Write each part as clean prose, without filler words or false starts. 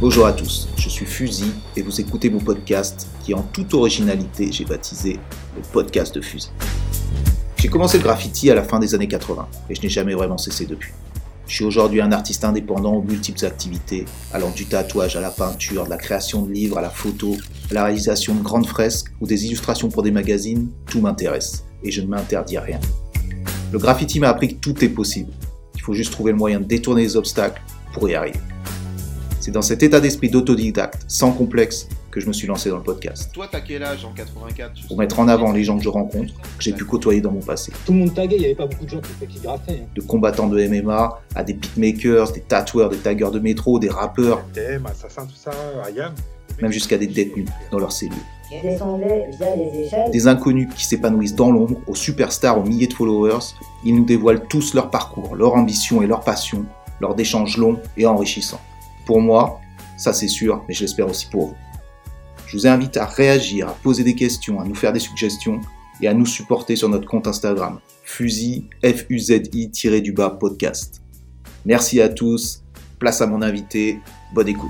Bonjour à tous, je suis Fusil et vous écoutez mon podcast qui en toute originalité j'ai baptisé le podcast de Fusil. J'ai commencé le graffiti à la fin des années 80 et je n'ai jamais vraiment cessé depuis. Je suis aujourd'hui un artiste indépendant aux multiples activités, allant du tatouage à la peinture, de la création de livres à la photo, à la réalisation de grandes fresques ou des illustrations pour des magazines, tout m'intéresse et je ne m'interdis rien. Le graffiti m'a appris que tout est possible, il faut juste trouver le moyen de détourner les obstacles pour y arriver. C'est dans cet état d'esprit d'autodidacte, sans complexe, que je me suis lancé dans le podcast. Toi, t'as quel âge en 84 Pour mettre en avant les gens que je rencontre, que j'ai pu côtoyer dans mon passé. Tout le monde taguait, il n'y avait pas beaucoup de gens qui graffaient. De combattants de MMA à des beatmakers, des tatoueurs, des taggeurs de métro, des rappeurs, TM, Assassin, tout ça, IAM. même jusqu'à des détenus dans leurs cellules. Je descendais via les échelles. Des inconnus qui s'épanouissent dans l'ombre, aux superstars, aux milliers de followers, ils nous dévoilent tous leur parcours, leur ambition et leur passion, lors d'échanges longs et enrichissants. Pour moi, ça c'est sûr, mais je l'espère aussi pour vous. Je vous invite à réagir, à poser des questions, à nous faire des suggestions et à nous supporter sur notre compte Instagram, Fusil, FUZI-podcast. Merci à tous, place à mon invité, bonne écoute.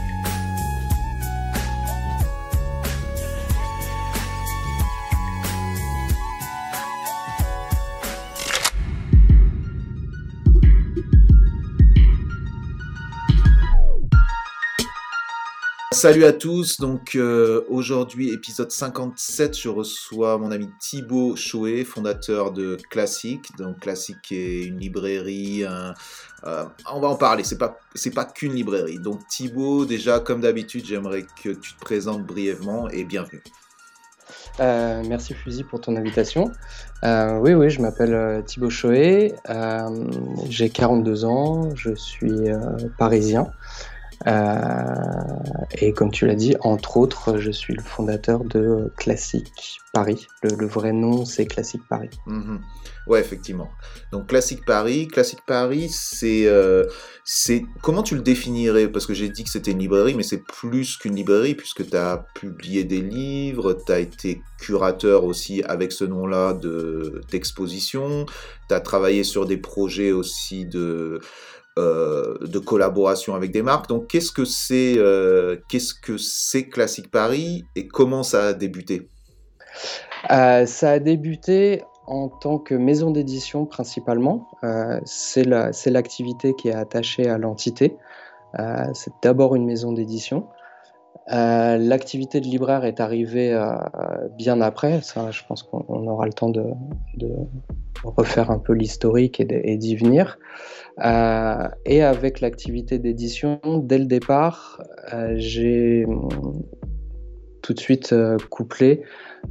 Salut à tous, donc aujourd'hui épisode 57, je reçois mon ami Thibaut Choé, fondateur de Classic. Donc Classic est une librairie, on va en parler, c'est pas qu'une librairie. Donc Thibaut, déjà comme d'habitude, j'aimerais que tu te présentes brièvement et bienvenue. Merci Fusil pour ton invitation. Oui, je m'appelle Thibaut Choé, j'ai 42 ans, je suis parisien. Et comme tu l'as dit, entre autres, je suis le fondateur de Classic Paris. Le vrai nom, c'est Classic Paris. Ouais, effectivement. Donc Classic Paris, c'est comment tu le définirais? Parce que j'ai dit que c'était une librairie, mais c'est plus qu'une librairie puisque tu as publié des livres, tu as été curateur aussi avec ce nom-là d'exposition, tu as travaillé sur des projets aussi de collaboration avec des marques. Donc qu'est-ce que c'est Classic Paris et comment ça a débuté? Ça a débuté en tant que maison d'édition principalement. C'est l'activité qui est attachée à l'entité. C'est d'abord une maison d'édition. L'activité de libraire est arrivée bien après. Ça, je pense qu'on aura le temps de refaire un peu l'historique et d'y venir. Et avec l'activité d'édition, dès le départ, j'ai tout de suite couplé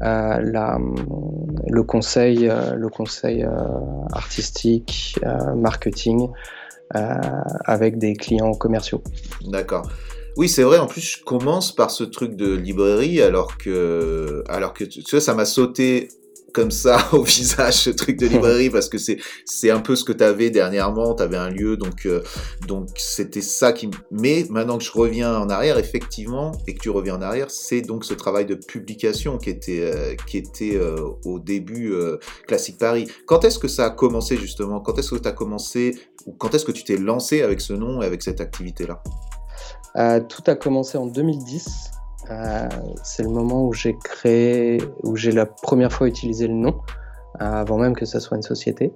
le conseil artistique, marketing, avec des clients commerciaux. D'accord. Oui, c'est vrai, en plus, je commence par ce truc de librairie, alors que tu vois, ça m'a sauté comme ça au visage, ce truc de librairie, parce que c'est un peu ce que tu avais dernièrement, tu avais un lieu, donc c'était ça qui... Mais maintenant que je reviens en arrière, effectivement, et que tu reviens en arrière, c'est donc ce travail de publication qui était au début Classic Paris. Quand est-ce que ça a commencé, justement? Quand est-ce que tu as commencé, ou quand est-ce que tu t'es lancé avec ce nom et avec cette activité-là? Tout a commencé en 2010. C'est le moment où j'ai la première fois utilisé le nom, avant même que ça soit une société.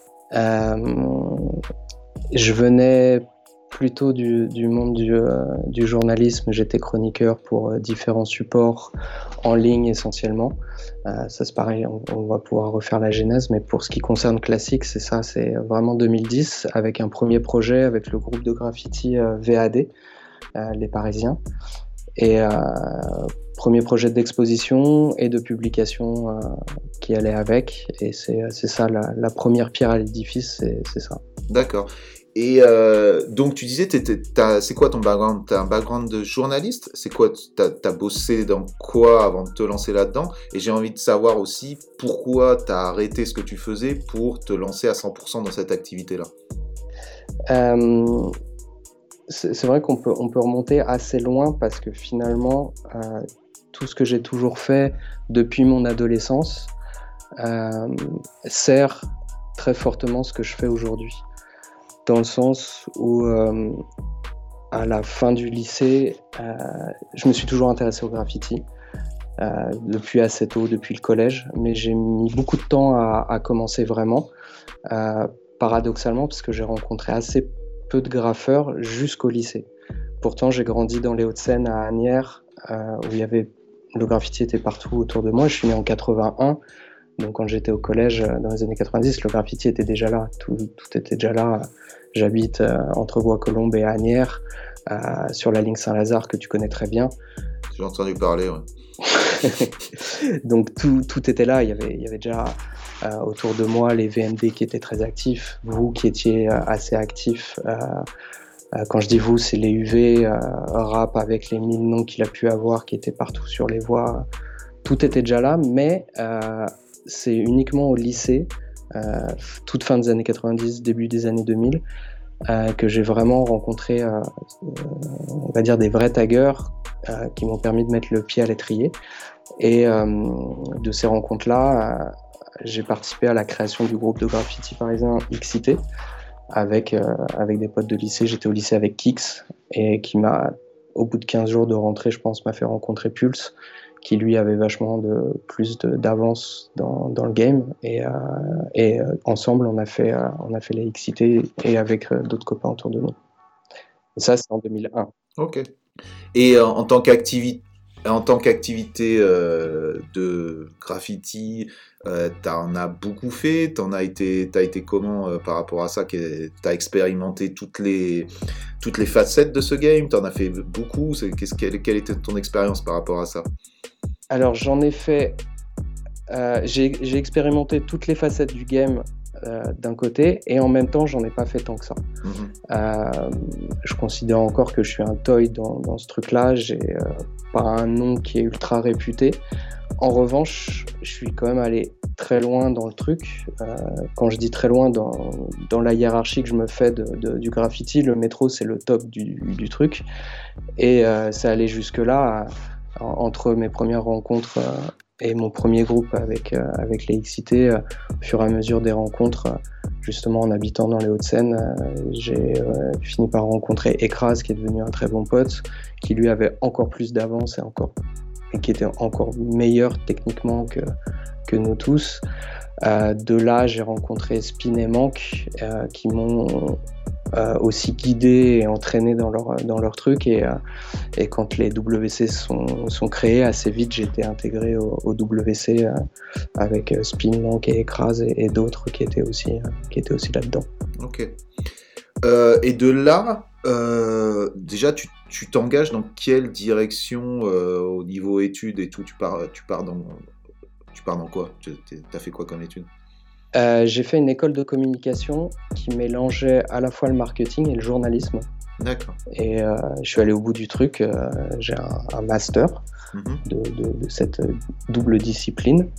Je venais plutôt du monde du journalisme. J'étais chroniqueur pour différents supports en ligne essentiellement. Ça c'est pareil, on va pouvoir refaire la genèse, mais pour ce qui concerne Classic, c'est ça, c'est vraiment 2010 avec un premier projet avec le groupe de graffiti VAD, les Parisiens. Et premier projet d'exposition et de publication qui allait avec. Et c'est ça, la première pierre à l'édifice, c'est ça. D'accord. Et donc tu disais, c'est quoi ton background? T'as un background de journaliste? C'est quoi? T'as bossé dans quoi avant de te lancer là-dedans? Et j'ai envie de savoir aussi pourquoi t'as arrêté ce que tu faisais pour te lancer à 100% dans cette activité-là. C'est vrai qu'on peut remonter assez loin parce que finalement, tout ce que j'ai toujours fait depuis mon adolescence sert très fortement ce que je fais aujourd'hui. Dans le sens où, à la fin du lycée, je me suis toujours intéressé au graffiti, depuis assez tôt, depuis le collège, mais j'ai mis beaucoup de temps à commencer vraiment, paradoxalement, parce que j'ai rencontré assez peu de graffeurs jusqu'au lycée. Pourtant, j'ai grandi dans les Hauts-de-Seine, à Asnières, où le graffiti était partout autour de moi. Je suis né en 81, donc quand j'étais au collège dans les années 90, le graffiti était déjà là, tout était déjà là. J'habite entre Bois-Colombes et Asnières, sur la ligne Saint-Lazare que tu connais très bien. J'ai entendu parler, ouais. Donc tout était là, il y avait déjà autour de moi les VMD qui étaient très actifs, vous qui étiez assez actifs. Quand je dis vous, c'est les UV, rap avec les 1000 noms qu'il a pu avoir, qui étaient partout sur les voies. Tout était déjà là, mais c'est uniquement au lycée, toute fin des années 90, début des années 2000, que j'ai vraiment rencontré, on va dire, des vrais taggers qui m'ont permis de mettre le pied à l'étrier. Et de ces rencontres-là, j'ai participé à la création du groupe de graffiti parisien XIT avec des potes de lycée. J'étais au lycée avec Kix et qui m'a, au bout de 15 jours de rentrée, je pense, m'a fait rencontrer Pulse, qui lui avait vachement plus d'avance dans le game. Et ensemble, on a fait les XIT et avec d'autres copains autour de nous. Et ça, c'est en 2001. Ok. Et en tant qu'activité de graffiti, t'en as beaucoup fait, t'as été comment par rapport à ça, t'as expérimenté toutes les facettes de ce game, t'en as fait beaucoup, quelle était ton expérience par rapport à ça? Alors j'en ai fait, j'ai expérimenté toutes les facettes du game d'un côté, et en même temps j'en ai pas fait tant que ça. Je considère encore que je suis un toy dans ce truc-là. J'ai pas un nom qui est ultra réputé. En revanche, je suis quand même allé très loin dans le truc. Quand je dis très loin dans la hiérarchie que je me fais du graffiti, le métro c'est le top du truc, et ça allait jusque là entre mes premières rencontres et mon premier groupe avec les XIT. Au fur et à mesure des rencontres, justement en habitant dans les Hauts-de-Seine, j'ai fini par rencontrer Ekraz, qui est devenu un très bon pote, qui lui avait encore plus d'avance et qui était encore meilleur techniquement que nous tous. De là, j'ai rencontré Spin et Mank, qui m'ont aussi guidé et entraîné dans leur truc. Et quand les WC sont créés, assez vite, j'ai été intégré au WC avec Spin, Mank et Ekraz et d'autres qui étaient aussi là-dedans. Ok. Et de là, déjà, tu t'engages dans quelle direction au niveau études et tout? Tu pars dans quoi? T'as fait quoi comme études? J'ai fait une école de communication qui mélangeait à la fois le marketing et le journalisme. D'accord. Et je suis allé au bout du truc. J'ai un master de cette double discipline.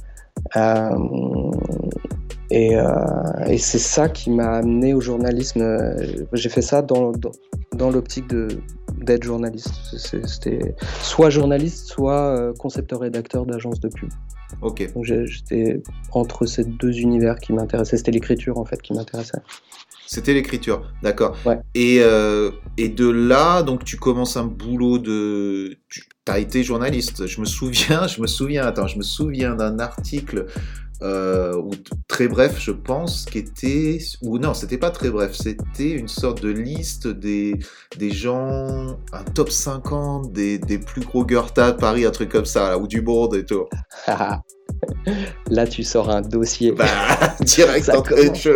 Et c'est ça qui m'a amené au journalisme. J'ai fait ça dans l'optique d'être journaliste. C'était soit journaliste, soit concepteur-rédacteur d'agence de pub. Ok. Donc j'étais entre ces deux univers qui m'intéressaient. C'était l'écriture en fait qui m'intéressait. C'était l'écriture, d'accord. Ouais. Et de là, donc tu commences un boulot t'as été journaliste. Je me souviens d'un article très bref, je pense, c'était pas très bref, c'était une sorte de liste des gens, un top 50 des plus gros Goethe de Paris, un truc comme ça, là, ou du monde et tout. Là, tu sors un dossier. Direct entrée de jeu.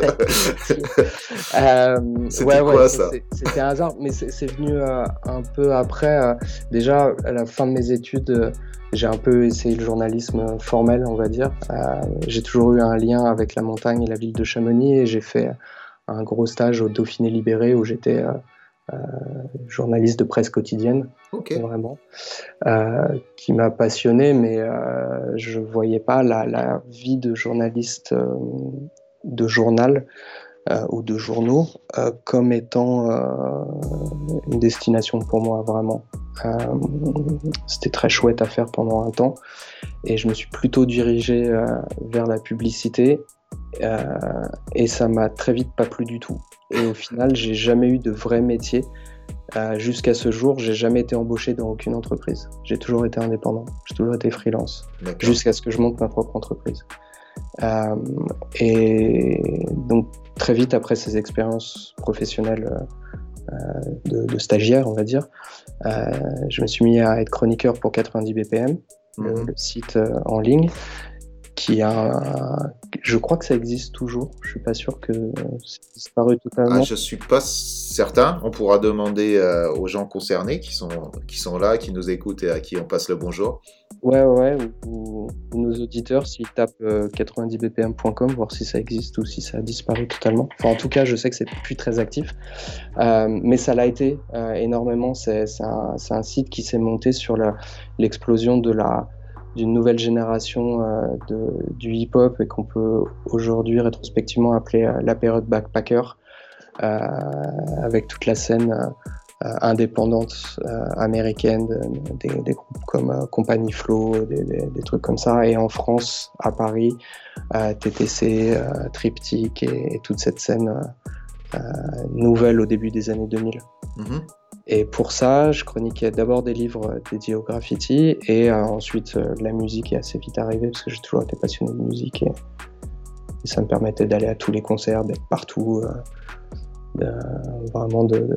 C'était quoi ça? C'était un hasard, mais c'est venu un peu après. Déjà, à la fin de mes études, j'ai un peu essayé le journalisme formel, on va dire. J'ai toujours eu un lien avec la montagne et la ville de Chamonix, et j'ai fait un gros stage au Dauphiné Libéré où j'étais journaliste de presse quotidienne, vraiment, qui m'a passionné, mais je voyais pas la vie de journaliste de journal ou de journaux comme étant une destination pour moi, vraiment. C'était très chouette à faire pendant un temps, et je me suis plutôt dirigé vers la publicité, et ça m'a très vite pas plu du tout. Et au final, j'ai jamais eu de vrai métier Jusqu'à ce jour, j'ai jamais été embauché dans aucune entreprise. J'ai toujours été indépendant, j'ai toujours été freelance, jusqu'à ce que je monte ma propre entreprise. Et donc très vite après ces expériences professionnelles de stagiaire, on va dire, je me suis mis à être chroniqueur pour 90 BPM, le site en ligne, qui a, je crois que ça existe toujours. Je suis pas sûr que c'est disparu totalement. Je suis pas certain. On pourra demander aux gens concernés qui sont là, qui nous écoutent et à qui on passe le bonjour. Ouais, ou nos auditeurs, s'ils tapent 90bpm.com, voir si ça existe ou si ça a disparu totalement. Enfin, en tout cas, je sais que c'est plus très actif, mais ça l'a été énormément. C'est un site qui s'est monté sur l'explosion d'une nouvelle génération du hip-hop et qu'on peut aujourd'hui rétrospectivement appeler la période backpacker, avec toute la scène indépendante américaine, des groupes comme Compagnie Flow, des trucs comme ça, et en France, à Paris, TTC, Triptyque et toute cette scène nouvelle au début des années 2000. Et pour ça, je chroniquais d'abord des livres dédiés au graffiti et ensuite la musique est assez vite arrivée parce que j'ai toujours été passionné de musique et ça me permettait d'aller à tous les concerts, d'être partout, vraiment de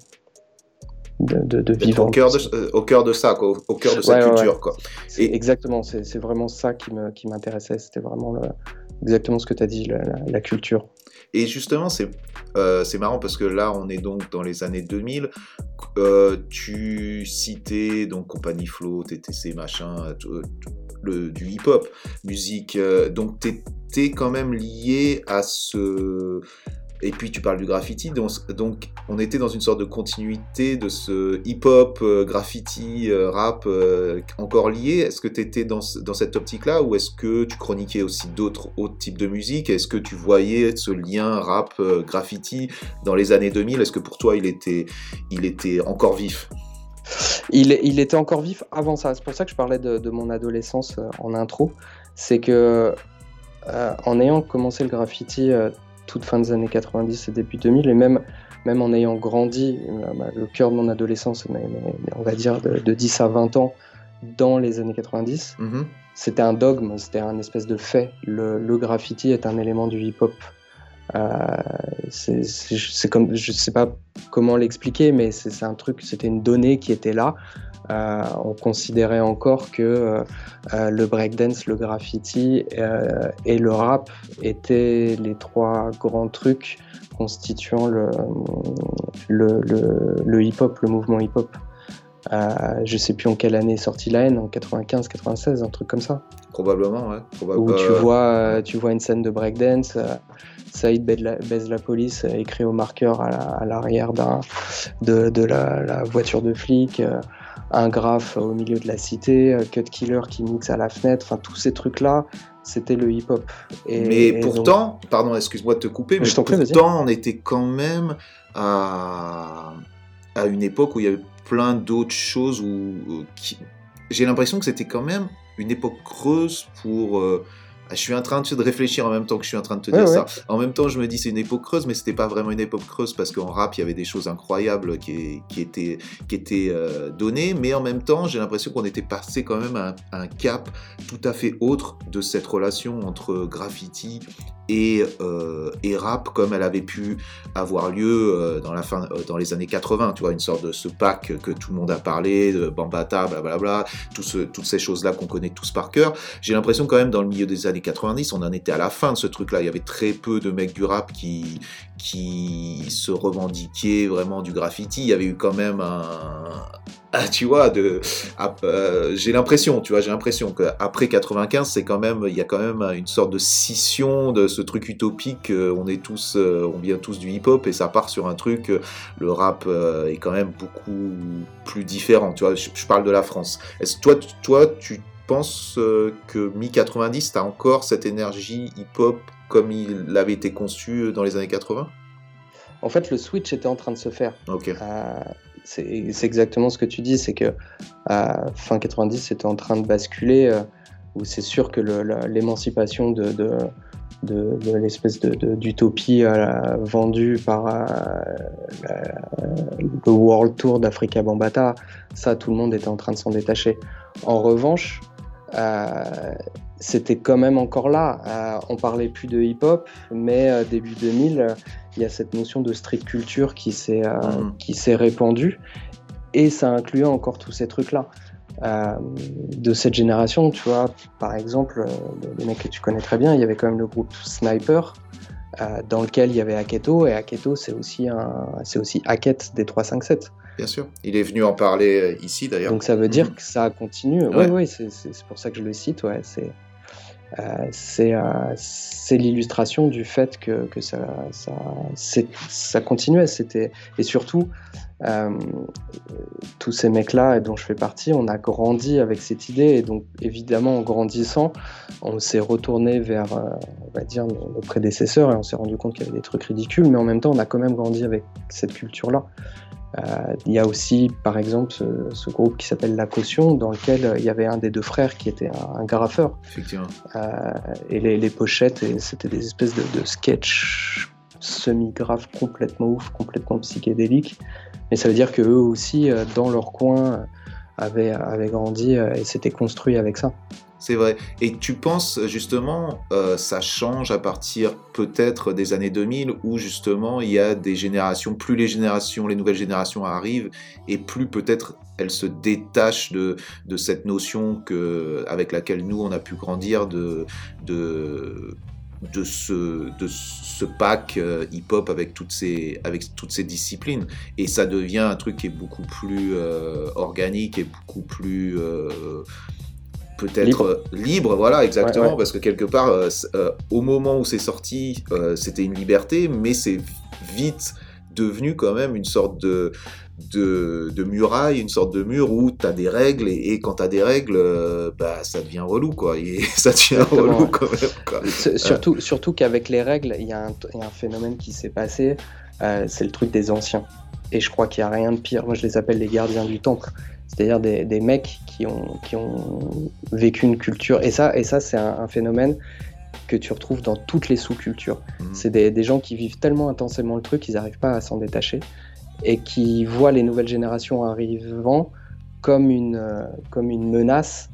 vivre au cœur de ça, quoi, au cœur de cette culture. Quoi. Exactement, c'est vraiment ça qui m'intéressait, c'était vraiment exactement ce que tu as dit, la culture. Et justement, c'est marrant parce que là, on est donc dans les années 2000. Tu citais donc Compagnie Flow, TTC, machin, du hip-hop, musique. Donc, t'es quand même lié à ce... Et puis tu parles du graffiti, donc on était dans une sorte de continuité de ce hip-hop, graffiti, rap, encore lié. Est-ce que tu étais dans cette optique-là ou est-ce que tu chroniquais aussi autres types de musique? Est-ce que tu voyais ce lien rap, graffiti dans les années 2000? Est-ce que pour toi il était encore vif? Il était encore vif avant ça. C'est pour ça que je parlais de mon adolescence en intro. C'est que en ayant commencé le graffiti toute fin des années 90 et début 2000, et même en ayant grandi, le cœur de mon adolescence, on va dire de 10 à 20 ans, dans les années 90, c'était un dogme, c'était un espèce de fait. Le graffiti est un élément du hip-hop. C'est comme, je sais pas comment l'expliquer, mais c'est un truc, c'était une donnée qui était là. On considérait encore que le breakdance, le graffiti et le rap étaient les trois grands trucs constituant le hip-hop, le mouvement hip-hop. Je sais plus en quelle année est sortie la haine, en 95, 96, un truc comme ça. Probablement, ouais. Où tu vois une scène de breakdance, Saïd baise la police écrit au marqueur à l'arrière de la voiture de flic, un graphe au milieu de la cité, Cut Killer qui mixe à la fenêtre, enfin tous ces trucs-là, c'était le hip-hop. Mais pourtant, pardon, excuse-moi de te couper, mais pourtant on était quand même à une époque où il y avait plein d'autres choses j'ai l'impression que c'était quand même une époque creuse pour... je suis en train de réfléchir en même temps que je suis en train de te dire ça. En même temps, je me dis c'est une époque creuse, mais c'était pas vraiment une époque creuse parce qu'en rap, il y avait des choses incroyables qui étaient données, mais en même temps, j'ai l'impression qu'on était passé quand même à un cap tout à fait autre de cette relation entre graffiti et rap comme elle avait pu avoir lieu dans les années 80, tu vois, une sorte de ce pack que tout le monde a parlé, de Bambaataa, blablabla, toutes ces choses-là qu'on connaît tous par cœur. J'ai l'impression quand même dans le milieu des années 90, on en était à la fin de ce truc-là. Il y avait très peu de mecs du rap qui se revendiquaient vraiment du graffiti. Il y avait eu quand même j'ai l'impression qu'après 95, il y a quand même une sorte de scission de ce truc utopique. On vient tous du hip-hop et ça part sur un truc. Le rap est quand même beaucoup plus différent. Tu vois, je parle de la France. Est-ce que toi, tu penses que mi-90, t'as encore cette énergie hip-hop comme il avait été conçu dans les années 80? En fait, le switch était en train de se faire. Ok. C'est exactement ce que tu dis, c'est que fin 90, c'était en train de basculer, où c'est sûr que l'émancipation de de l'espèce d'utopie vendue par le World Tour d'Africa Bambaataa. Ça, tout le monde était en train de s'en détacher. En revanche, c'était quand même encore là. On parlait plus de hip-hop, mais début 2000, il y a cette notion de street culture qui s'est répandue, et ça incluait encore tous ces trucs-là. De cette génération, tu vois, par exemple, les mecs que tu connais très bien, il y avait quand même le groupe Sniper, dans lequel il y avait Aketo, et Aketo, c'est aussi Hackett des 357. Bien sûr, il est venu en parler ici d'ailleurs. Donc ça veut dire que ça continue. Ouais. Oui, c'est pour ça que je le cite. Ouais, c'est l'illustration du fait que ça continuait. Et surtout, tous ces mecs-là dont je fais partie, on a grandi avec cette idée, et donc évidemment en grandissant, on s'est retourné vers, on va dire, nos prédécesseurs, et on s'est rendu compte qu'il y avait des trucs ridicules, mais en même temps on a quand même grandi avec cette culture-là. Il y a aussi, par exemple, ce groupe qui s'appelle La Caution, dans lequel il y avait un des deux frères qui était un graffeur. Effectivement. Et les pochettes, c'était des espèces de sketchs semi-graphes complètement ouf, complètement psychédéliques. Mais ça veut dire qu'eux aussi, dans leur coin, avaient grandi et s'étaient construits avec ça. C'est vrai. Et tu penses justement, ça change à partir peut-être des années 2000, où justement il y a des générations, plus les nouvelles générations arrivent, et plus peut-être elles se détachent de cette notion avec laquelle nous on a pu grandir de ce pack hip-hop avec toutes ces disciplines, et ça devient un truc qui est beaucoup plus organique et beaucoup plus peut-être libre, voilà, exactement, ouais. Parce que quelque part, au moment où c'est sorti, c'était une liberté, mais c'est vite devenu quand même une sorte de muraille, une sorte de mur où t'as des règles, et quand t'as des règles, ça devient relou, quoi. Ça devient relou quand même, quoi. Surtout qu'avec les règles, il y a un phénomène qui s'est passé, c'est le truc des anciens. Et je crois qu'il n'y a rien de pire. Moi, je les appelle les gardiens du temple. C'est-à-dire des mecs qui ont vécu une culture. Et ça c'est un phénomène que tu retrouves dans toutes les sous-cultures. C'est des gens qui vivent tellement intensément le truc qu'ils n'arrivent pas à s'en détacher, et qui voient les nouvelles générations arrivant comme une menace,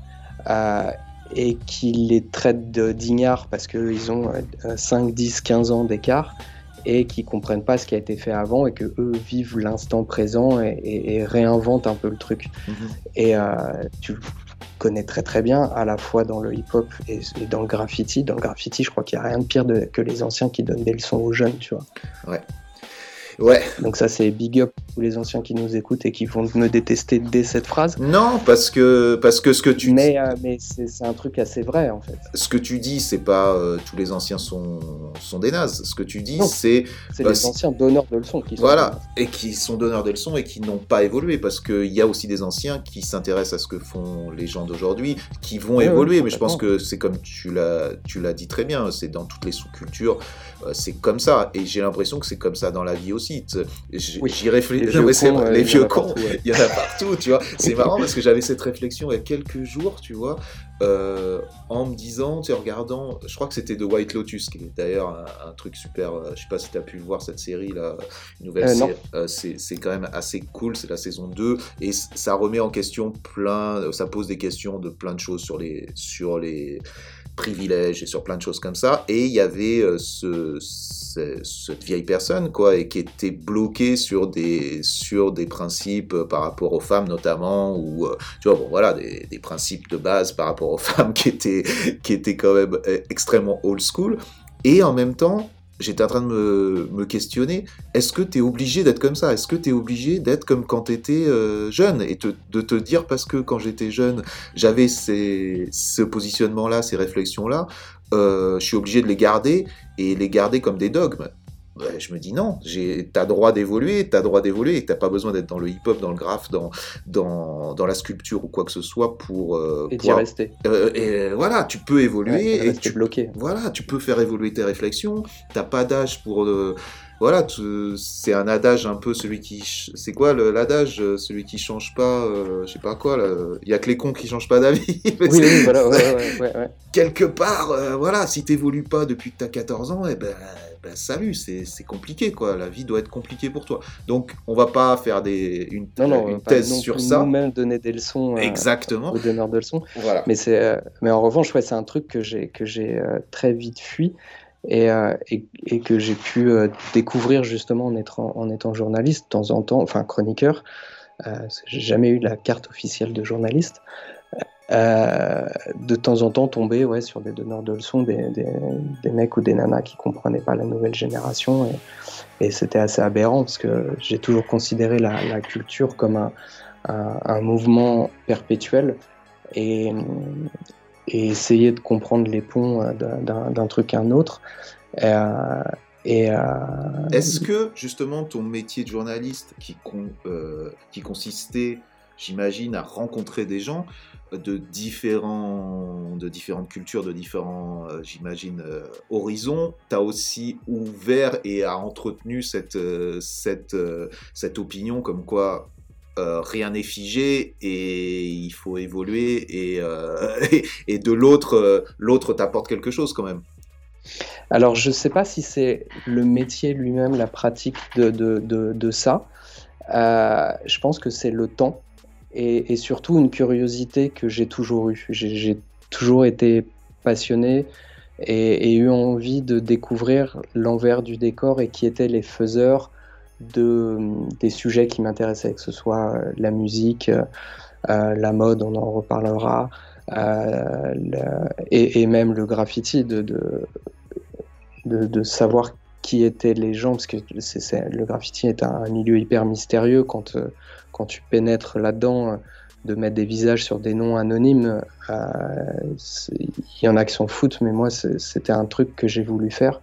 et qui les traitent d'ignards parce qu'ils ont 5, 10, 15 ans d'écart, et qui comprennent pas ce qui a été fait avant, et que eux vivent l'instant présent et réinventent un peu le truc. Et tu connais très très bien, à la fois dans le hip-hop et dans le graffiti. Dans le graffiti, je crois qu'il n'y a rien de pire que les anciens qui donnent des leçons aux jeunes, tu vois. Ouais. Donc ça, c'est big up pour les anciens qui nous écoutent et qui vont me détester dès cette phrase. Non, parce que ce que tu dis... Mais c'est un truc assez vrai, en fait. Ce que tu dis, c'est pas tous les anciens sont des nazes. Ce que tu dis, non, c'est les anciens donneurs de leçons qui sont et qui sont donneurs de leçons et qui n'ont pas évolué, parce qu'il y a aussi des anciens qui s'intéressent à ce que font les gens d'aujourd'hui, qui vont évoluer. Mais je pense que c'est comme tu l'as dit très bien, c'est dans toutes les sous-cultures, c'est comme ça. Et j'ai l'impression que c'est comme ça dans la vie aussi. J'y réfléchis. Les vieux cons, il y en a partout, tu vois. C'est marrant parce que j'avais cette réflexion il y a quelques jours, tu vois, en me disant, tu sais, en regardant, je crois que c'était The White Lotus, qui est d'ailleurs un truc super, je sais pas si tu as pu voir cette série là, une nouvelle série, c'est quand même assez cool, c'est la saison 2, et ça remet en question ça pose des questions de plein de choses sur les privilèges et sur plein de choses comme ça, et il y avait cette vieille personne, quoi, et qui était bloquée sur des principes par rapport aux femmes notamment, ou tu vois, bon voilà, des principes de base par rapport aux femmes qui étaient quand même extrêmement old school. Et en même temps, j'étais en train de me questionner, est-ce que tu es obligé d'être comme ça ? Est-ce que tu es obligé d'être comme quand tu étais jeune ? Et de te dire, parce que quand j'étais jeune, j'avais ce positionnement-là, ces réflexions-là, je suis obligé de les garder, et les garder comme des dogmes. Ouais, je me dis non, t'as droit d'évoluer, et t'as pas besoin d'être dans le hip-hop, dans le graphe, dans la sculpture ou quoi que ce soit pour d'y rester. Et voilà, tu peux évoluer, et tu bloqué. Voilà, tu peux faire évoluer tes réflexions. T'as pas d'âge pour voilà, c'est un adage un peu c'est quoi l'adage, celui qui change pas, je sais pas quoi là, il y a que les cons qui changent pas d'avis. Mais Oui, voilà, ouais. quelque part, voilà, si t'évolues pas depuis que t'as 14 ans, eh ben salut, c'est compliqué quoi, la vie doit être compliquée pour toi. Donc on va pas faire une thèse non sur plus ça. nous-mêmes donner des leçons Exactement. aux donneurs de leçons. Voilà. Mais en revanche, c'est un truc que j'ai très vite fui et que j'ai pu découvrir justement en étant journaliste, de temps en temps, enfin chroniqueur. J'ai jamais eu la carte officielle de journaliste. De temps en temps tomber sur des donneurs de leçons, des mecs ou des nanas qui comprenaient pas la nouvelle génération et c'était assez aberrant parce que j'ai toujours considéré la culture comme un mouvement perpétuel et essayer de comprendre les ponts d'un truc à un autre. Est-ce que justement ton métier de journaliste qui consistait, j'imagine, à rencontrer des gens de différentes cultures, de différents, j'imagine, horizons, t'as aussi ouvert et a entretenu cette opinion comme quoi rien n'est figé et il faut évoluer et de l'autre t'apporte quelque chose quand même. Alors, je ne sais pas si c'est le métier lui-même, la pratique de ça. Je pense que c'est le temps et surtout une curiosité que j'ai toujours eue. J'ai toujours été passionné et eu envie de découvrir l'envers du décor et qui étaient les faiseurs des sujets qui m'intéressaient, que ce soit la musique, la mode, on en reparlera, et même le graffiti, de savoir qui étaient les gens, parce que le graffiti est un milieu hyper mystérieux quand tu pénètres là-dedans, de mettre des visages sur des noms anonymes, il y en a qui s'en foutent, mais moi c'était un truc que j'ai voulu faire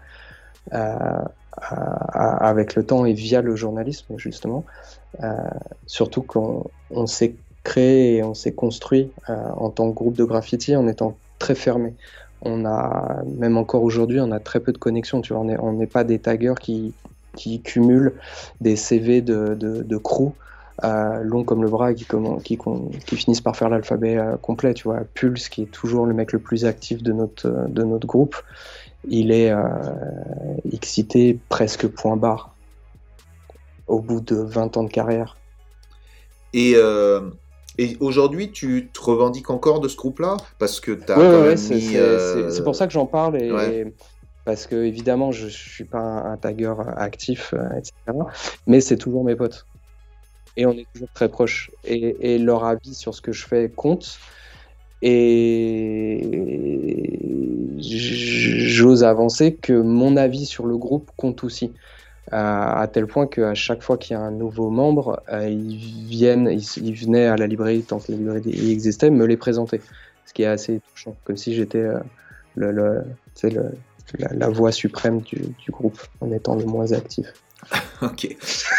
avec le temps et via le journalisme justement, surtout qu'on s'est créé et on s'est construit en tant que groupe de graffiti en étant très fermé. Même encore aujourd'hui, on a très peu de connexions. Tu vois, on n'est pas des taggers qui cumulent des CV de crew longs comme le bras qui finissent par faire l'alphabet complet. Tu vois, Pulse, qui est toujours le mec le plus actif de notre groupe, il est excité presque point barre au bout de 20 ans de carrière. Et aujourd'hui, tu te revendiques encore de ce groupe-là? Parce que tu as quand même mis... C'est pour ça que j'en parle, parce que évidemment, je ne suis pas un tagger actif, etc. Mais c'est toujours mes potes. Et on est toujours très proches. Et leur avis sur ce que je fais compte. Et j'ose avancer que mon avis sur le groupe compte aussi. À tel point qu'à chaque fois qu'il y a un nouveau membre, ils venaient à la librairie, tant que la librairie existait, me les présenter. Ce qui est assez touchant, comme si j'étais la voix suprême du groupe, en étant le moins actif. Ok.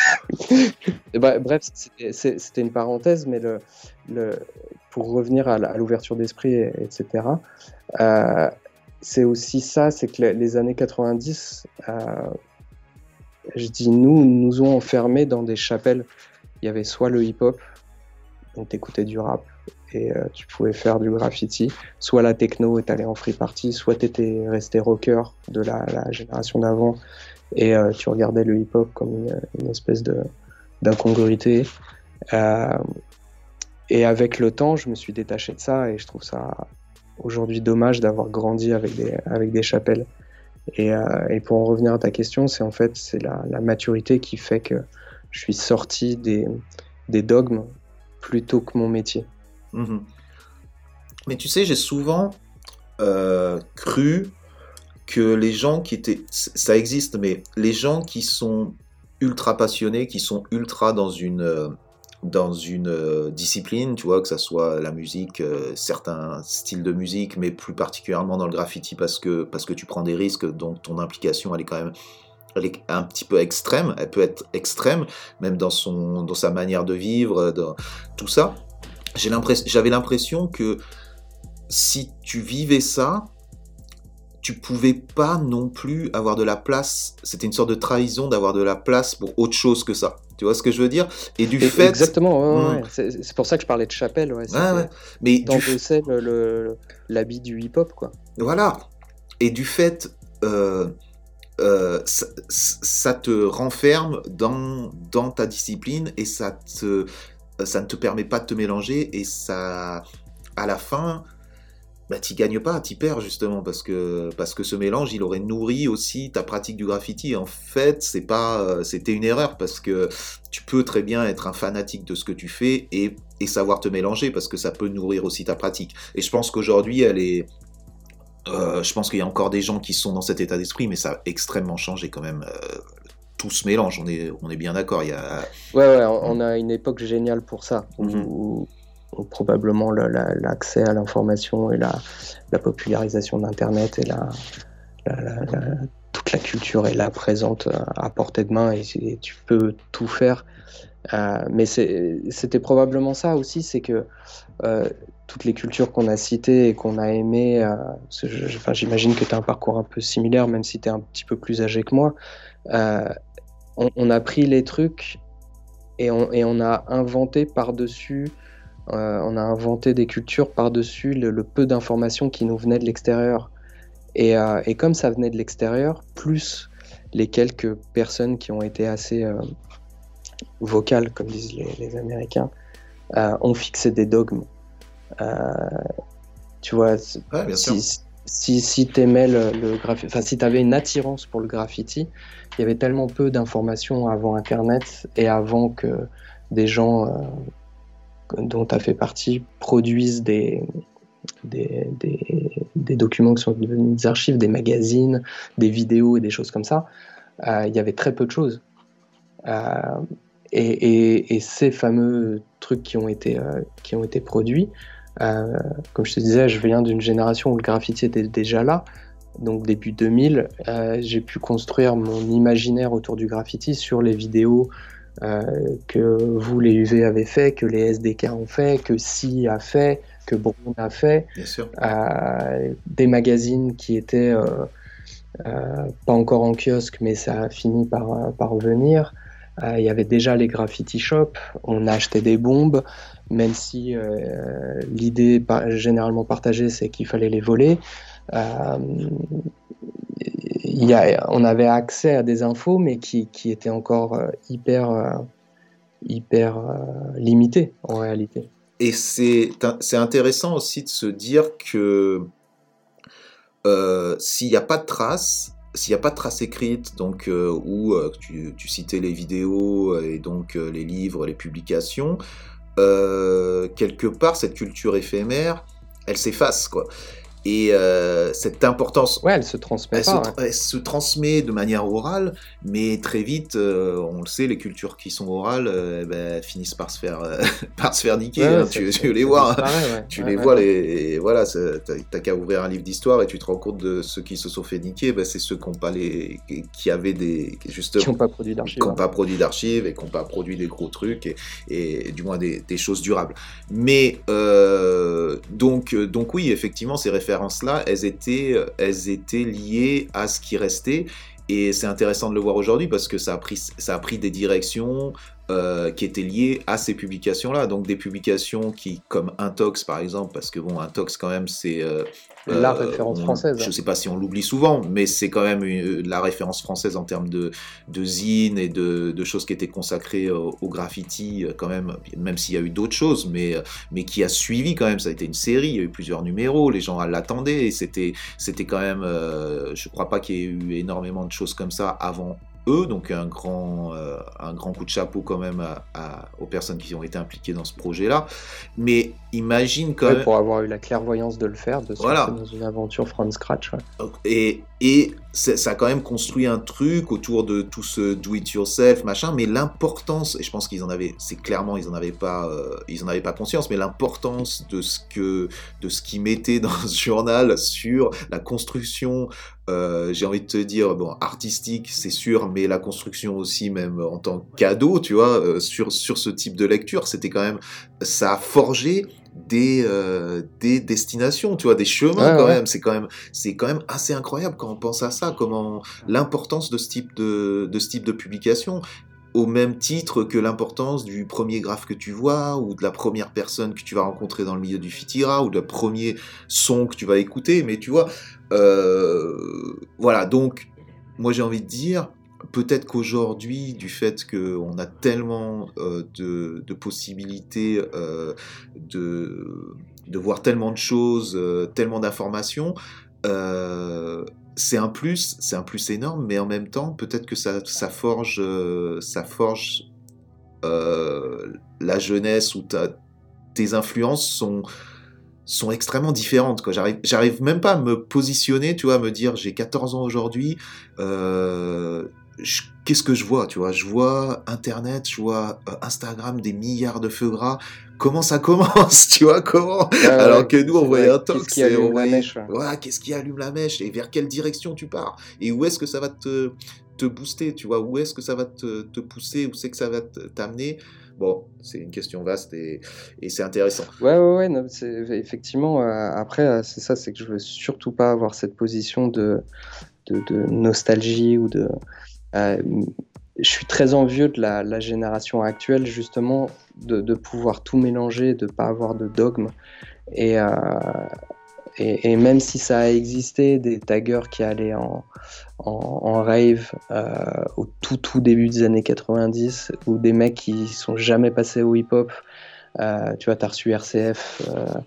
Bref, c'était une parenthèse, mais pour revenir à l'ouverture d'esprit, etc., c'est aussi ça, c'est que les années 90... je dis nous ont enfermés dans des chapelles. Il y avait soit le hip-hop, donc t'écoutais du rap et tu pouvais faire du graffiti, soit la techno et t'allais en free party, soit t'étais resté rocker de la génération d'avant et tu regardais le hip-hop comme une espèce d'incongruité. Et avec le temps, je me suis détaché de ça et je trouve ça aujourd'hui dommage d'avoir grandi avec des chapelles. Et pour en revenir à ta question, c'est la maturité qui fait que je suis sorti des dogmes plutôt que mon métier. Mmh. Mais tu sais, j'ai souvent cru que les gens qui étaient... Ça existe, mais les gens qui sont ultra passionnés, qui sont ultra dans une discipline, tu vois, que ça soit la musique, certains styles de musique, mais plus particulièrement dans le graffiti parce que tu prends des risques, donc ton implication elle est un petit peu extrême, elle peut être extrême, même dans sa manière de vivre, dans tout ça. J'avais l'impression que si tu vivais ça, tu pouvais pas non plus avoir de la place. C'était une sorte de trahison d'avoir de la place pour autre chose que ça. Tu vois ce que je veux dire? Et du fait... Exactement, ouais. C'est pour ça que je parlais de Chapelle, ouais. Mais d'endosser l'habit du hip-hop, quoi. Voilà. Et du fait, ça te renferme dans ta discipline et ça ne te permet pas de te mélanger et ça, à la fin... tu gagnes pas, tu perds justement parce que ce mélange il aurait nourri aussi ta pratique du graffiti. En fait, c'était une erreur parce que tu peux très bien être un fanatique de ce que tu fais et savoir te mélanger parce que ça peut nourrir aussi ta pratique. Et je pense qu'aujourd'hui je pense qu'il y a encore des gens qui sont dans cet état d'esprit, mais ça a extrêmement changé quand même. Tout se mélange, on est bien d'accord. On a une époque géniale pour ça. Où probablement l'accès à l'information et la popularisation d'Internet et toute la culture est là présente à portée de main et tu peux tout faire. Mais c'était probablement ça aussi, c'est que toutes les cultures qu'on a citées et qu'on a aimées, j'imagine que tu as un parcours un peu similaire, même si tu es un petit peu plus âgé que moi, on a pris les trucs et on a inventé par-dessus. On a inventé des cultures par-dessus le peu d'informations qui nous venaient de l'extérieur. Et comme ça venait de l'extérieur, plus les quelques personnes qui ont été assez vocales, comme disent les Américains, ont fixé des dogmes. Tu vois, si t'aimais le graffiti, enfin si t'avais une attirance pour le graffiti, il y avait tellement peu d'informations avant Internet et avant que des gens... dont tu as fait partie, produisent des documents qui sont devenus des archives, des magazines, des vidéos et des choses comme ça. Il y avait très peu de choses. Et ces fameux trucs qui ont été produits, comme je te disais, je viens d'une génération où le graffiti était déjà là. Donc début 2000, j'ai pu construire mon imaginaire autour du graffiti sur les vidéos que vous, les UV, avez fait, que les SDK ont fait, que Si a fait, que Brown a fait. Bien sûr. Des magazines qui étaient pas encore en kiosque, mais ça a fini par venir. Il y avait déjà les graffiti shops, on achetait des bombes, même si l'idée généralement partagée, c'est qu'il fallait les voler. On avait accès à des infos, mais qui étaient encore hyper limitées en réalité. Et c'est intéressant aussi de se dire que s'il n'y a pas de traces, écrites, donc où tu citais les vidéos et donc les livres, les publications, quelque part cette culture éphémère, elle s'efface, quoi. Et cette importance, elle se transmet elle se transmet de manière orale, mais très vite, on le sait, les cultures qui sont orales finissent par se faire niquer. Tu les vois, tu les vois. Voilà, t'as qu'à ouvrir un livre d'histoire et tu te rends compte de ceux qui se sont fait niquer. C'est ceux qui avaient qui n'ont pas produit d'archives, et qui n'ont pas produit des gros trucs et du moins des choses durables. Mais donc oui, effectivement, ces références-là, elles étaient liées à ce qui restait, et c'est intéressant de le voir aujourd'hui parce que ça a pris des directions qui étaient liées à ces publications-là, donc des publications comme Intox par exemple, parce que Intox quand même c'est la référence française. Je sais pas si on l'oublie souvent, mais c'est quand même la référence française en termes de zine et de choses qui étaient consacrées au graffiti quand même s'il y a eu d'autres choses, mais qui a suivi quand même. Ça a été une série, il y a eu plusieurs numéros, les gens l'attendaient, et c'était quand même, je crois pas qu'il y ait eu énormément de choses comme ça avant eux, donc un grand coup de chapeau quand même aux personnes qui ont été impliquées dans ce projet-là. Mais imagine quand même... Pour avoir eu la clairvoyance de le faire, de se lancer dans une aventure from scratch. Et ça a quand même construit un truc autour de tout ce do-it-yourself, machin, mais l'importance, et je pense qu'ils en avaient pas conscience, mais l'importance de ce qu'ils mettaient dans ce journal sur la construction, j'ai envie de te dire, artistique, c'est sûr, mais la construction aussi, même en tant que cadeau, tu vois, sur ce type de lecture, c'était quand même, ça a forgé des destinations, tu vois, des chemins quand même. C'est quand même assez incroyable quand on pense à ça, comment l'importance de ce type de publication, au même titre que l'importance du premier graphe que tu vois, ou de la première personne que tu vas rencontrer dans le milieu du fitira, ou de le premier son que tu vas écouter, mais tu vois, voilà, donc, moi j'ai envie de dire, peut-être qu'aujourd'hui, du fait qu'on a tellement de possibilités de voir tellement de choses, tellement d'informations, c'est un plus énorme, mais en même temps, peut-être que ça forge la jeunesse, où tes influences sont extrêmement différentes, quoi. J'arrive même pas à me positionner, tu vois, à me dire j'ai 14 ans aujourd'hui, qu'est-ce que je vois, tu vois, je vois Internet, je vois Instagram, des milliards de feux gras. Comment ça commence, tu vois, comment alors que nous on voyait un tox, qu'est-ce qui allume la mèche, voilà, qu'est-ce qui allume la mèche, et vers quelle direction tu pars, et où est-ce que ça va te booster, tu vois, où est-ce que ça va te pousser, où c'est que ça va t'amener. Bon, c'est une question vaste et c'est intéressant. Ouais, non, effectivement, après, c'est ça, c'est que je veux surtout pas avoir cette position de nostalgie ou de... je suis très envieux de la génération actuelle, justement, de pouvoir tout mélanger, de pas avoir de dogme. Et même si ça a existé, des taggers qui allaient en rave au tout début des années 90, ou des mecs qui sont jamais passés au hip-hop, tu vois, t'as reçu RCF.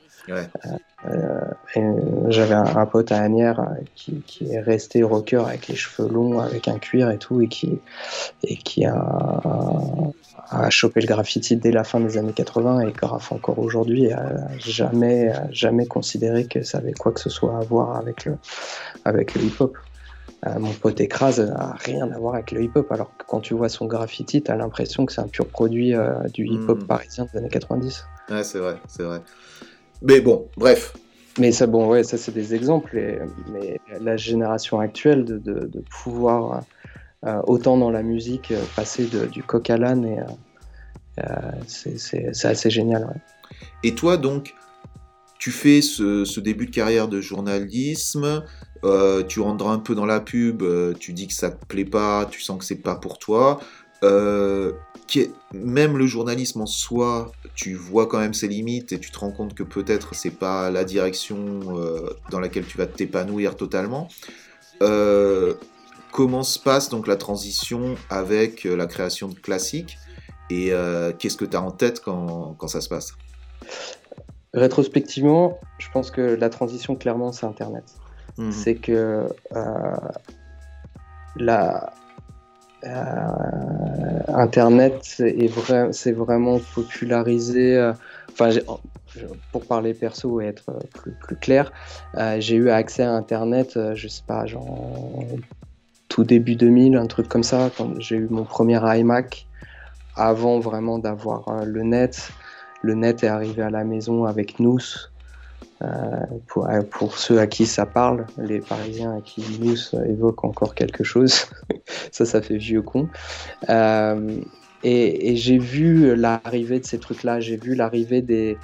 J'avais un pote à Asnières qui est resté rocker avec les cheveux longs, avec un cuir et tout, et qui a chopé le graffiti dès la fin des années 80 et graffe encore aujourd'hui, et a jamais considéré que ça avait quoi que ce soit à voir avec le hip-hop. Mon pote Écrase a rien à voir avec le hip-hop, alors que quand tu vois son graffiti, t'as l'impression que c'est un pur produit du hip-hop parisien des années 90. Ouais, c'est vrai. Mais bon, bref. Mais ça, bon, ouais, ça c'est des exemples, mais la génération actuelle de pouvoir, autant dans la musique, passer du coq à l'âne, c'est assez génial. Ouais. Et toi, donc, tu fais ce début de carrière de journalisme, tu rentres un peu dans la pub, tu dis que ça te plaît pas, tu sens que c'est pas pour toi. Même le journalisme en soi, tu vois quand même ses limites et tu te rends compte que peut-être c'est pas la direction dans laquelle tu vas t'épanouir totalement. Comment se passe donc la transition avec la création de classiques, et qu'est-ce que tu as en tête quand ça se passe? Rétrospectivement, je pense que la transition, clairement, c'est Internet. C'est que Internet c'est vraiment popularisé. Pour parler perso et être plus clair, j'ai eu accès à Internet, je sais pas, genre tout début 2000, un truc comme ça, quand j'ai eu mon premier iMac, avant vraiment d'avoir le net. Le net est arrivé à la maison avec Nous. Pour ceux à qui ça parle, les Parisiens à qui Nous évoque encore quelque chose, ça fait vieux con. Et j'ai vu l'arrivée de ces trucs-là, j'ai vu l'arrivée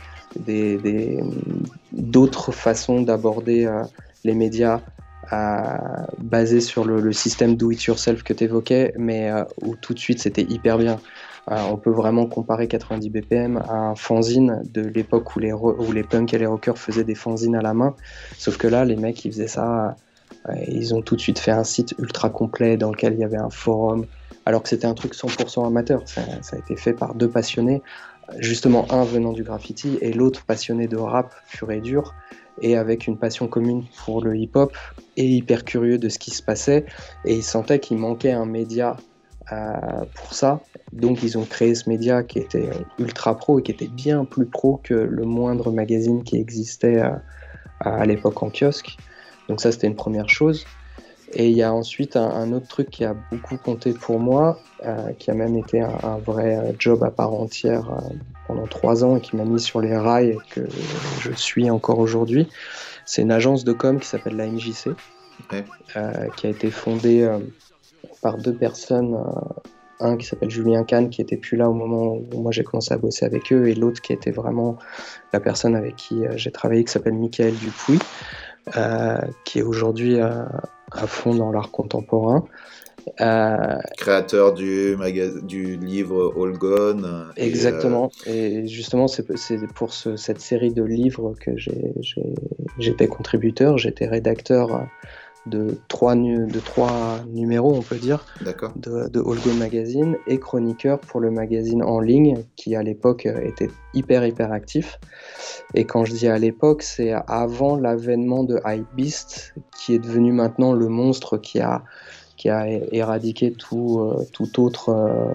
d'autres façons d'aborder les médias, basées sur le système do-it-yourself que tu évoquais, mais où tout de suite c'était hyper bien. On peut vraiment comparer 90 BPM à un fanzine de l'époque où les punks et les rockers faisaient des fanzines à la main. Sauf que là, les mecs, ils faisaient ça, ils ont tout de suite fait un site ultra complet dans lequel il y avait un forum, alors que c'était un truc 100% amateur. Ça a été fait par deux passionnés, justement un venant du graffiti et l'autre passionné de rap pur et dur, et avec une passion commune pour le hip-hop et hyper curieux de ce qui se passait. Et ils sentaient qu'il manquait un média pour ça, donc ils ont créé ce média qui était ultra pro et qui était bien plus pro que le moindre magazine qui existait à l'époque en kiosque. Donc ça, c'était une première chose. Et il y a ensuite un autre truc qui a beaucoup compté pour moi, qui a même été un vrai job à part entière pendant 3 ans et qui m'a mis sur les rails et que je suis encore aujourd'hui. C'est une agence de com qui s'appelle la MJC, qui a été fondée par 2 personnes un qui s'appelle Julien Kahn, qui était plus là au moment où moi j'ai commencé à bosser avec eux, et l'autre qui était vraiment la personne avec qui j'ai travaillé, qui s'appelle Michael Dupuis, qui est aujourd'hui à fond dans l'art contemporain. Créateur du livre All Gone. Exactement. Et justement, c'est pour cette série de livres que j'étais contributeur. J'étais rédacteur de trois numéros, on peut dire, D'accord. de All Gone Magazine, et chroniqueur pour le magazine en ligne qui à l'époque était hyper actif. Et quand je dis à l'époque, c'est avant l'avènement de Hypebeast, qui est devenu maintenant le monstre qui a éradiqué tout autre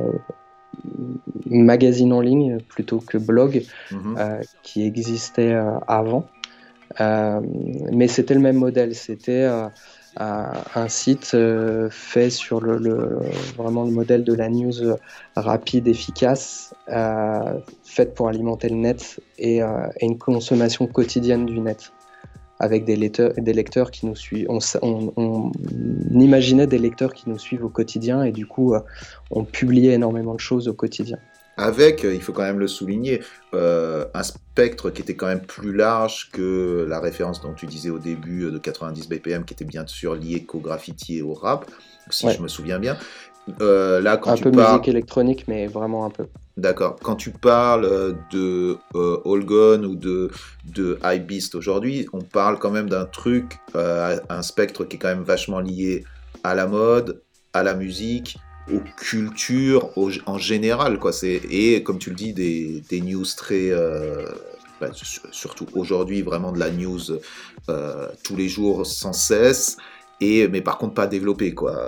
magazine en ligne plutôt que blog qui existait avant. Mais c'était le même modèle, c'était un site fait sur vraiment le modèle de la news rapide, efficace, faite pour alimenter le net et une consommation quotidienne du net, avec des lecteurs qui nous suivent. On imaginait des lecteurs qui nous suivent au quotidien, et du coup on publiait énormément de choses au quotidien. Avec, il faut quand même le souligner, un spectre qui était quand même plus large que la référence dont tu disais au début de 90 BPM, qui était bien sûr liée qu'au graffiti et au rap, si je me souviens bien. Là, quand un peu musique électronique, mais vraiment un peu. D'accord. Quand tu parles de All Gone ou de Hypebeast aujourd'hui, on parle quand même d'un truc, un spectre qui est quand même vachement lié à la mode, à la musique, aux cultures en général, quoi. Et comme tu le dis, des news très surtout aujourd'hui, vraiment de la news tous les jours sans cesse, mais par contre pas développé, quoi.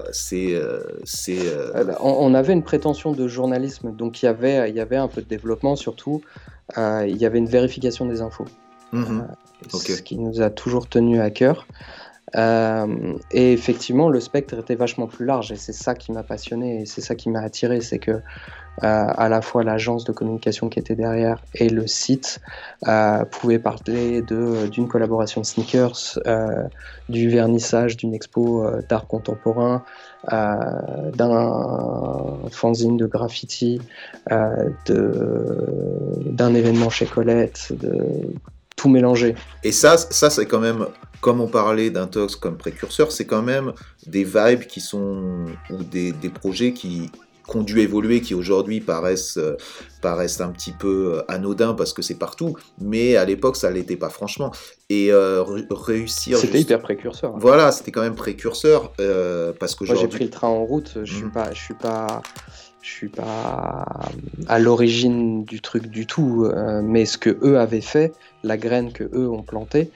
On avait une prétention de journalisme, donc il y avait un peu de développement, surtout il y avait une vérification des infos, ce qui nous a toujours tenu à cœur. Et effectivement, le spectre était vachement plus large, et c'est ça qui m'a passionné, et c'est ça qui m'a attiré, c'est que à la fois l'agence de communication qui était derrière et le site pouvaient parler d'une collaboration de sneakers, du vernissage d'une expo d'art contemporain, d'un fanzine de graffiti, d'un événement chez Colette, tout mélanger. Et ça c'est quand même, comme on parlait d'Intox comme précurseur, c'est quand même des vibes qui sont, ou des projets qui ont dû évoluer, qui aujourd'hui paraissent un petit peu anodins parce que c'est partout, mais à l'époque ça l'était pas franchement. Et réussir... C'était hyper précurseur. Voilà, c'était quand même précurseur, parce qu'aujourd'hui... Moi j'ai pris le train en route, je suis pas à l'origine du truc du tout, mais ce que eux avaient fait, la graine que eux ont plantée,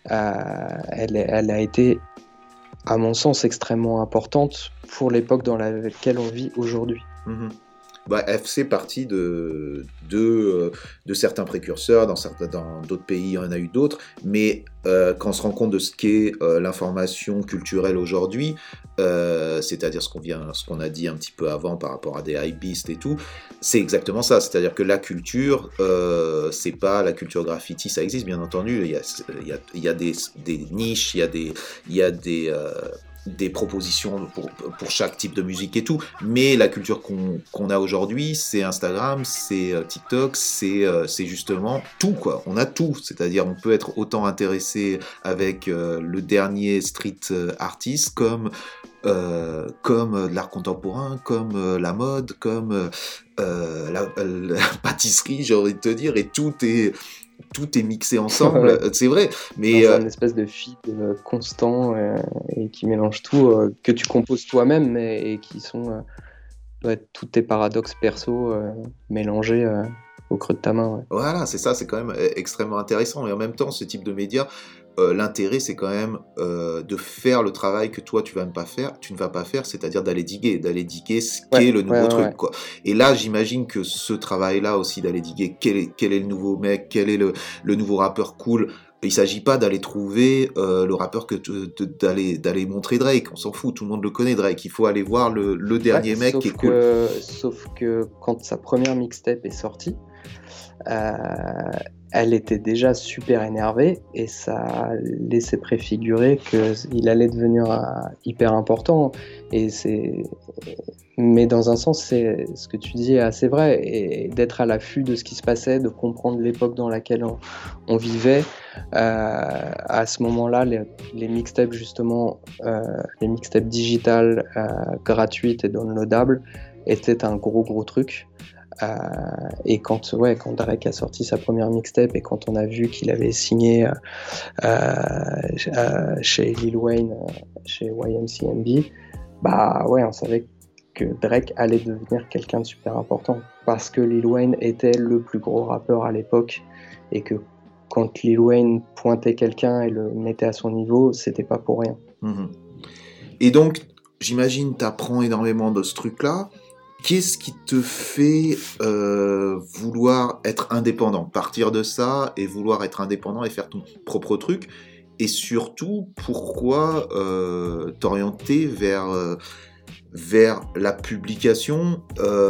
elle a été, à mon sens, extrêmement importante pour l'époque dans laquelle on vit aujourd'hui. Elle fait partie de certains précurseurs, dans d'autres pays, il y en a eu d'autres, mais quand on se rend compte de ce qu'est l'information culturelle aujourd'hui, c'est-à-dire ce qu'on a dit un petit peu avant par rapport à des hypebeasts et tout, c'est exactement ça, c'est-à-dire que la culture, c'est pas la culture graffiti, ça existe bien entendu, il y a des niches, il y a des propositions pour chaque type de musique et tout, mais la culture qu'on a aujourd'hui, c'est Instagram, c'est TikTok, c'est justement tout, quoi. On a tout, c'est-à-dire on peut être autant intéressé avec le dernier street artist comme de l'art contemporain, comme la mode, comme la pâtisserie, j'ai envie de te dire, et tout est mixé ensemble, c'est vrai. Mais dans une espèce de feed constant et qui mélange tout, que tu composes toi-même, et qui sont tous tes paradoxes perso mélangés au creux de ta main. Ouais. Voilà, c'est ça, c'est quand même extrêmement intéressant. Et en même temps, ce type de média, l'intérêt, c'est quand même de faire le travail que toi, tu ne vas pas faire, c'est-à-dire d'aller diguer ce qu'est le nouveau truc, quoi. Et là, j'imagine que ce travail-là aussi, d'aller diguer quel est le nouveau mec, quel est le nouveau rappeur cool. Il ne s'agit pas d'aller trouver le rappeur, d'aller montrer Drake, on s'en fout, tout le monde le connaît, Drake. Il faut aller voir le dernier mec qui est cool. Sauf que quand sa première mixtape est sortie, elle était déjà super énervée et ça laissait préfigurer qu'il allait devenir hyper important. Mais dans un sens, ce que tu dis est assez vrai, et d'être à l'affût de ce qui se passait, de comprendre l'époque dans laquelle on vivait. À ce moment-là, les mixtapes justement, les mixtapes digitales gratuites et downloadables étaient un gros truc. Et quand Drake a sorti sa première mixtape et quand on a vu qu'il avait signé chez Lil Wayne, chez YMCMB, on savait que Drake allait devenir quelqu'un de super important parce que Lil Wayne était le plus gros rappeur à l'époque et que quand Lil Wayne pointait quelqu'un et le mettait à son niveau, c'était pas pour rien. Et donc, j'imagine, t'apprends énormément de ce truc-là. Qu'est-ce qui te fait vouloir être indépendant, partir de ça et vouloir être indépendant et faire ton propre truc? Et surtout, pourquoi t'orienter vers la publication,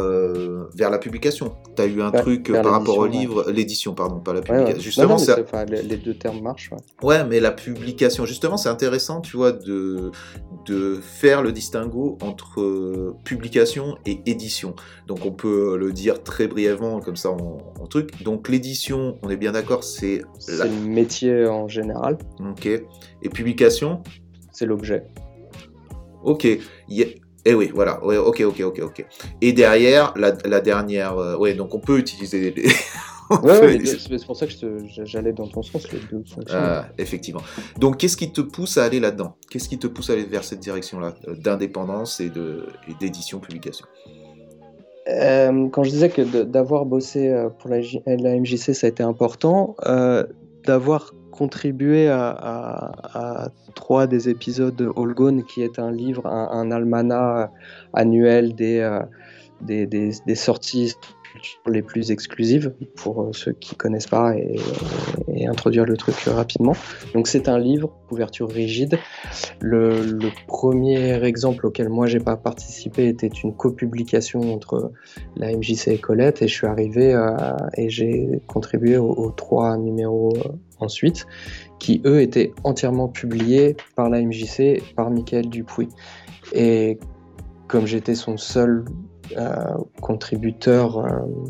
T'as eu un truc par rapport au livre, l'édition, pardon, pas la publication. Ouais. Justement, les deux termes marchent. Ouais, mais la publication, justement, c'est intéressant, tu vois, de faire le distinguo entre publication et édition. Donc, on peut le dire très brièvement, comme ça, en truc. Donc, l'édition, on est bien d'accord, c'est le métier en général. Ok. Et publication? C'est l'objet. Ok. Eh oui, voilà. Ouais, ok. Et derrière, la dernière... donc on peut utiliser les... c'est pour ça que j'allais dans ton sens, les deux fonctionnent. Effectivement. Donc, qu'est-ce qui te pousse à aller là-dedans? Qu'est-ce qui te pousse à aller vers cette direction-là, d'indépendance et d'édition-publication? Quand je disais que d'avoir bossé pour la MJC, ça a été important, d'avoir contribué à 3 des épisodes de All Gone, qui est un livre, un almanach annuel des sorties les plus exclusives pour ceux qui connaissent pas et introduire le truc rapidement. Donc c'est un livre, couverture rigide. Le premier exemple auquel moi j'ai pas participé était une copublication entre la MJC et Colette, et je suis arrivé et j'ai contribué aux 3 numéros ensuite, qui eux étaient entièrement publiés par la MJC, par Michael Dupuis. Et comme j'étais son seul contributeur,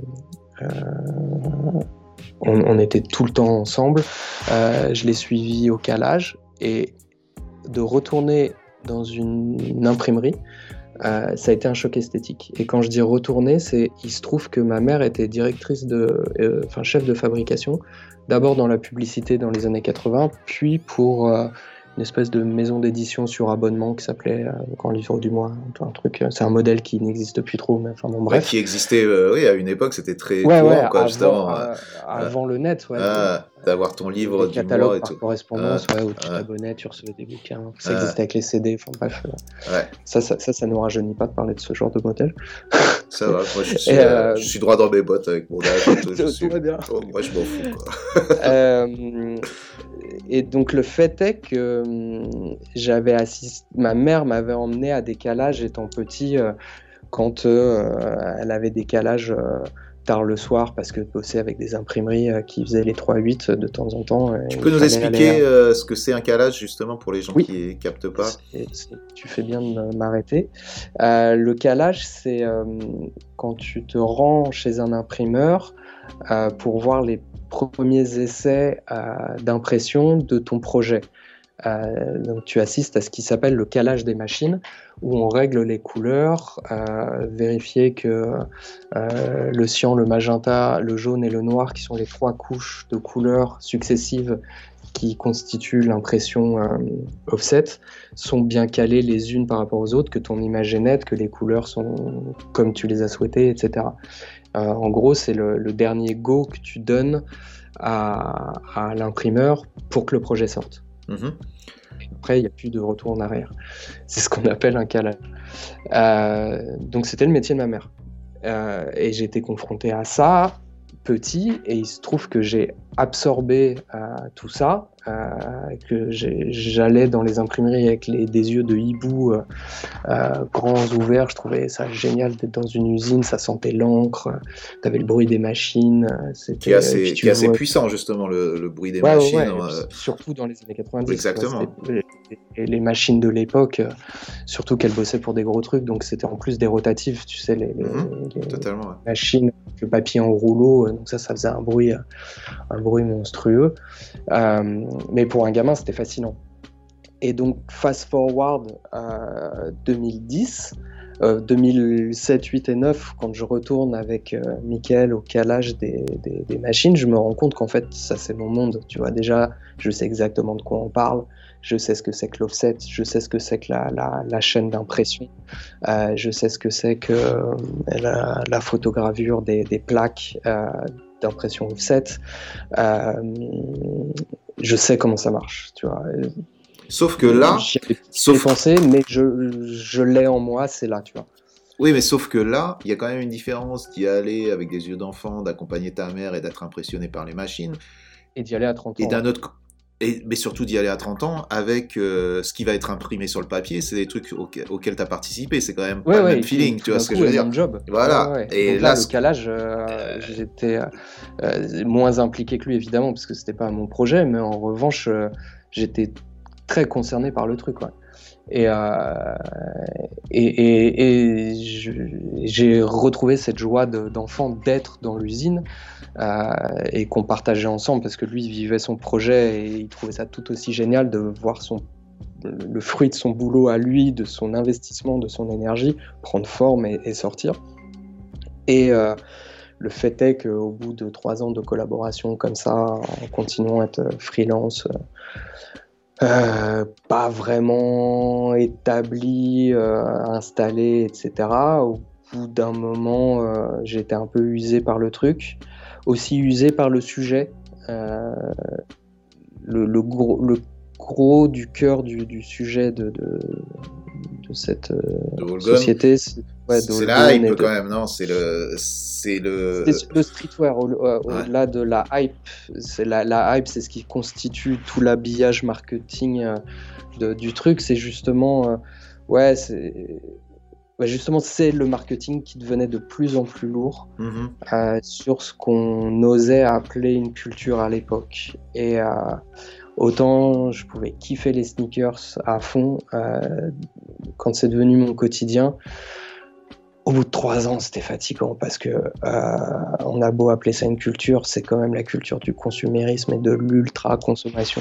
on était tout le temps ensemble, je l'ai suivi au calage, et de retourner dans une imprimerie, ça a été un choc esthétique. Et quand je dis retourner, il se trouve que ma mère était directrice chef de fabrication, d'abord dans la publicité dans les années 80, puis pour une espèce de maison d'édition sur abonnement qui s'appelait Grand Livre du Mois, un truc. C'est un modèle qui n'existe plus trop, mais enfin bon, bref. Qui existait, à une époque, c'était très courant, quoi, justement. Avant le net, d'avoir ton livre du mois et par tout. Correspondance, où tu t'abonnais, tu recevais des bouquins. Ça existait avec les CD, enfin bref. Ça nous rajeunit pas de parler de ce genre de modèle. Ça va, moi je suis droit dans mes bottes avec mon âge. Tout va bien. Moi je m'en fous, quoi. Et donc le fait est que ma mère m'avait emmené à des calages étant petit, quand elle avait des calages tard le soir, parce que bosser avec des imprimeries qui faisaient les 3-8 de temps en temps. Tu peux nous expliquer ce que c'est un calage, justement, pour les gens qui ne captent pas? Tu fais bien de m'arrêter. Le calage, c'est quand tu te rends chez un imprimeur pour voir les premiers essais d'impression de ton projet. Donc tu assistes à ce qui s'appelle le calage des machines, où on règle les couleurs, vérifier que le cyan, le magenta, le jaune et le noir, qui sont les 3 couches de couleurs successives qui constituent l'impression offset, sont bien calées les unes par rapport aux autres, que ton image est nette, que les couleurs sont comme tu les as souhaitées, etc. En gros, c'est le dernier go que tu donnes à l'imprimeur pour que le projet sorte. Mmh. Après, il n'y a plus de retour en arrière. C'est ce qu'on appelle un calage. Donc, c'était le métier de ma mère. Et j'ai été confronté à ça petit, et il se trouve que j'ai absorbé tout ça, que j'allais dans les imprimeries avec des yeux de hibou grands ouverts. Je trouvais ça génial d'être dans une usine, ça sentait l'encre, t'avais le bruit des machines. Qui est assez puissant, justement, le bruit des machines. Surtout dans les années 90. Exactement. Les machines de l'époque, surtout qu'elles bossaient pour des gros trucs, donc c'était en plus des rotatifs, tu sais, les totalement, ouais. machines, le papier en rouleau, donc ça faisait un bruit monstrueux. Mais pour un gamin, c'était fascinant. Et donc, fast forward à 2010, 2007, 8 et 9, quand je retourne avec Mickaël au calage des machines, je me rends compte qu'en fait, ça c'est mon monde. Tu vois, déjà, je sais exactement de quoi on parle, je sais ce que c'est que l'offset, je sais ce que c'est que la chaîne d'impression, je sais ce que c'est que la photogravure des plaques d'impression offset. Je sais comment ça marche, tu vois. Sauf que là, pensé, mais je l'ai en moi, c'est là, tu vois. Oui, mais sauf que là, il y a quand même une différence d'y aller avec des yeux d'enfant, d'accompagner ta mère et d'être impressionné par les machines. Et d'y aller à 30 ans. Et d'un autre, mais surtout d'y aller à 30 ans avec ce qui va être imprimé sur le papier, c'est des trucs auxquels tu as participé, c'est quand même pas le même feeling, tu vois ce que je veux dire. Mon job. Voilà. Ouais. Et donc là, le calage, j'étais moins impliqué que lui, évidemment, parce que c'était pas mon projet, mais en revanche, j'étais très concerné par le truc, ouais. Et j'ai retrouvé cette joie d'enfant d'être dans l'usine et qu'on partageait ensemble, parce que lui il vivait son projet et il trouvait ça tout aussi génial de voir le fruit de son boulot à lui, de son investissement, de son énergie prendre forme et sortir. Et le fait est qu'au bout de 3 ans de collaboration comme ça, en continuant à être freelance, pas vraiment établi, installé, etc. Au bout d'un moment, j'étais un peu usé par le truc, aussi usé par le sujet. Le gros du cœur du sujet de cette société, c'est la hype quand même, non? C'est le streetwear au-delà de la hype. C'est la hype, c'est ce qui constitue tout l'habillage marketing du truc. C'est justement justement, c'est le marketing qui devenait de plus en plus lourd sur ce qu'on osait appeler une culture à l'époque. Et autant je pouvais kiffer les sneakers à fond quand c'est devenu mon quotidien. Au bout de 3 ans, c'était fatigant parce que on a beau appeler ça une culture, c'est quand même la culture du consumérisme et de l'ultra-consommation.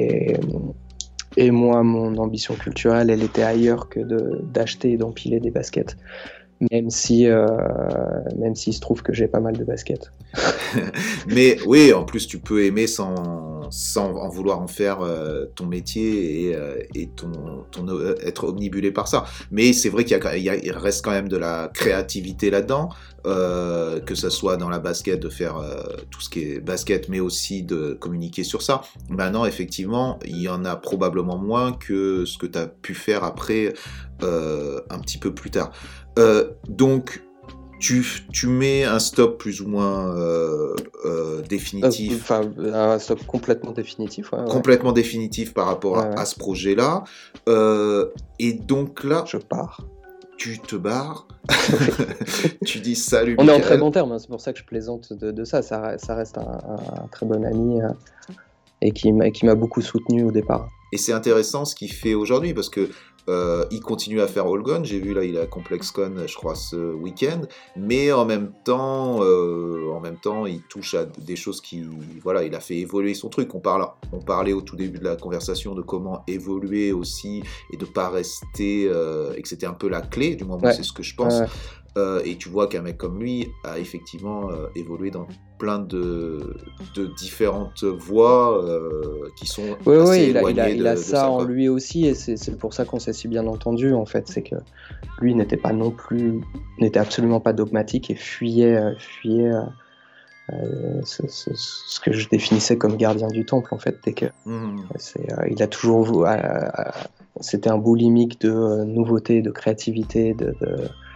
Et moi, mon ambition culturelle, elle était ailleurs que d'acheter et d'empiler des baskets. Même si il se trouve que j'ai pas mal de baskets. Mais oui, en plus, tu peux aimer sans en vouloir en faire ton métier et être omnibulé par ça. Mais c'est vrai il reste quand même de la créativité là-dedans, que ça soit dans la basket, de faire tout ce qui est basket, mais aussi de communiquer sur ça. Maintenant, effectivement, il y en a probablement moins que ce que tu as pu faire après, un petit peu plus tard. Donc, tu mets un stop plus ou moins définitif. Un stop complètement définitif. Ouais. Complètement définitif par rapport à ce projet-là. Et donc là... Je pars. Tu te barres. Tu dis salut. On est en très bon terme, hein, c'est pour ça que je plaisante de ça. Ça reste un très bon ami et qui m'a beaucoup soutenu au départ. Et c'est intéressant ce qu'il fait aujourd'hui parce que il continue à faire All Gone. J'ai vu là, il a ComplexCon, je crois, ce week-end. Mais en même temps, il touche à des choses qui, voilà, il a fait évoluer son truc. On parlait au tout début de la conversation de comment évoluer aussi et de pas rester, et que c'était un peu la clé. Du moins, moi, c'est ce que je pense. Et tu vois qu'un mec comme lui a effectivement évolué dans plein de différentes voies qui sont assez éloignées il a de ça en quoi. lui aussi, et c'est pour ça qu'on s'est si bien entendu en fait. C'est que lui n'était absolument pas dogmatique et fuyait ce que je définissais comme gardien du temple en fait. Il a toujours c'était un boulimique de nouveauté, de créativité,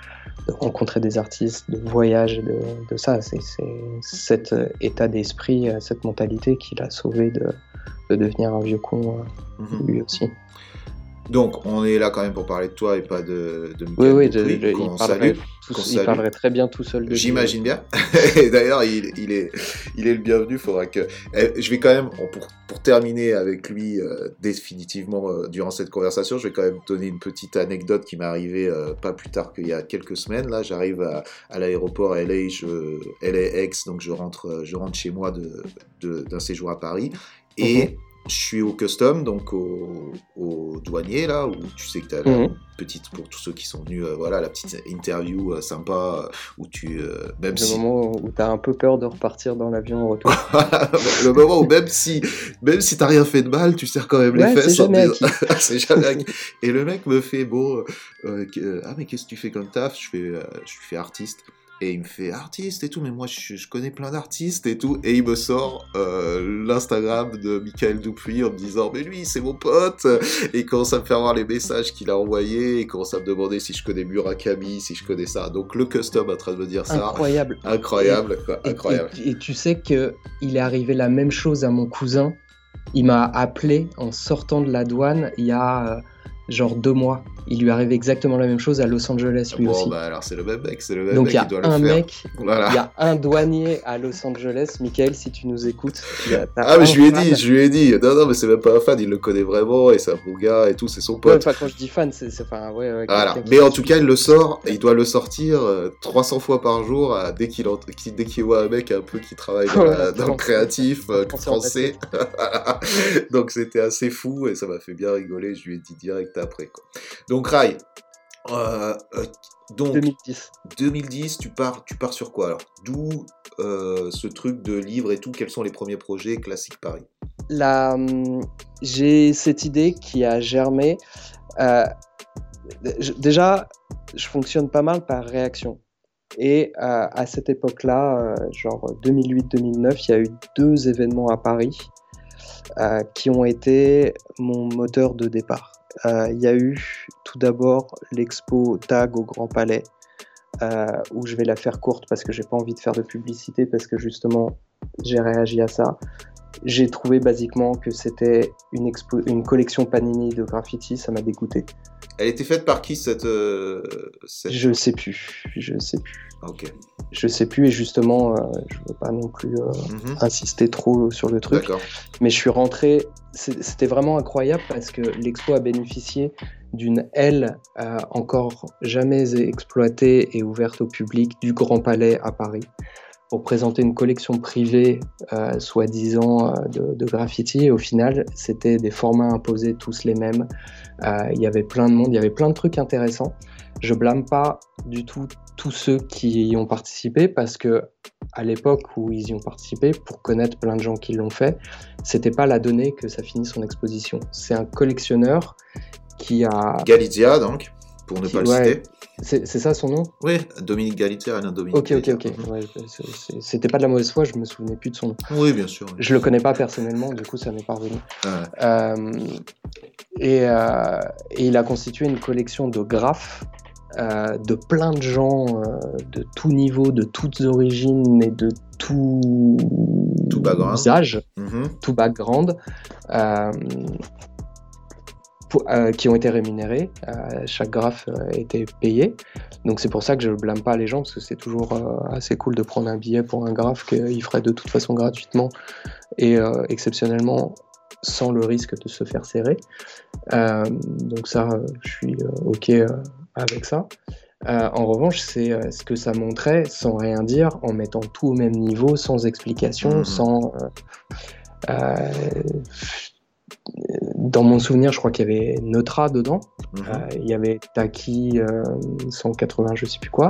rencontrer des artistes, de voyage, de ça. C'est cet état d'esprit, cette mentalité qui l'a sauvé de devenir un vieux con lui aussi. Donc, on est là quand même pour parler de toi et pas de Michael Dupuis, il parlerait très bien tout seul de lui. J'imagine bien. Et d'ailleurs, il est le bienvenu. Faudra que... Je vais quand même, pour terminer avec lui définitivement durant cette conversation, je vais quand même donner une petite anecdote qui m'est arrivée pas plus tard qu'il y a quelques semaines. Là, j'arrive à l'aéroport LAX, donc je rentre chez moi d'un séjour à Paris. Et je suis au custom, donc au douanier, là, où tu sais que tu as la petite, pour tous ceux qui sont venus, la petite interview sympa, où tu... moment où tu as un peu peur de repartir dans l'avion au retour. Le moment où même si t'as rien fait de mal, tu serres quand même les fesses. C'est jamais acquis. Et le mec me fait, mais qu'est-ce que tu fais comme taf ? Je fais artiste. Et il me fait artiste et tout, mais moi je connais plein d'artistes et tout. Et il me sort l'Instagram de Michael Dupuis en me disant mais lui c'est mon pote. Et il commence à me faire voir les messages qu'il a envoyés. Il commence à me demander si je connais Murakami, si je connais ça. Donc le custom est en train de me dire ça. Incroyable. Incroyable. Et tu sais qu'il est arrivé la même chose à mon cousin. Il m'a appelé en sortant de la douane il y a genre 2 mois. Il lui arrive exactement la même chose à Los Angeles lui aussi. Bah alors c'est le même mec, Donc qui doit le faire. Il y a un douanier à Los Angeles, Michael, si tu nous écoutes. Mais je lui ai dit. Non, mais c'est même pas un fan, il le connaît vraiment et c'est un bon gars et tout, c'est son pote. Ouais, quand je dis fan, c'est voilà. Mais en tout cas, il le sort, et il doit le sortir 300 fois par jour dès qu'il voit un mec un peu qui travaille dans le créatif français. Donc c'était assez fou et ça m'a fait bien rigoler, je lui ai dit direct après, quoi. Donc Rai, 2010, tu pars sur quoi alors ? D'où ce truc de livre et tout, quels sont les premiers projets Classique Paris ? J'ai cette idée qui a germé. Déjà, je fonctionne pas mal par réaction. Et à cette époque-là, genre 2008-2009, il y a eu 2 événements à Paris qui ont été mon moteur de départ. Il y a eu tout d'abord l'expo Tag au Grand Palais, où je vais la faire courte parce que j'ai pas envie de faire de publicité, parce que justement j'ai réagi à ça. J'ai trouvé basiquement que c'était une collection Panini de graffiti, ça m'a dégoûté. Elle était faite par qui cette... Je sais plus. Ok. Je sais plus, et justement, je veux pas non plus insister trop sur le truc. D'accord. Mais je suis rentré, c'était vraiment incroyable parce que l'expo a bénéficié d'une aile encore jamais exploitée et ouverte au public du Grand Palais à Paris, pour présenter une collection privée, soi-disant, de graffiti. Et au final, c'était des formats imposés, tous les mêmes. Il y avait plein de monde, il y avait plein de trucs intéressants. Je blâme pas du tout tous ceux qui y ont participé, parce que à l'époque où ils y ont participé, pour connaître plein de gens qui l'ont fait, c'était pas la donnée que ça finisse son exposition. C'est un collectionneur qui a... Galizia, donc, pour ne pas le citer. C'est ça son nom ? Oui, Dominique Galizia, Alain Dominique. Ok. Ouais, c'était pas de la mauvaise foi, je me souvenais plus de son nom. Oui, bien sûr. Je le connais pas personnellement, du coup ça m'est pas revenu. Et il a constitué une collection de graphes de plein de gens de tout niveau, de toutes origines et de tout âge, tout background, qui ont été rémunérés. Chaque graphe a été payé. Donc c'est pour ça que je ne blâme pas les gens, parce que c'est toujours assez cool de prendre un billet pour un graphe qu'ils feraient de toute façon gratuitement et exceptionnellement sans le risque de se faire serrer. Donc ça, je suis OK avec ça. En revanche, c'est ce que ça montrait, sans rien dire, en mettant tout au même niveau, sans explication, sans... dans mon souvenir, je crois qu'il y avait Neutra dedans, il y avait Taki 180, je sais plus quoi,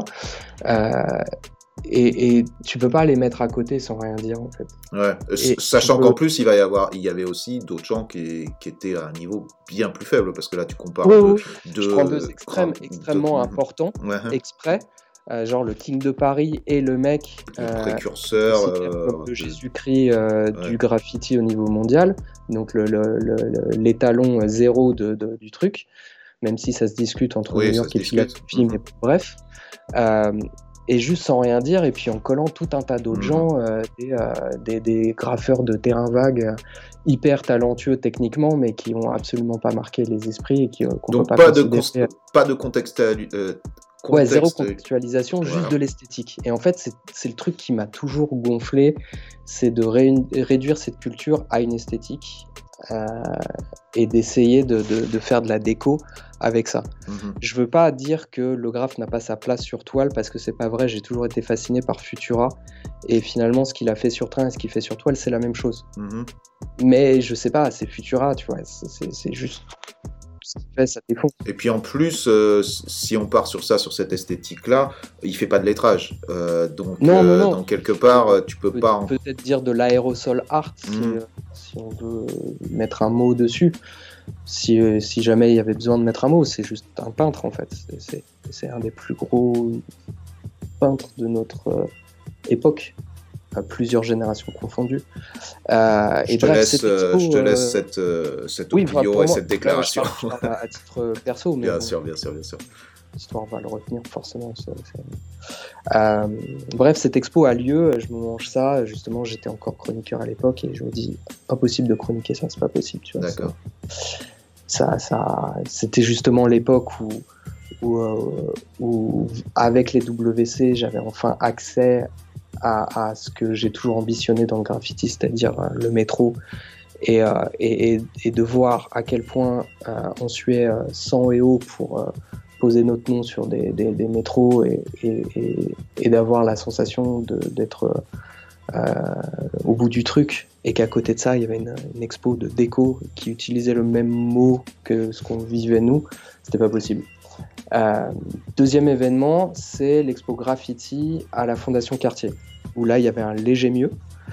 et tu peux pas les mettre à côté sans rien dire en fait. Ouais. Sachant qu'en plus il y avait aussi d'autres gens qui étaient à un niveau bien plus faible, parce que là tu compares je prends 2 extrêmes extrêmement importants, exprès. Genre le King de Paris et le mec précurseur de Jésus-Christ du graffiti au niveau mondial, donc l'étalon zéro du truc. même si ça se discute entre Oui, New ça York se et Philadelphie, discute. mais bref. Et juste sans rien dire, et puis en collant tout un tas d'autres gens, des graffeurs de terrain vague hyper talentueux techniquement, mais qui n'ont absolument pas marqué les esprits et qu'on Donc peut pas pas considérer. de contexte. Ouais, zéro contextualisation, Voilà. juste de l'esthétique. Et en fait, c'est le truc qui m'a toujours gonflé, c'est de réduire cette culture à une esthétique et d'essayer de faire de la déco avec ça. Je veux pas dire que le graphe n'a pas sa place sur toile, parce que c'est pas vrai. J'ai toujours été fasciné par Futura, et finalement, ce qu'il a fait sur train et ce qu'il fait sur toile, c'est la même chose. Mais je sais pas, c'est Futura, tu vois, c'est juste ce qu'il fait, ça défonce. Et puis en plus, si on part sur ça, sur cette esthétique-là, il fait pas de lettrage. Donc, Non. donc quelque part, tu peux pas. Peut-être dire de l'aérosol art, si on veut mettre un mot dessus. Si jamais il y avait besoin de mettre un mot, c'est juste un peintre en fait. C'est un des plus gros peintres de notre époque, à plusieurs générations confondues. Je te laisse cette opinion et cette déclaration. Je parle à titre perso, mais bien sûr. L'histoire va le retenir forcément. Bref, cette expo a lieu, je me mange ça. Justement, j'étais encore chroniqueur à l'époque et je me dis, impossible de chroniquer ça, c'est pas possible. Tu vois, d'accord. C'était justement l'époque où avec les WC, j'avais enfin accès à ce que j'ai toujours ambitionné dans le graffiti, c'est-à-dire le métro, et de voir à quel point on suait sang et eau pour poser notre nom sur des métros et d'avoir la sensation d'être au bout du truc, et qu'à côté de ça il y avait une expo de déco qui utilisait le même mot que ce qu'on vivait nous. C'était pas possible. Deuxième événement, c'est l'expo graffiti à la Fondation Cartier, où là il y avait un léger mieux.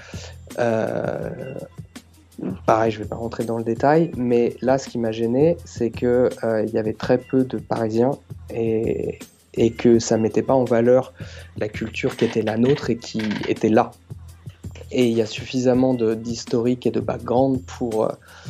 Pareil, je vais pas rentrer dans le détail, mais là ce qui m'a gêné, c'est que il y avait très peu de Parisiens et que ça mettait pas en valeur la culture qui était la nôtre et qui était là. Et il y a suffisamment d'historique et de background pour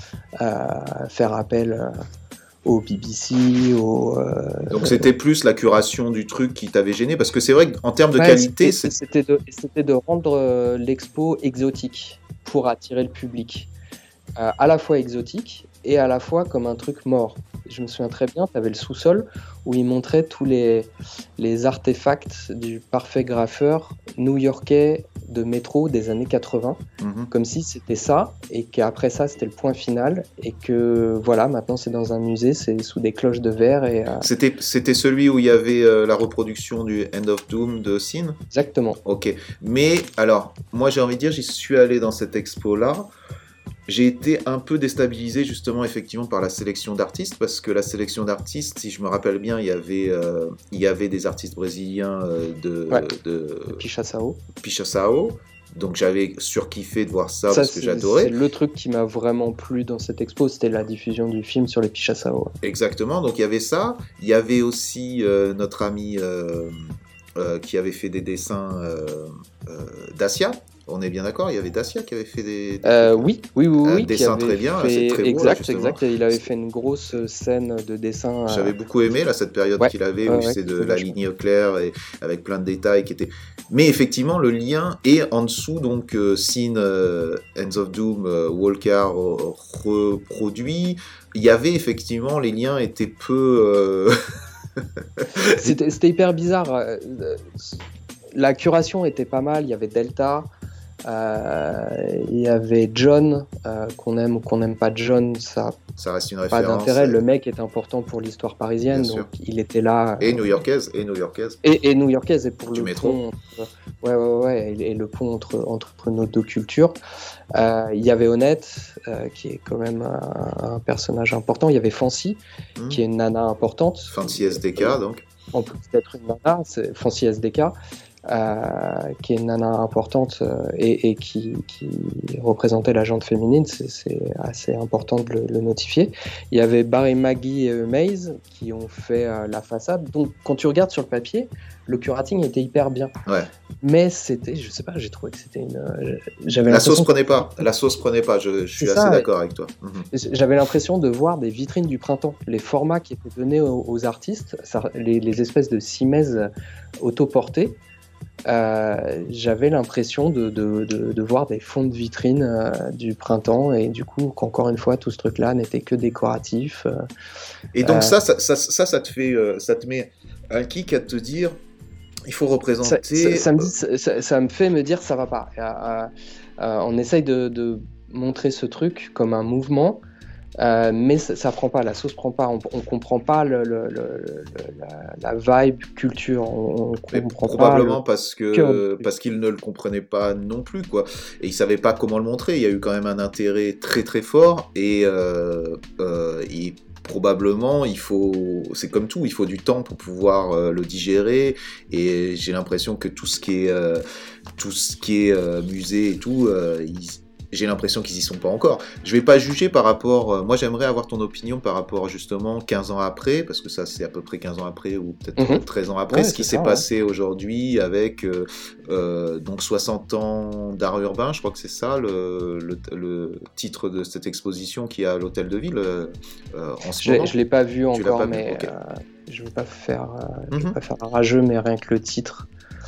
faire appel au BBC, Donc c'était plus la curation du truc qui t'avait gêné, parce que c'est vrai qu'en termes de qualité, c'était de rendre l'expo exotique pour attirer le public, à la fois exotique et à la fois comme un truc mort. Je me souviens très bien, tu avais le sous-sol où ils montraient tous les artefacts du parfait graffeur new-yorkais de métro des années 80, comme si c'était ça, et qu'après ça c'était le point final, et que voilà, maintenant c'est dans un musée, c'est sous des cloches de verre. C'était celui où il y avait la reproduction du End of Doom de Sin ? Exactement. Ok, mais alors, moi j'ai envie de dire, j'y suis allé dans cette expo-là. J'ai été un peu déstabilisé justement effectivement par la sélection d'artistes, parce que la sélection d'artistes, si je me rappelle bien, il y avait des artistes brésiliens de Pichaçao. Donc j'avais surkiffé de voir ça parce que j'adorais. C'est le truc qui m'a vraiment plu dans cette expo, c'était la diffusion du film sur les Pichaçao. Exactement, donc il y avait ça. Il y avait aussi notre ami qui avait fait des dessins Dacia. On est bien d'accord, il y avait Dacia qui avait fait des oui, dessins très bien, c'est très beau. Exact. Il avait fait une grosse scène de dessin. J'avais beaucoup aimé là cette période qu'il avait, où c'est de la ligne claire et avec plein de détails qui étaient. Mais effectivement, le lien est en dessous, donc Sin, Ends of Doom, Walker reproduit. Il y avait effectivement, les liens étaient peu. C'était hyper bizarre. La curation était pas mal. Il y avait Delta. Il y avait John, qu'on aime ou qu'on n'aime pas John, ça reste une référence. Pas d'intérêt. Le mec est important pour l'histoire parisienne, bien donc sûr. Il était là. Et new-yorkaise. Et new-yorkaise, et pour du le métro. Pont, et le pont entre nos deux cultures. Il y avait Honnête, qui est quand même un personnage important. Il y avait Fancy, qui est une nana importante. Fancy SDK, donc. En plus d'être une nana, c'est Fancy SDK. qui est une nana importante et qui représentait la gente féminine, c'est assez important de le notifier. Il y avait Barry Maggie et Maze qui ont fait la façade. Donc quand tu regardes sur le papier, le curating était hyper bien. Ouais. Mais c'était, je sais pas, j'ai trouvé que c'était La sauce prenait pas. Je suis assez d'accord avec toi. J'avais l'impression de voir des vitrines du printemps. Les formats qui étaient donnés aux artistes, les espèces de simèses autoportées, j'avais l'impression de voir des fonds de vitrine du printemps, et du coup, qu'encore une fois, tout ce truc-là n'était que décoratif. Et donc ça te met un kick à te dire, il faut représenter... Ça me fait me dire, ça va pas. On essaye de montrer ce truc comme un mouvement, mais ça prend pas, la sauce prend pas, on comprend pas la vibe culture, on comprend probablement pas parce qu'ils ne le comprenaient pas non plus, quoi, et ils savaient pas comment le montrer. Il y a eu quand même un intérêt très très fort, et probablement c'est comme tout, il faut du temps pour pouvoir le digérer, et j'ai l'impression que tout ce qui est musée et tout, j'ai l'impression qu'ils y sont pas encore. Je vais pas juger par rapport... moi, j'aimerais avoir ton opinion par rapport, justement, 15 ans après, parce que ça, c'est à peu près 15 ans après, ou peut-être 13 ans après, ce qui s'est passé aujourd'hui avec donc 60 ans d'art urbain, je crois que c'est ça, le titre de cette exposition qui est à l'Hôtel de Ville en ce moment. Je l'ai pas vu encore, mais okay. Je veux pas faire un rageux, mais rien que le titre,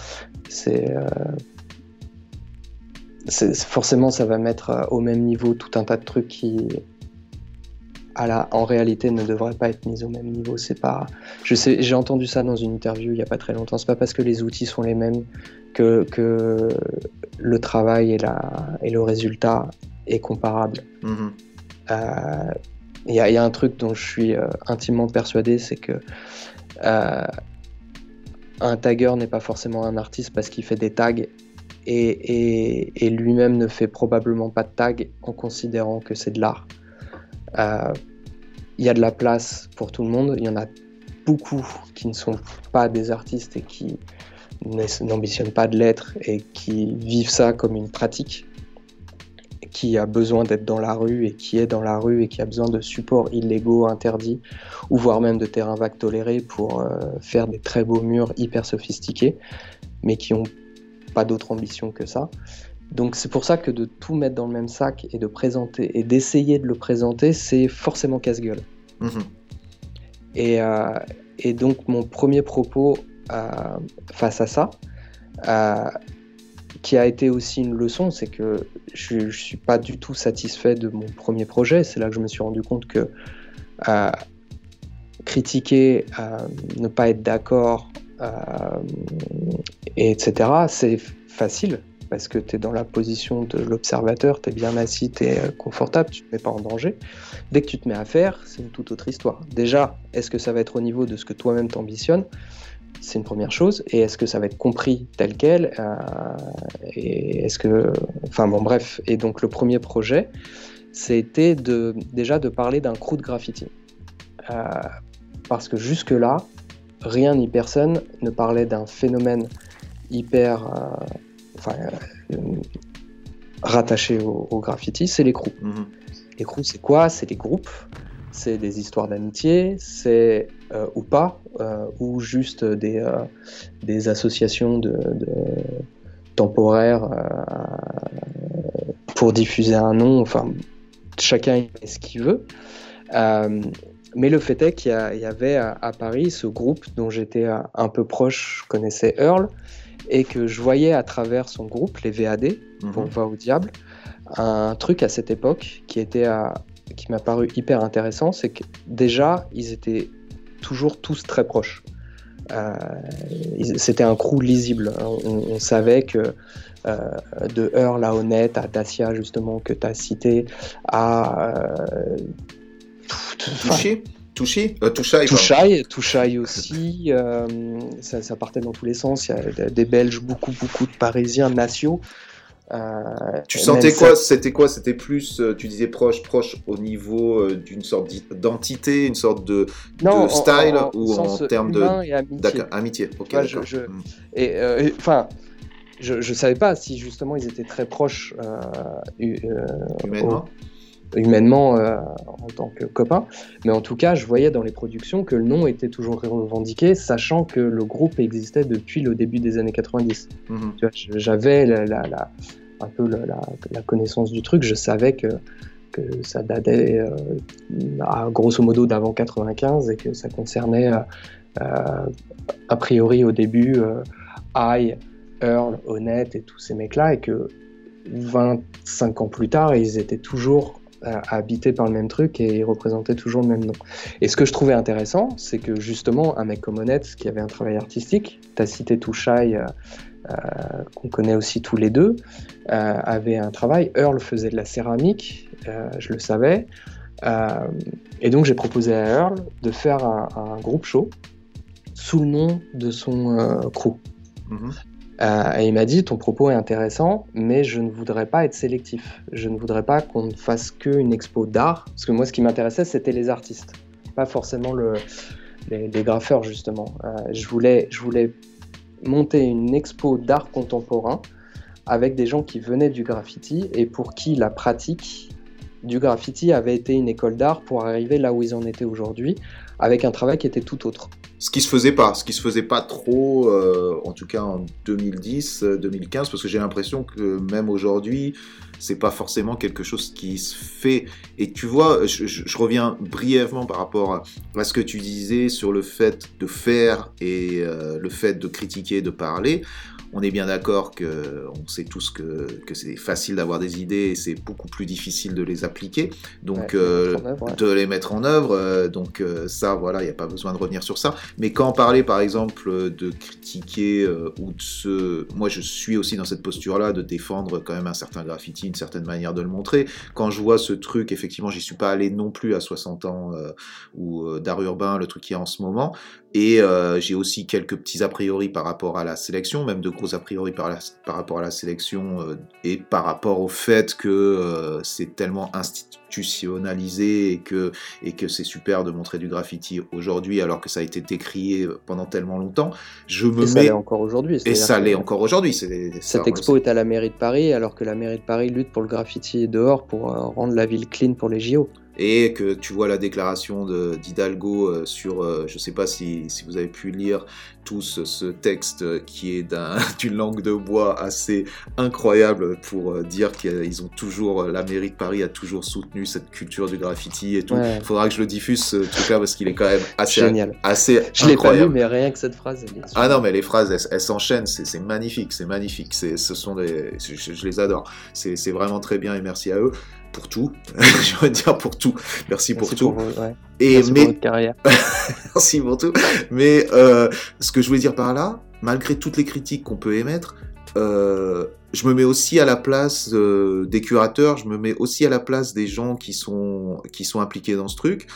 forcément, ça va mettre au même niveau tout un tas de trucs qui, en réalité, ne devraient pas être mis au même niveau. J'ai entendu ça dans une interview il y a pas très longtemps. C'est pas parce que les outils sont les mêmes que le travail et le résultat est comparable. Il y a un truc dont je suis intimement persuadé, c'est que un tagger n'est pas forcément un artiste parce qu'il fait des tags. Et lui-même ne fait probablement pas de tag en considérant que c'est de l'art. Il y a de la place pour tout le monde. Il y en a beaucoup qui ne sont pas des artistes et qui n'ambitionnent pas de l'être et qui vivent ça comme une pratique, qui a besoin d'être dans la rue et qui est dans la rue et qui a besoin de supports illégaux, interdits, ou voire même de terrains vagues tolérés pour faire des très beaux murs hyper sophistiqués, mais qui ont pas d'autre ambition que ça. Donc c'est pour ça que de tout mettre dans le même sac et de présenter et d'essayer de le présenter, c'est forcément casse-gueule. Et donc mon premier propos face à ça, qui a été aussi une leçon, c'est que je suis pas du tout satisfait de mon premier projet. C'est là que je me suis rendu compte que critiquer, ne pas être d'accord, etc., c'est facile parce que tu es dans la position de l'observateur, tu es bien assis, tu es confortable, tu te mets pas en danger. Dès que tu te mets à faire, c'est une toute autre histoire. Déjà, est-ce que ça va être au niveau de ce que toi-même t'ambitionnes ? C'est une première chose. Et est-ce que ça va être compris tel quel ? Et est-ce que... Enfin bon, bref. Et donc le premier projet, c'était déjà de parler d'un crew de graffiti. Parce que jusque-là, rien ni personne ne parlait d'un phénomène hyper rattaché au graffiti, c'est les crews. Les crews, c'est quoi ? C'est des groupes, c'est des histoires d'amitié, c'est ou pas, ou juste des associations temporaires pour diffuser un nom. Enfin, chacun fait ce qu'il veut. Mais le fait est qu'il y avait à Paris ce groupe dont j'étais un peu proche, je connaissais Earl, et que je voyais à travers son groupe, les VAD, pour Va au diable, un truc à cette époque qui m'a paru hyper intéressant, c'est que déjà, ils étaient toujours tous très proches. C'était un crew lisible. On savait que de Earl à Honnête, à Dacia justement, que tu as cité, à... Touchaï aussi, ça partait dans tous les sens. Il y a des Belges, beaucoup de Parisiens, Nacio. Tu sentais quoi? C'était quoi? C'était plus, tu disais proche au niveau d'une sorte d'entité, une sorte de style, ou en termes de... D'accord, amitié. Ok, d'accord. Enfin, je savais pas si justement ils étaient très proches humainement en tant que copains, mais en tout cas je voyais dans les productions que le nom était toujours revendiqué, sachant que le groupe existait depuis le début des années 90. Tu vois, j'avais un peu la connaissance du truc, je savais que ça datait grosso modo d'avant 95 et que ça concernait a priori au début I, Earl, Honnête et tous ces mecs-là, et que 25 ans plus tard ils étaient toujours habités par le même truc et ils représentaient toujours le même nom. Et ce que je trouvais intéressant, c'est que justement un mec comme Honnête, qui avait un travail artistique, t'as cité Touchaï, qu'on connaît aussi tous les deux, avait un travail. Earl faisait de la céramique, je le savais, et donc j'ai proposé à Earl de faire un groupe show sous le nom de son crew. Et il m'a dit, ton propos est intéressant, mais je ne voudrais pas être sélectif. Je ne voudrais pas qu'on ne fasse qu'une expo d'art, parce que moi, ce qui m'intéressait, c'était les artistes, pas forcément les graffeurs, justement. Je voulais monter une expo d'art contemporain avec des gens qui venaient du graffiti et pour qui la pratique du graffiti avait été une école d'art pour arriver là où ils en étaient aujourd'hui, avec un travail qui était tout autre. Ce qui se faisait pas trop, en tout cas en 2010, 2015, parce que j'ai l'impression que même aujourd'hui, c'est pas forcément quelque chose qui se fait. Et tu vois, je reviens brièvement par rapport à ce que tu disais sur le fait de faire et le fait de critiquer, de parler. On est bien d'accord qu'on sait tous que c'est facile d'avoir des idées et c'est beaucoup plus difficile de les appliquer, donc de les mettre en œuvre. Donc ça, voilà, il n'y a pas besoin de revenir sur ça. Mais quand on parlait, par exemple, de critiquer ou de moi je suis aussi dans cette posture-là de défendre quand même un certain graffiti, une certaine manière de le montrer. Quand je vois ce truc, effectivement, j'y suis pas allé non plus à 60 ans ou d'art urbain, le truc qui est en ce moment. Et j'ai aussi quelques petits a priori par rapport à la sélection, même de gros a priori par rapport à la sélection et par rapport au fait que c'est tellement institutionnalisé et que c'est super de montrer du graffiti aujourd'hui alors que ça a été décrié pendant tellement longtemps. Ça l'est encore aujourd'hui. Et ça l'est encore aujourd'hui. Cette expo est à la mairie de Paris alors que la mairie de Paris lutte pour le graffiti dehors pour rendre la ville clean pour les JO. Et que tu vois la déclaration d'Hidalgo sur, je sais pas si vous avez pu lire tous ce texte qui est d'une langue de bois assez incroyable pour dire qu'ils ont toujours, la mairie de Paris a toujours soutenu cette culture du graffiti et tout. Il faudra que je le diffuse ce truc-là parce qu'il est quand même assez génial. Assez je incroyable. L'ai pas lu, mais rien que cette phrase. Ah non, mais les phrases, elles s'enchaînent, c'est magnifique, c'est magnifique. Je les adore. C'est vraiment très bien et merci à eux. Pour tout, je veux dire pour tout. Merci pour tout. Merci pour votre carrière. Merci pour tout. Mais ce que je voulais dire par là, malgré toutes les critiques qu'on peut émettre, je me mets aussi à la place des curateurs, je me mets aussi à la place des gens qui sont impliqués dans ce truc.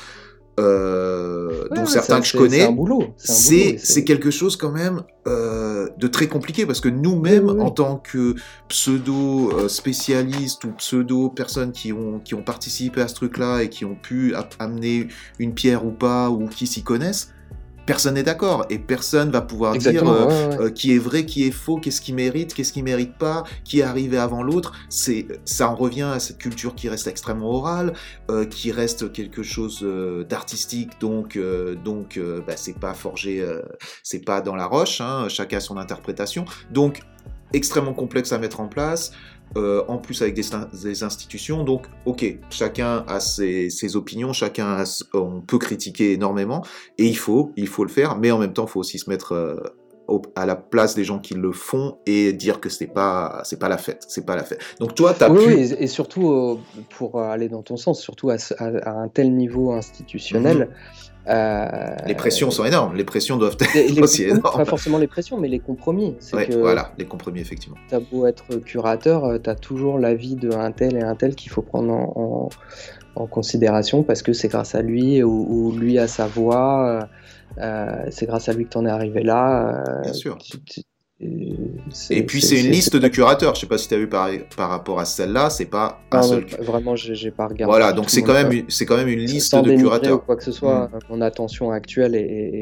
Dont certains que je connais, c'est un boulot. C'est quelque chose quand même de très compliqué parce que nous-mêmes, en tant que pseudo-spécialistes ou pseudo-personnes qui ont participé à ce truc-là et qui ont pu amener une pierre ou pas, ou qui s'y connaissent, personne n'est d'accord et personne va pouvoir dire qui est vrai, qui est faux, qu'est-ce qui mérite pas, qui est arrivé avant l'autre. Ça en revient à cette culture qui reste extrêmement orale, qui reste quelque chose d'artistique, donc c'est pas forgé, c'est pas dans la roche, hein, chacun a son interprétation, donc extrêmement complexe à mettre en place. En plus avec des institutions, donc ok, chacun a ses opinions, on peut critiquer énormément, et il faut le faire, mais en même temps il faut aussi se mettre à la place des gens qui le font et dire que c'est pas la fête. Donc toi t'as pu... Oui, et surtout pour aller dans ton sens, surtout à un tel niveau institutionnel. Les pressions sont énormes, les pressions doivent être aussi énormes. Pas forcément les pressions, mais les compromis. Voilà, les compromis, effectivement. T'as beau être curateur, t'as toujours l'avis d'un tel et un tel qu'il faut prendre en considération parce que c'est grâce à lui ou lui à sa voix, c'est grâce à lui que t'en es arrivé là. Bien sûr. Et puis c'est une liste de curateurs. Je sais pas si tu as vu par rapport à celle-là, c'est pas un seul. Vraiment, j'ai pas regardé. Voilà, donc c'est quand même une liste sans de curateurs. Ou quoi que ce soit, mon attention actuelle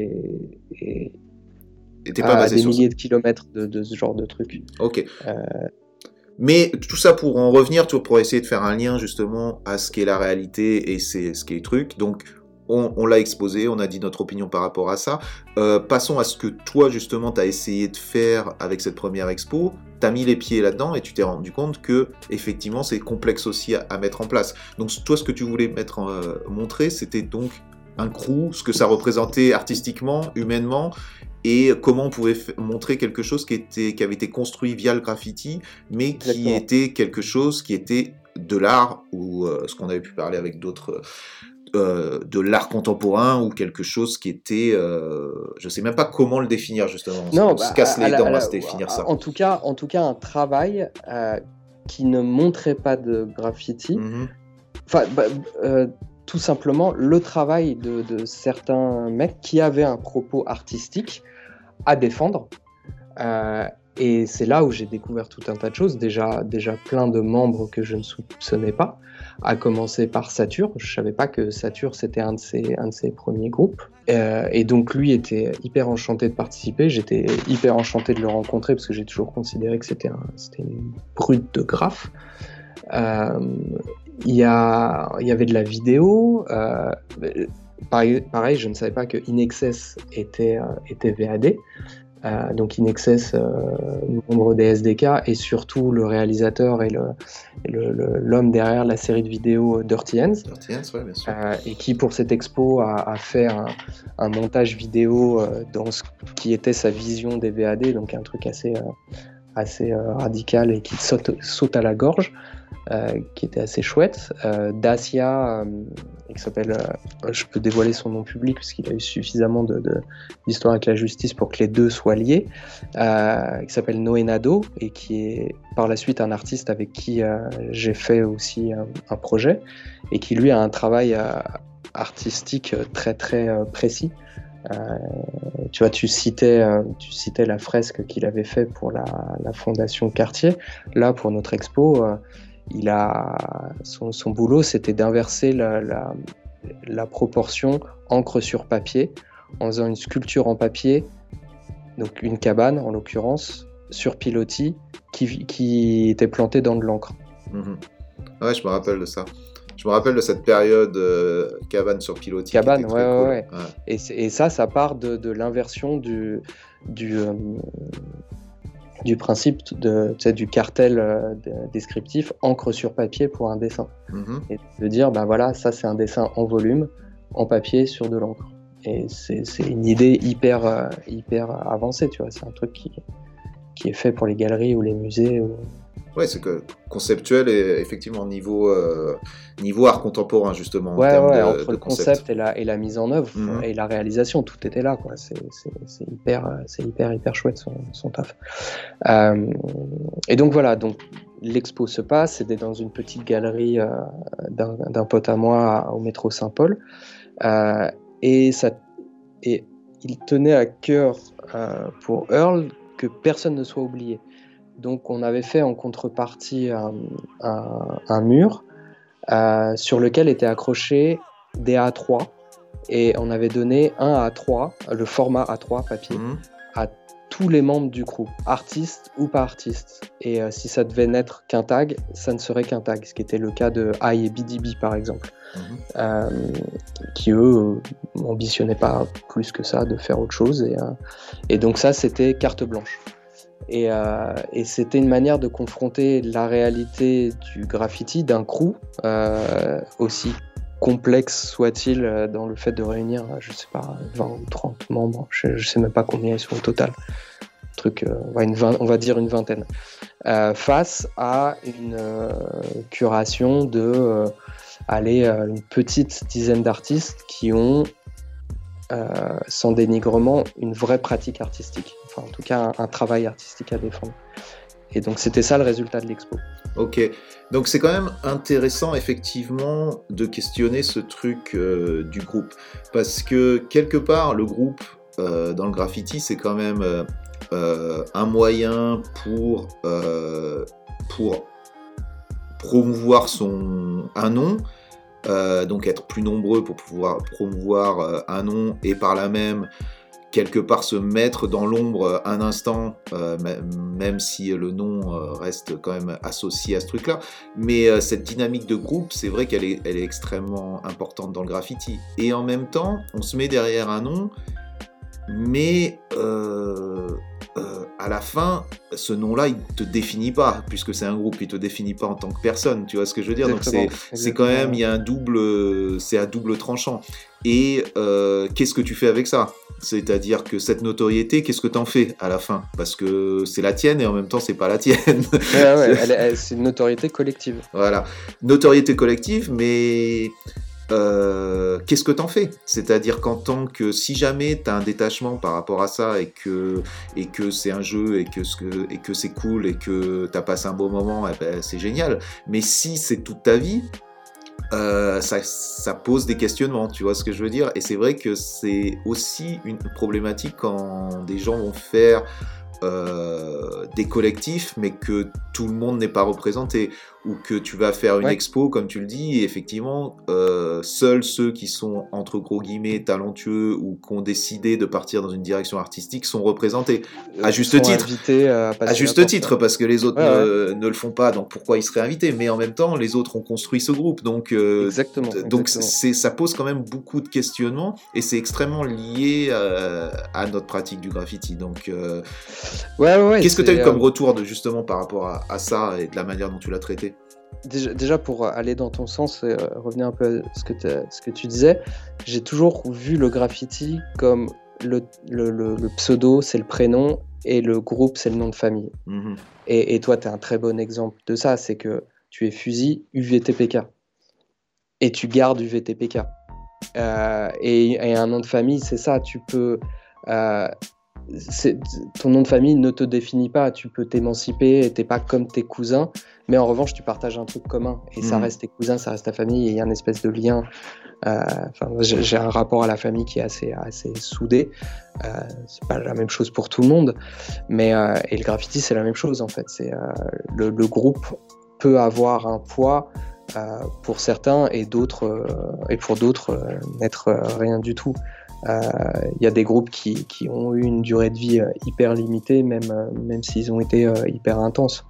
était pas basée des sur milliers ça. De kilomètres de ce genre de trucs. Ok. Mais tout ça pour en revenir, pour essayer de faire un lien justement à ce qu'est la réalité et ce qu'est le truc. Donc on l'a exposé, on a dit notre opinion par rapport à ça. Passons à ce que toi justement tu as essayé de faire avec cette première expo. Tu as mis les pieds là-dedans et tu t'es rendu compte que effectivement c'est complexe aussi à mettre en place. Donc toi ce que tu voulais montrer, c'était donc un crew, ce que ça représentait artistiquement, humainement, et comment on pouvait montrer quelque chose qui avait été construit via le graffiti, mais qui était quelque chose qui était de l'art, ou ce qu'on avait pu parler avec d'autres, de l'art contemporain, ou quelque chose qui était, je sais même pas comment le définir justement, on se casse les dents à se définir ça. En tout cas, un travail qui ne montrait pas de graffiti, tout simplement le travail de certains mecs qui avaient un propos artistique à défendre. Et c'est là où j'ai découvert tout un tas de choses, déjà plein de membres que je ne soupçonnais pas, à commencer par Satur. Je savais pas que Satur c'était un de ses premiers groupes. Et donc lui était hyper enchanté de participer, j'étais hyper enchanté de le rencontrer parce que j'ai toujours considéré que c'était une brute de graphe. Il y avait de la vidéo. Pareil, je ne savais pas que In Excess était VAD. Donc In Excess, membre des SDK, et surtout le réalisateur et l'homme derrière la série de vidéos Dirty Hands. Dirty Hands, ouais, bien sûr. Et qui, pour cette expo, a fait un montage vidéo dans ce qui était sa vision des VAD, donc un truc assez radical et qui saute à la gorge. Qui était assez chouette. Dacia, qui s'appelle, je peux dévoiler son nom public puisqu'il a eu suffisamment d'histoire avec la justice pour que les deux soient liés, qui s'appelle Noé Nadeau et qui est par la suite un artiste avec qui j'ai fait aussi un projet et qui lui a un travail artistique très très précis. Tu vois, tu citais la fresque qu'il avait fait pour la fondation Cartier. Là, pour notre expo, son boulot, c'était d'inverser la proportion encre sur papier en faisant une sculpture en papier, donc une cabane en l'occurrence, sur pilotis qui était plantée dans de l'encre. Ouais, je me rappelle de ça. Je me rappelle de cette période cabane sur pilotis. Cabane, ouais. Et ça part de l'inversion du principe du cartel descriptif encre sur papier pour un dessin. Et de dire, voilà, ça c'est un dessin en volume, en papier sur de l'encre. Et c'est une idée hyper avancée, tu vois. C'est un truc qui est fait pour les galeries ou les musées. Ouais, c'est que conceptuel et effectivement niveau art contemporain justement. Entre le concept et la mise en œuvre et la réalisation, tout était là, quoi. C'est hyper chouette son taf. Et donc voilà, l'expo se passe, c'était dans une petite galerie d'un pote à moi au métro Saint-Paul, et il tenait à cœur pour Earl que personne ne soit oublié. Donc on avait fait en contrepartie un mur sur lequel étaient accrochés des A3 et on avait donné un A3, le format A3 papier, à tous les membres du crew, artistes ou pas artistes. Et si ça devait n'être qu'un tag, ça ne serait qu'un tag, ce qui était le cas de I et BDB par exemple, qui eux ambitionnaient pas plus que ça de faire autre chose. Et donc ça c'était carte blanche. Et c'était une manière de confronter la réalité du graffiti, d'un crew, aussi complexe soit-il dans le fait de réunir, je sais pas, 20 ou 30 membres, je sais même pas combien ils sont au total, on va dire une vingtaine, face à une curation de une petite dizaine d'artistes qui ont, sans dénigrement, une vraie pratique artistique. Enfin, en tout cas, un travail artistique à défendre. Et donc, c'était ça le résultat de l'expo. Ok. Donc, c'est quand même intéressant, effectivement, de questionner ce truc du groupe. Parce que, quelque part, le groupe, dans le graffiti, c'est quand même un moyen pour promouvoir un nom, donc être plus nombreux pour pouvoir promouvoir un nom et par là même quelque part se mettre dans l'ombre un instant, même si le nom reste quand même associé à ce truc-là. Mais cette dynamique de groupe, c'est vrai qu'elle est extrêmement importante dans le graffiti. Et en même temps, on se met derrière un nom, mais à la fin, ce nom-là, il te définit pas, puisque c'est un groupe, il te définit pas en tant que personne, tu vois ce que je veux dire. Exactement, Donc c'est quand même, il y a c'est à double tranchant. Et qu'est-ce que tu fais avec ça ? C'est-à-dire que cette notoriété, qu'est-ce que t'en fais à la fin ? Parce que c'est la tienne et en même temps, c'est pas la tienne. Ouais, c'est une notoriété collective. Voilà, notoriété collective, mais qu'est-ce que t'en fais ? C'est-à-dire qu'en tant que, si jamais t'as un détachement par rapport à ça et que c'est un jeu et que c'est cool et que t'as passé un bon moment, eh ben, c'est génial. Mais si c'est toute ta vie, ça pose des questionnements, tu vois ce que je veux dire ? Et c'est vrai que c'est aussi une problématique quand des gens vont faire des collectifs, mais que tout le monde n'est pas représenté, ou que tu vas faire une expo, comme tu le dis, et effectivement, seuls ceux qui sont, entre gros guillemets, talentueux, ou qui ont décidé de partir dans une direction artistique sont représentés, à juste titre. À juste titre, parce que les autres ne le font pas, donc pourquoi ils seraient invités ? Mais en même temps, les autres ont construit ce groupe, donc ça pose quand même beaucoup de questionnements, et c'est extrêmement lié à notre pratique du graffiti, donc... Qu'est-ce que tu as eu comme retour justement par rapport à ça et de la manière dont tu l'as traité ? Déjà pour aller dans ton sens et revenir un peu à ce que tu disais, j'ai toujours vu le graffiti comme le pseudo, c'est le prénom, et le groupe, c'est le nom de famille. Mmh. Et toi, tu es un très bon exemple de ça, c'est que tu es Fusil UVTPK, et tu gardes UVTPK. Et un nom de famille, c'est ça, tu peux... ton nom de famille ne te définit pas, tu peux t'émanciper et t'es pas comme tes cousins, mais en revanche tu partages un truc commun et ça reste tes cousins, ça reste ta famille et il y a une espèce de lien. J'ai un rapport à la famille qui est assez soudé. C'est pas la même chose pour tout le monde, mais et le graffiti c'est la même chose en fait. C'est le groupe peut avoir un poids pour certains et d'autres et pour d'autres n'être rien du tout. Il y a des groupes qui ont eu une durée de vie hyper limitée, même s'ils ont été hyper intenses.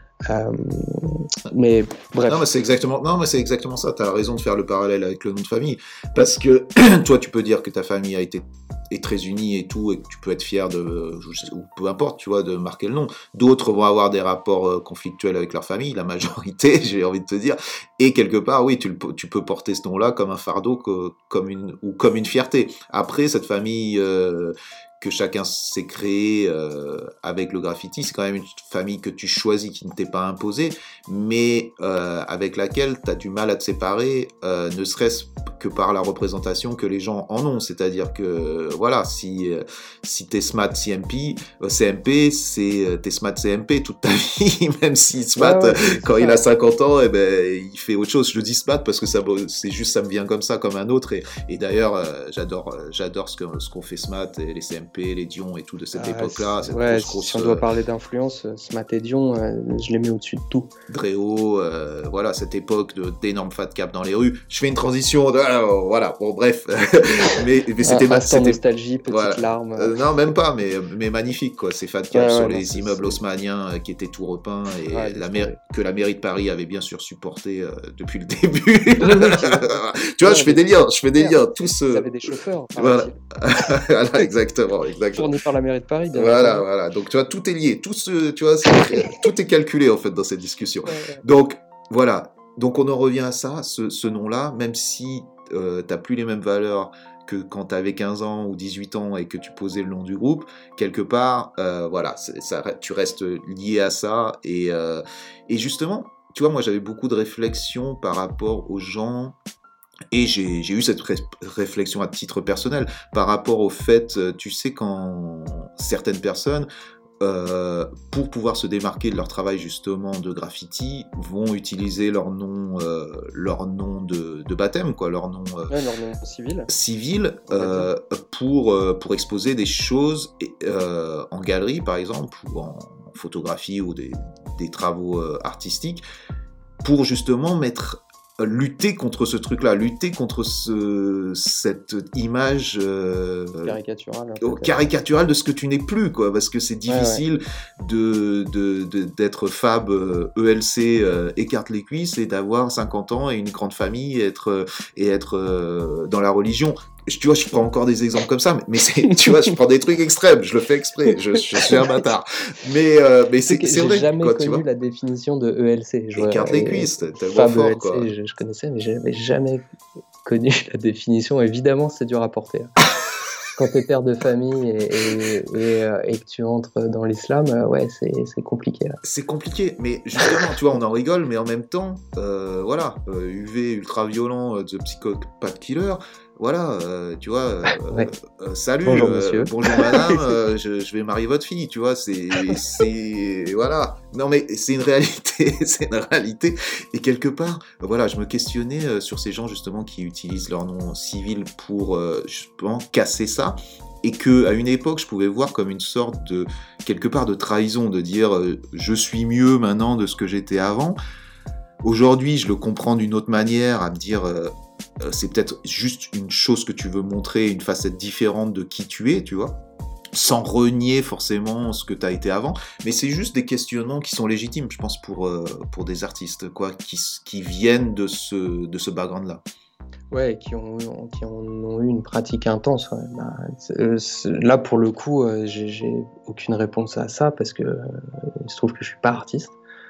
Mais bref. Non, mais c'est exactement ça. Tu as raison de faire le parallèle avec le nom de famille. Parce que toi, tu peux dire que ta famille est très unie et tout, et que tu peux être fier ou peu importe, tu vois, de marquer le nom. D'autres vont avoir des rapports conflictuels avec leur famille, la majorité, j'ai envie de te dire. Et quelque part, oui, tu peux porter ce nom-là comme un fardeau, comme une fierté. Après, cette famille que chacun s'est créé avec le graffiti, c'est quand même une famille que tu choisis, qui ne t'est pas imposée, mais avec laquelle tu as du mal à te séparer, ne serait-ce que par la représentation que les gens en ont. C'est-à-dire que, voilà, si t'es SMAT CMP, t'es SMAT CMP toute ta vie, même si SMAT, quand il a 50 ans, eh ben, il fait autre chose. Je dis SMAT parce que ça me vient comme ça, comme un autre, et d'ailleurs, j'adore ce qu'on fait SMAT, et les CMP, les Dion et tout de cette époque-là. Si on doit parler d'influence, SMAT et Dion, je les mets au-dessus de tout. Dréo, voilà, cette époque d'énormes fat cap dans les rues. Je fais une transition, voilà, bon bref. mais c'était nostalgie, petite larme. Non, même pas, mais magnifique, quoi. Ces fat cap sur les immeubles haussmanniens qui étaient tout repeints et que la mairie de Paris avait bien sûr supporté depuis le début. Tu vois, je fais des liens. Tous. Vous avez des chauffeurs. Voilà, exactement. Fourni par la mairie de Paris. Voilà. Donc tu vois, tout est lié. Tout est calculé en fait dans cette discussion. Donc voilà. Donc on en revient à ça, ce nom-là, même si t'as plus les mêmes valeurs que quand t'avais 15 ans ou 18 ans et que tu posais le nom du groupe, quelque part, voilà, tu restes lié à ça. Et justement, tu vois, moi j'avais beaucoup de réflexions par rapport aux gens. Et j'ai eu cette réflexion à titre personnel par rapport au fait, tu sais, quand certaines personnes pour pouvoir se démarquer de leur travail justement de graffiti, vont utiliser leur nom de baptême, quoi, leur nom leur nom civil pour exposer des choses en galerie par exemple, ou en photographie ou des travaux artistiques, pour justement lutter contre ce truc-là, lutter contre cette image caricaturale de ce que tu n'es plus, quoi, parce que c'est difficile d'être fab ELC écarte les cuisses et d'avoir 50 ans et une grande famille et être dans la religion. Tu vois, je prends encore des exemples comme ça, mais tu vois, je prends des trucs extrêmes, je le fais exprès, je suis un bâtard. Mais c'est vrai. J'ai jamais quoi, connu la définition de ELC. Écarte les cuisses, tellement fort, ELC, quoi. Je connaissais, mais j'avais jamais connu la définition. Évidemment, c'est dur à porter. Quand t'es père de famille et que tu entres dans l'islam, c'est compliqué. Là. C'est compliqué, mais justement, tu vois, on en rigole, mais en même temps, UV ultra violent, The Psychopath Killer. Voilà, tu vois, salut, bonjour monsieur, bonjour madame, je vais marier votre fille, tu vois, c'est voilà. Non mais c'est une réalité, et quelque part, voilà, je me questionnais sur ces gens justement qui utilisent leur nom civil pour justement casser ça, et que à une époque je pouvais voir comme une sorte de quelque part de trahison, de dire je suis mieux maintenant de ce que j'étais avant. Aujourd'hui, je le comprends d'une autre manière, à me dire c'est peut-être juste une chose que tu veux montrer, une facette différente de qui tu es, tu vois, sans renier forcément ce que tu as été avant, mais c'est juste des questionnements qui sont légitimes, je pense, pour des artistes, quoi, qui viennent de ce background-là. Ouais, qui ont eu une pratique intense. Ouais. Là, pour le coup, j'ai aucune réponse à ça, parce que il se trouve que je suis pas artiste.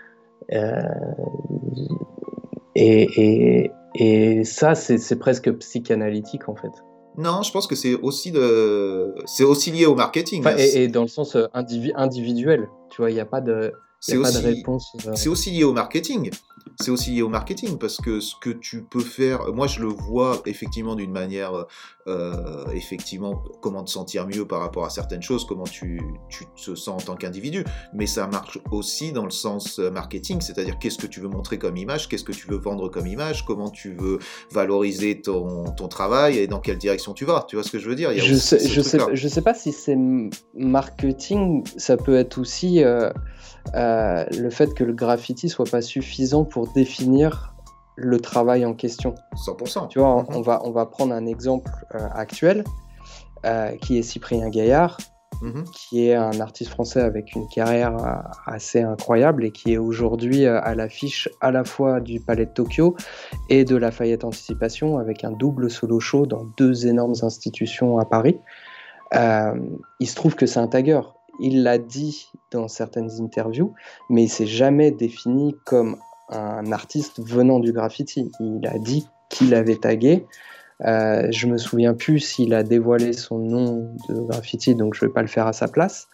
Et ça, c'est presque psychanalytique en fait. Non, je pense que c'est aussi lié au marketing. Enfin, et dans le sens individuel, tu vois, il n'y a pas de réponse. C'est aussi lié au marketing. C'est aussi lié au marketing, parce que ce que tu peux faire, moi je le vois effectivement d'une manière, effectivement, comment te sentir mieux par rapport à certaines choses, comment tu te sens en tant qu'individu, mais ça marche aussi dans le sens marketing, c'est-à-dire qu'est-ce que tu veux montrer comme image, qu'est-ce que tu veux vendre comme image, comment tu veux valoriser ton travail et dans quelle direction tu vas, tu vois ce que je veux dire? Je sais pas si c'est marketing, ça peut être aussi le fait que le graffiti soit pas suffisant pour définir le travail en question. 100%. Tu vois, on va prendre un exemple actuel qui est Cyprien Gaillard, qui est un artiste français avec une carrière assez incroyable et qui est aujourd'hui à l'affiche à la fois du Palais de Tokyo et de Lafayette Anticipation, avec un double solo show dans 2 énormes institutions à Paris. Il se trouve que c'est un tagger. Il l'a dit dans certaines interviews, mais il s'est jamais défini comme un artiste venant du graffiti. Il a dit qu'il avait tagué. Je me souviens plus s'il a dévoilé son nom de graffiti, donc je vais pas le faire à sa place.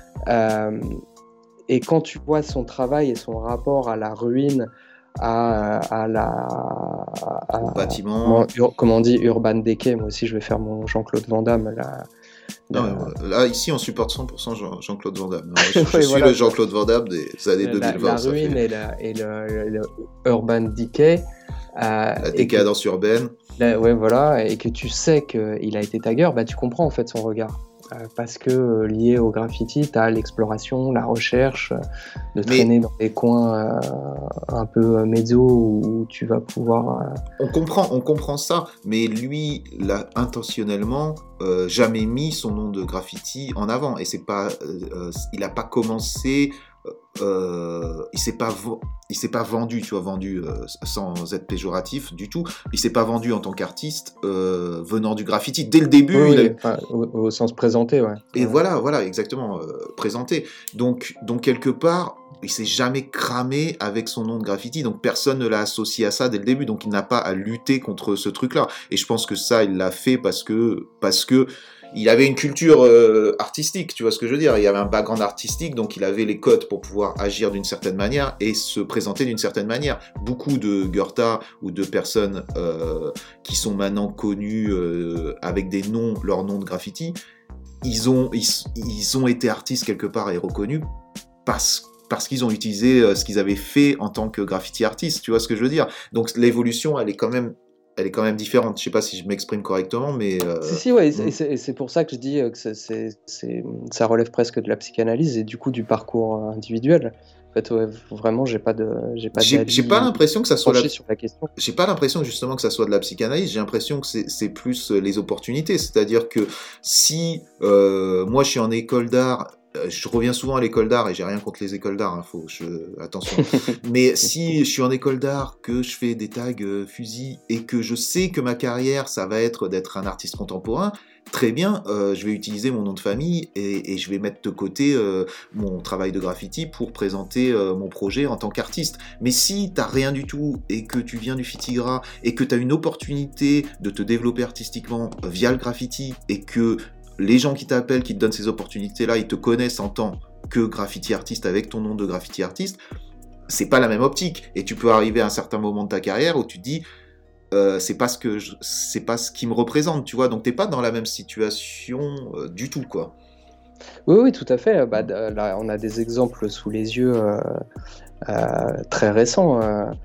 Et quand tu vois son travail et son rapport à la ruine, au bâtiment, comment on dit, Urban Decay, moi aussi je vais faire mon Jean-Claude Van Damme là. Là, ici, on supporte 100% Jean-Claude Van Damme. Je suis voilà, le Jean-Claude Van Damme des années 2020. La ruine et le Urban Decay. La décadence urbaine. Ouais, voilà, et que tu sais qu'il a été tagger, bah, tu comprends en fait son regard. Parce que lié au graffiti, tu as l'exploration, la recherche, de traîner dans des coins un peu médio où tu vas pouvoir... On comprend ça, mais lui, là, intentionnellement, jamais mis son nom de graffiti en avant. Et c'est pas, il n'a pas commencé... il s'est pas vendu, tu vois, sans être péjoratif du tout. Il s'est pas vendu en tant qu'artiste venant du graffiti dès le début. Au sens présenté, ouais. Et voilà, exactement, présenté. Donc quelque part, il s'est jamais cramé avec son nom de graffiti, donc personne ne l'a associé à ça dès le début, donc il n'a pas à lutter contre ce truc-là. Et je pense que ça, il l'a fait parce que il avait une culture artistique, tu vois ce que je veux dire. Il y avait un background artistique, donc il avait les codes pour pouvoir agir d'une certaine manière et se présenter d'une certaine manière. Beaucoup de Goethe ou de personnes qui sont maintenant connues avec leurs noms de graffiti, ils ont été artistes quelque part et reconnus parce qu'ils ont utilisé ce qu'ils avaient fait en tant que graffiti artiste, tu vois ce que je veux dire? Donc l'évolution, elle est quand même différente. Je sais pas si je m'exprime correctement, mais... Si, ouais, et c'est pour ça que je dis que ça relève presque de la psychanalyse et du coup du parcours individuel. En fait, ouais, vraiment, j'ai pas l'impression que ça soit sur la question. J'ai pas l'impression justement que ça soit de la psychanalyse. J'ai l'impression que c'est plus les opportunités. C'est-à-dire que si moi je suis en école d'art, je reviens souvent à l'école d'art et j'ai rien contre les écoles d'art, attention. Mais si je suis en école d'art, que je fais des tags fusils et que je sais que ma carrière ça va être d'être un artiste contemporain, très bien, je vais utiliser mon nom de famille et je vais mettre de côté mon travail de graffiti pour présenter mon projet en tant qu'artiste. Mais si t'as rien du tout et que tu viens du Fitigra et que t'as une opportunité de te développer artistiquement via le graffiti et que les gens qui t'appellent, qui te donnent ces opportunités-là, ils te connaissent en tant que graffiti artiste avec ton nom de graffiti artiste, c'est pas la même optique. Et tu peux arriver à un certain moment de ta carrière où tu te dis c'est pas ce qui me représente, tu vois. Donc t'es pas dans la même situation du tout, quoi. Oui, tout à fait. Là, on a des exemples sous les yeux très récents.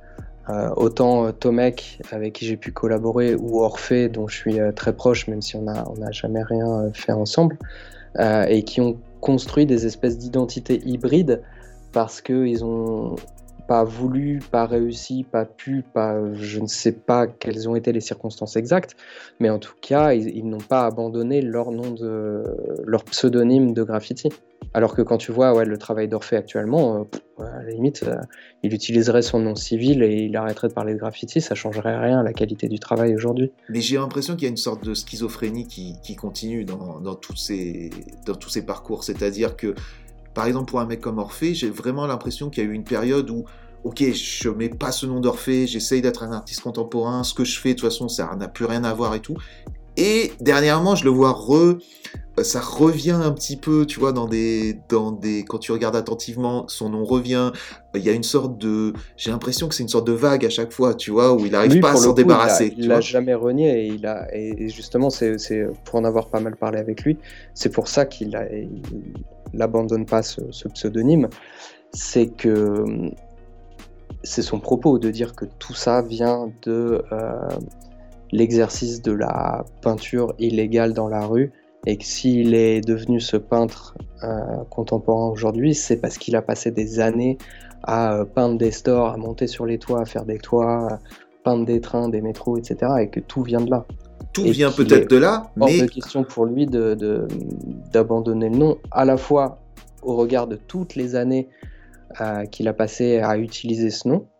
Autant Tomek, avec qui j'ai pu collaborer, ou Orphée, dont je suis très proche, même si on n'a jamais rien fait ensemble, et qui ont construit des espèces d'identités hybrides parce qu'ils ont pas voulu, pas réussi, pas pu, je ne sais pas quelles ont été les circonstances exactes, mais en tout cas, ils n'ont pas abandonné leur pseudonyme de graffiti. Alors que quand tu vois le travail d'Orphée actuellement, à la limite, il utiliserait son nom civil et il arrêterait de parler de graffiti, ça changerait rien à la qualité du travail aujourd'hui. Mais j'ai l'impression qu'il y a une sorte de schizophrénie qui continue dans tous ces parcours. C'est-à-dire que, par exemple, pour un mec comme Orphée, j'ai vraiment l'impression qu'il y a eu une période où, ok, je mets pas ce nom d'Orphée, j'essaye d'être un artiste contemporain, ce que je fais, de toute façon, ça n'a plus rien à voir et tout. Et dernièrement, je le vois ça revient un petit peu, tu vois, quand tu regardes attentivement, son nom revient. Il y a une sorte de, j'ai l'impression que c'est une sorte de vague à chaque fois, tu vois, où il n'arrive pas à s'en débarrasser. Il l'a jamais renié et justement, c'est pour en avoir pas mal parlé avec lui, c'est pour ça qu'il n'abandonne pas ce pseudonyme. C'est que c'est son propos de dire que tout ça vient de l'exercice de la peinture illégale dans la rue et que s'il est devenu ce peintre contemporain aujourd'hui, c'est parce qu'il a passé des années à peindre des stores, à monter sur les toits, à faire des toits, à peindre des trains, des métros, etc. et que tout vient de là. Tout vient peut-être de là, mais... hors de question pour lui d'abandonner le nom, à la fois au regard de toutes les années qu'il a passé à utiliser ce nom,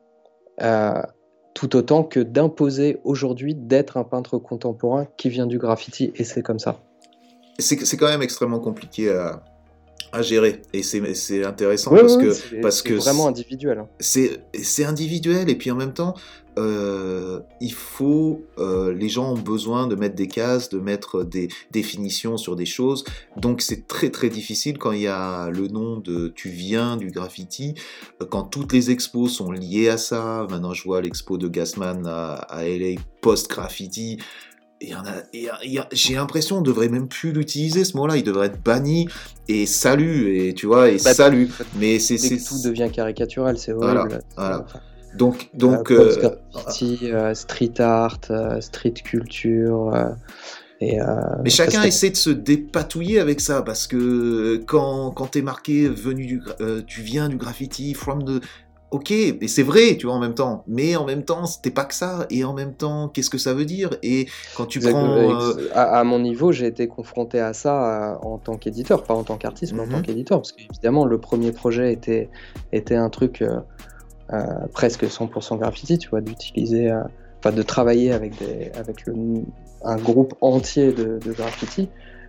tout autant que d'imposer aujourd'hui d'être un peintre contemporain qui vient du graffiti, et c'est comme ça. C'est quand même extrêmement compliqué à gérer, et c'est intéressant parce que c'est vraiment individuel. Hein. C'est individuel, et puis en même temps, il faut, les gens ont besoin de mettre des cases, de mettre des définitions sur des choses, donc c'est très très difficile quand il y a le nom de tu viens du graffiti, quand toutes les expos sont liées à ça. Maintenant je vois l'expo de Gassman à LA post-graffiti. J'ai l'impression qu'on ne devrait même plus l'utiliser, ce mot-là, il devrait être banni, et salut, et tu vois, et salut. Mais c'est tout devient caricatural, c'est horrible. Voilà. Donc post-graffiti, street art, street culture... mais chacun essaie de se dépatouiller avec ça, parce que quand t'es marqué tu viens du graffiti, from the... Ok, et c'est vrai, tu vois, en même temps. Mais en même temps, c'était pas que ça. Et en même temps, qu'est-ce que ça veut dire? Et quand tu prends... À mon niveau, j'ai été confronté à ça en tant qu'éditeur, pas en tant qu'artiste, mais en tant qu'éditeur. Parce qu'évidemment, le premier projet était un truc presque 100% graffiti, tu vois, d'utiliser... de travailler avec un groupe entier de graffiti.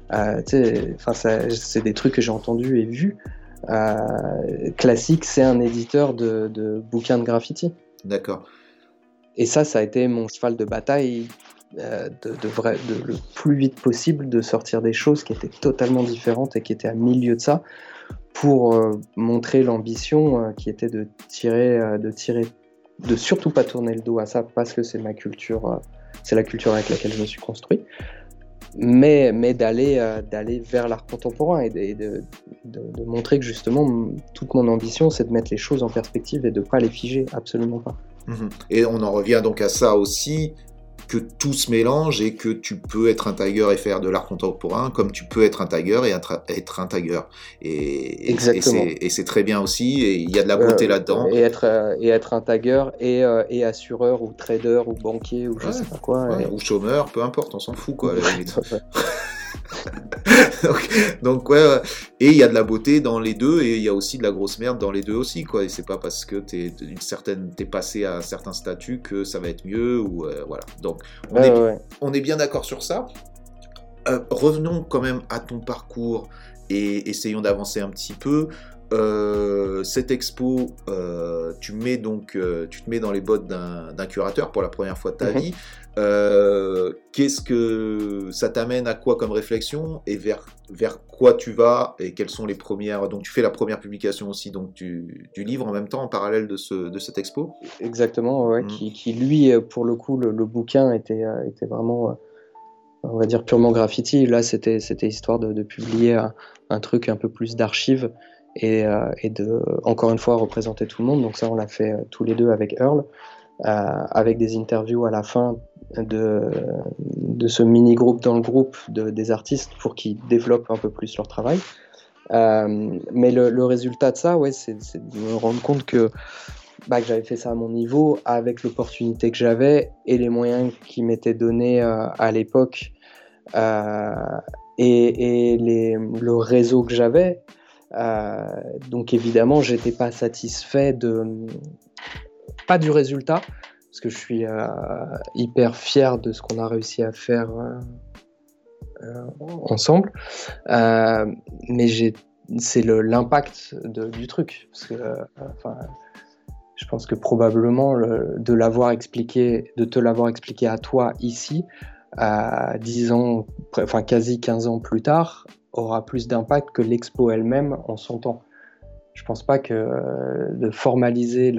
C'est des trucs que j'ai entendus et vus. Classique, c'est un éditeur de bouquins de graffiti. D'accord. Et ça a été mon cheval de bataille le plus vite possible de sortir des choses qui étaient totalement différentes et qui étaient à milieu de ça pour montrer l'ambition qui était de surtout pas tourner le dos à ça parce que c'est ma culture, c'est la culture avec laquelle je me suis construit. mais d'aller vers l'art contemporain et de montrer que justement toute mon ambition c'est de mettre les choses en perspective et de pas les figer, absolument pas. Et on en revient donc à ça aussi, que tout se mélange et que tu peux être un tagueur et faire de l'art contemporain comme tu peux être un tagueur et être un tagueur. Et c'est très bien aussi, et il y a de la beauté là-dedans. Et être un tagueur et assureur ou trader ou banquier ou je sais pas quoi. Ou chômeur, peu importe, on s'en fout quoi à la limite. donc ouais, et il y a de la beauté dans les deux, et il y a aussi de la grosse merde dans les deux aussi quoi, et c'est pas parce que t'es passé à un certain statut que ça va être mieux, ou voilà, donc on est bien d'accord sur ça. Revenons quand même à ton parcours et essayons d'avancer un petit peu. Cette expo, tu te mets dans les bottes d'un curateur pour la première fois de ta vie. Qu'est-ce que ça t'amène à quoi comme réflexion, et vers quoi tu vas, et quelles sont les premières... Donc tu fais la première publication aussi donc du livre en même temps, en parallèle de cette expo. Exactement, ouais, qui lui, pour le coup, le bouquin était vraiment, on va dire, purement graffiti. Là, c'était histoire de publier un truc un peu plus d'archives et de, encore une fois, représenter tout le monde. Donc ça, on l'a fait tous les deux avec Earl, avec des interviews à la fin de ce mini-groupe dans le groupe des artistes pour qu'ils développent un peu plus leur travail. Mais le résultat de ça, ouais, c'est de me rendre compte que j'avais fait ça à mon niveau, avec l'opportunité que j'avais et les moyens qui m'étaient donnés à l'époque, et le réseau que j'avais. Donc évidemment, j'étais pas satisfait pas du résultat, parce que je suis hyper fier de ce qu'on a réussi à faire ensemble, mais c'est l'impact du truc, parce que je pense que probablement de te l'avoir expliqué à toi ici, 10 ans, quasi 15 ans plus tard, aura plus d'impact que l'expo elle-même en son temps. Je pense pas que de formaliser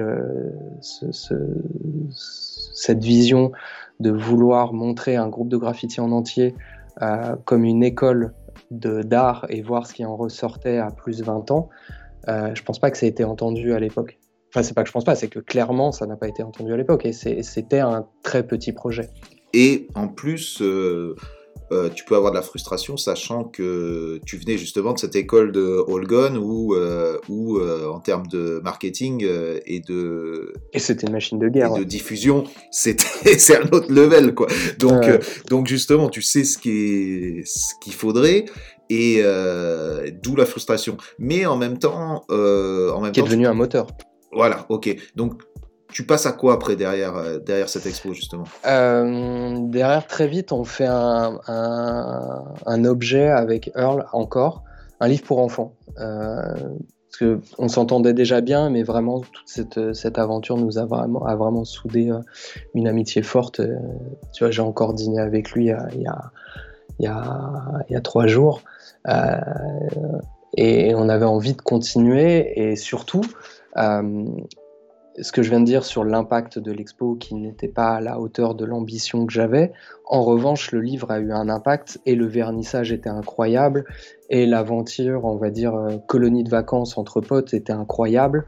cette vision de vouloir montrer un groupe de graffiti en entier comme une école d'art et voir ce qui en ressortait à plus de 20 ans, je pense pas que ça ait été entendu à l'époque. Enfin, c'est pas que je pense pas, c'est que clairement ça n'a pas été entendu à l'époque, et c'était un très petit projet. Et en plus, tu peux avoir de la frustration, sachant que tu venais justement de cette école de Holgun où en termes de marketing et c'était une machine de guerre, et de diffusion, c'est un autre level quoi. Donc justement, tu sais ce qu'il faudrait, et d'où la frustration. Mais en même temps, qui est devenu un moteur. Voilà, ok. Donc tu passes à quoi après derrière cette expo justement? Derrière, très vite, on fait un objet avec Earl, encore un livre pour enfants, parce que on s'entendait déjà bien, mais vraiment toute cette aventure nous a vraiment soudé une amitié forte. Tu vois, j'ai encore dîné avec lui il y a 3 jours, et on avait envie de continuer, et surtout ce que je viens de dire sur l'impact de l'expo qui n'était pas à la hauteur de l'ambition que j'avais. En revanche, le livre a eu un impact, et le vernissage était incroyable, et l'aventure, on va dire, colonie de vacances entre potes était incroyable.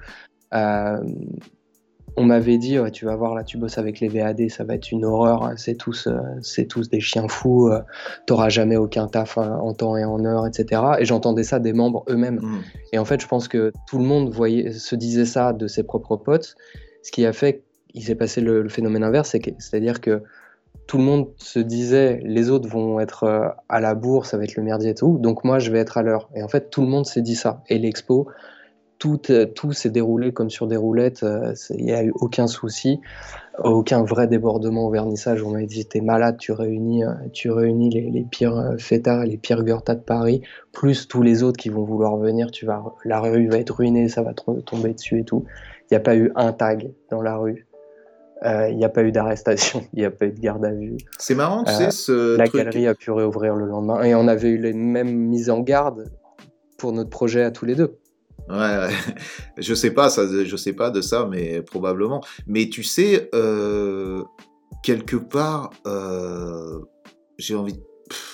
On m'avait dit, tu vas voir, là tu bosses avec les VAD, ça va être une horreur, hein, c'est tous des chiens fous, t'auras jamais aucun taf en temps et en heure, etc. Et j'entendais ça des membres eux-mêmes. Et en fait, je pense que tout le monde se disait ça de ses propres potes, ce qui a fait qu'il s'est passé le phénomène inverse, c'est-à-dire que tout le monde se disait, les autres vont être à la bourre, ça va être le merdier et tout, donc moi je vais être à l'heure. Et en fait, tout le monde s'est dit ça. Et l'expo, tout s'est déroulé comme sur des roulettes, il n'y a eu aucun souci, aucun vrai débordement au vernissage. On m'a dit, t'es malade, tu réunis les pires fêtards et les pires gurtas de Paris, plus tous les autres qui vont vouloir venir, la rue va être ruinée, ça va tomber dessus et tout. Il n'y a pas eu un tag dans la rue, il n'y a pas eu d'arrestation, il n'y a pas eu de garde à vue. C'est marrant, tu sais, la galerie a pu réouvrir le lendemain, et on avait eu les mêmes mises en garde pour notre projet à tous les deux. Ouais. Je sais pas de ça, mais probablement. Mais tu sais, quelque part, j'ai envie.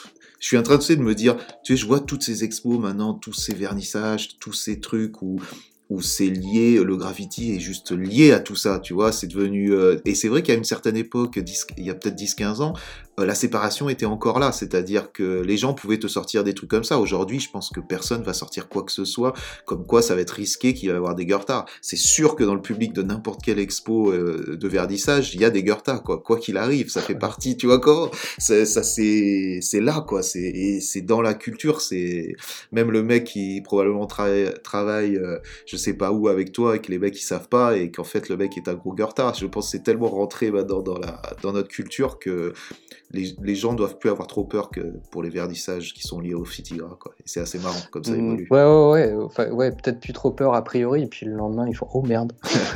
je suis en train de me dire, tu sais, je vois toutes ces expos maintenant, tous ces vernissages, tous ces trucs où c'est lié, le graffiti est juste lié à tout ça, tu vois, c'est devenu... et c'est vrai qu'à une certaine époque, il y a peut-être 10-15 ans, la séparation était encore là, c'est-à-dire que les gens pouvaient te sortir des trucs comme ça. Aujourd'hui, je pense que personne va sortir quoi que ce soit, comme quoi ça va être risqué qu'il va y avoir des Goethe. C'est sûr que dans le public de n'importe quelle expo de verdissage, il y a des Goethe, quoi qu'il arrive, ça fait partie, tu vois comment c'est là, quoi, c'est dans la culture, c'est même le mec qui probablement travaille je sais pas où avec toi, et que les mecs ils savent pas, et qu'en fait le mec est un gros Goethe. Je pense que c'est tellement rentré maintenant dans notre culture que les gens doivent plus avoir trop peur que pour les verdissages qui sont liés au Fitigra, quoi. Et c'est assez marrant comme ça évolue. Ouais. Enfin, peut-être plus trop peur a priori, et puis le lendemain ils font oh merde.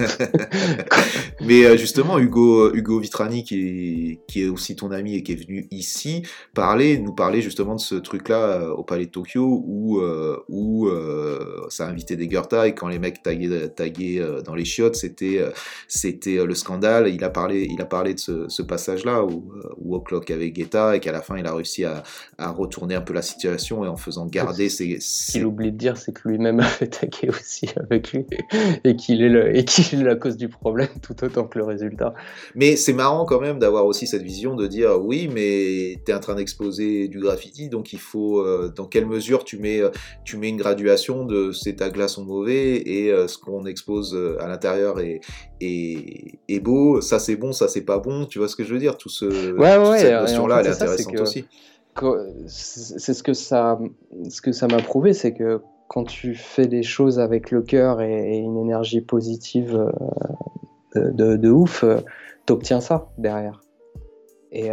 Mais justement, Hugo Vitrani, qui est aussi ton ami et qui est venu ici nous parler justement de ce truc-là au Palais de Tokyo où ça a invité des Goethe, et quand les mecs taguaient dans les chiottes, c'était le scandale. Il a parlé de ce passage-là où O'Clock avait Guetta, et qu'à la fin il a réussi à retourner un peu la situation, et en faisant garder ses... Ce qu'il oublie de dire, c'est que lui-même avait tagué aussi avec lui, et qu'il est la cause du problème tout autant que le résultat. Mais c'est marrant quand même d'avoir aussi cette vision de dire oui, mais t'es en train d'exposer du graffiti, donc il faut dans quelle mesure tu mets une graduation de ces tags-là sont mauvais, et ce qu'on expose à l'intérieur est beau, ça c'est bon, ça c'est pas bon, tu vois ce que je veux dire, toute cette notion-là, elle est intéressante aussi. C'est ce que ça m'a prouvé, c'est que quand tu fais des choses avec le cœur et une énergie positive de ouf, t'obtiens ça derrière. Et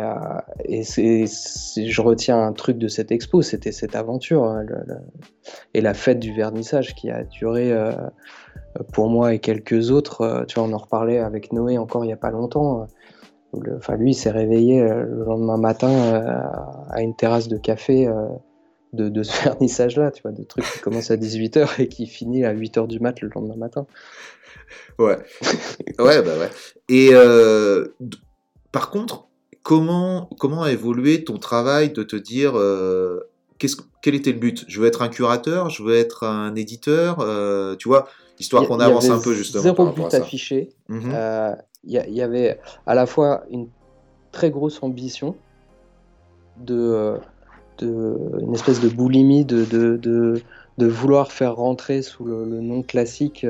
je retiens un truc de cette expo, c'était cette aventure, et la fête du vernissage qui a duré pour moi et quelques autres. Tu vois, on en reparlait avec Noé encore il n'y a pas longtemps. Lui, il s'est réveillé le lendemain matin à une terrasse de café de ce vernissage-là, tu vois, de trucs qui commencent à 18h et qui finit à 8h du mat le lendemain matin. Ouais. Ouais. Et par contre, comment a évolué ton travail de te dire quel était le but ? Je veux être un curateur, je veux être un éditeur, tu vois, histoire qu'on avance un peu justement. Zéro but affiché. Il y avait à la fois une très grosse ambition une espèce de boulimie de vouloir faire rentrer sous le nom classique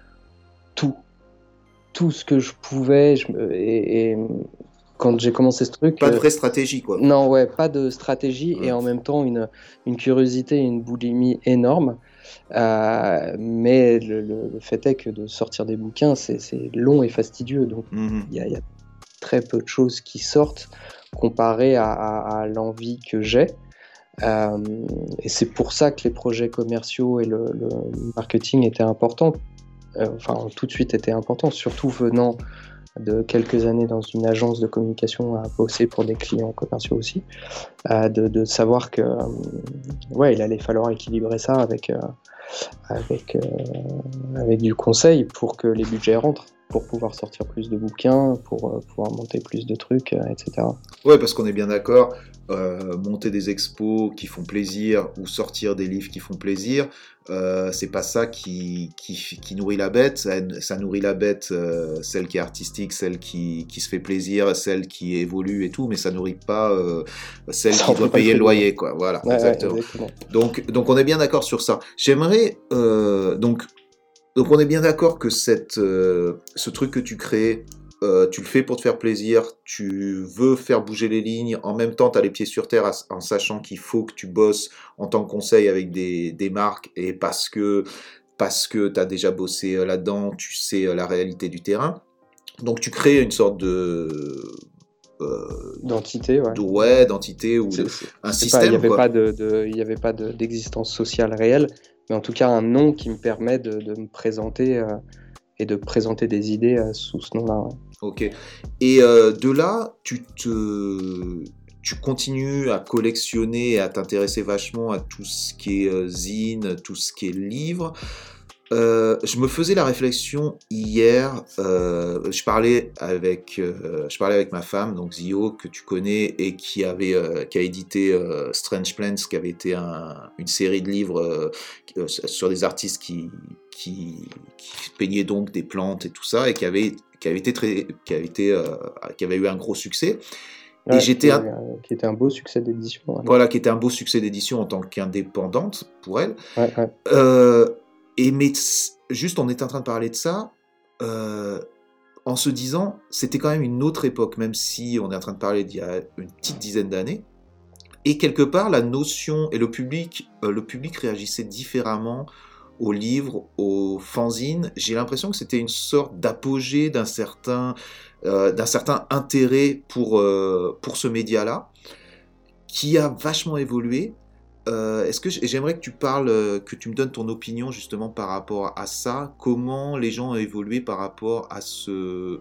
tout ce que je pouvais, et quand j'ai commencé ce truc... Pas de vraie stratégie, quoi. Non, ouais, pas de stratégie, et en même temps une curiosité et une boulimie énorme. Mais le fait est que de sortir des bouquins, c'est long et fastidieux, donc il y a très peu de choses qui sortent comparé à l'envie que j'ai. Et c'est pour ça que les projets commerciaux et le marketing étaient importants. Tout de suite étaient importants, surtout venant de quelques années dans une agence de communication à bosser pour des clients commerciaux aussi, de savoir que il allait falloir équilibrer ça avec du conseil pour que les budgets rentrent, pour pouvoir sortir plus de bouquins, pour pouvoir monter plus de trucs, etc. Ouais, parce qu'on est bien d'accord, monter des expos qui font plaisir ou sortir des livres qui font plaisir, c'est pas ça qui nourrit la bête. Ça nourrit la bête, celle qui est artistique, celle qui se fait plaisir, celle qui évolue et tout, mais ça nourrit pas celle qui doit payer le loyer, quoi. Voilà, ouais, exactement. Donc on est bien d'accord sur ça. J'aimerais donc on est bien d'accord que ce truc que tu crées, tu le fais pour te faire plaisir, tu veux faire bouger les lignes, en même temps tu as les pieds sur terre en sachant qu'il faut que tu bosses en tant que conseil avec des marques, et parce que tu as déjà bossé là-dedans, tu sais la réalité du terrain. Donc tu crées une sorte d'entité, d'entité ou un système. Il n'y avait pas d'existence sociale réelle, mais en tout cas un nom qui me permet de me présenter et de présenter des idées sous ce nom-là. Ouais. Ok. Et de là, tu continues à collectionner et à t'intéresser vachement à tout ce qui est zine, tout ce qui est livre. Je me faisais la réflexion hier. Je parlais avec ma femme, donc Zio, que tu connais et qui a édité Strange Plants, qui avait été une série de livres sur des artistes qui peignaient donc des plantes et tout ça, et qui avait eu un gros succès. Ouais, qui était un beau succès d'édition. Voilà, qui était un beau succès d'édition en tant qu'indépendante pour elle. Ouais. Mais juste, on était en train de parler de ça, en se disant, c'était quand même une autre époque, même si on est en train de parler d'il y a une petite dizaine d'années. Et quelque part, la notion et le public réagissait différemment aux livres, aux fanzines. J'ai l'impression que c'était une sorte d'apogée d'un certain intérêt pour ce média-là, qui a vachement évolué. J'aimerais que tu que tu me donnes ton opinion justement par rapport à ça, comment les gens ont évolué par rapport à ce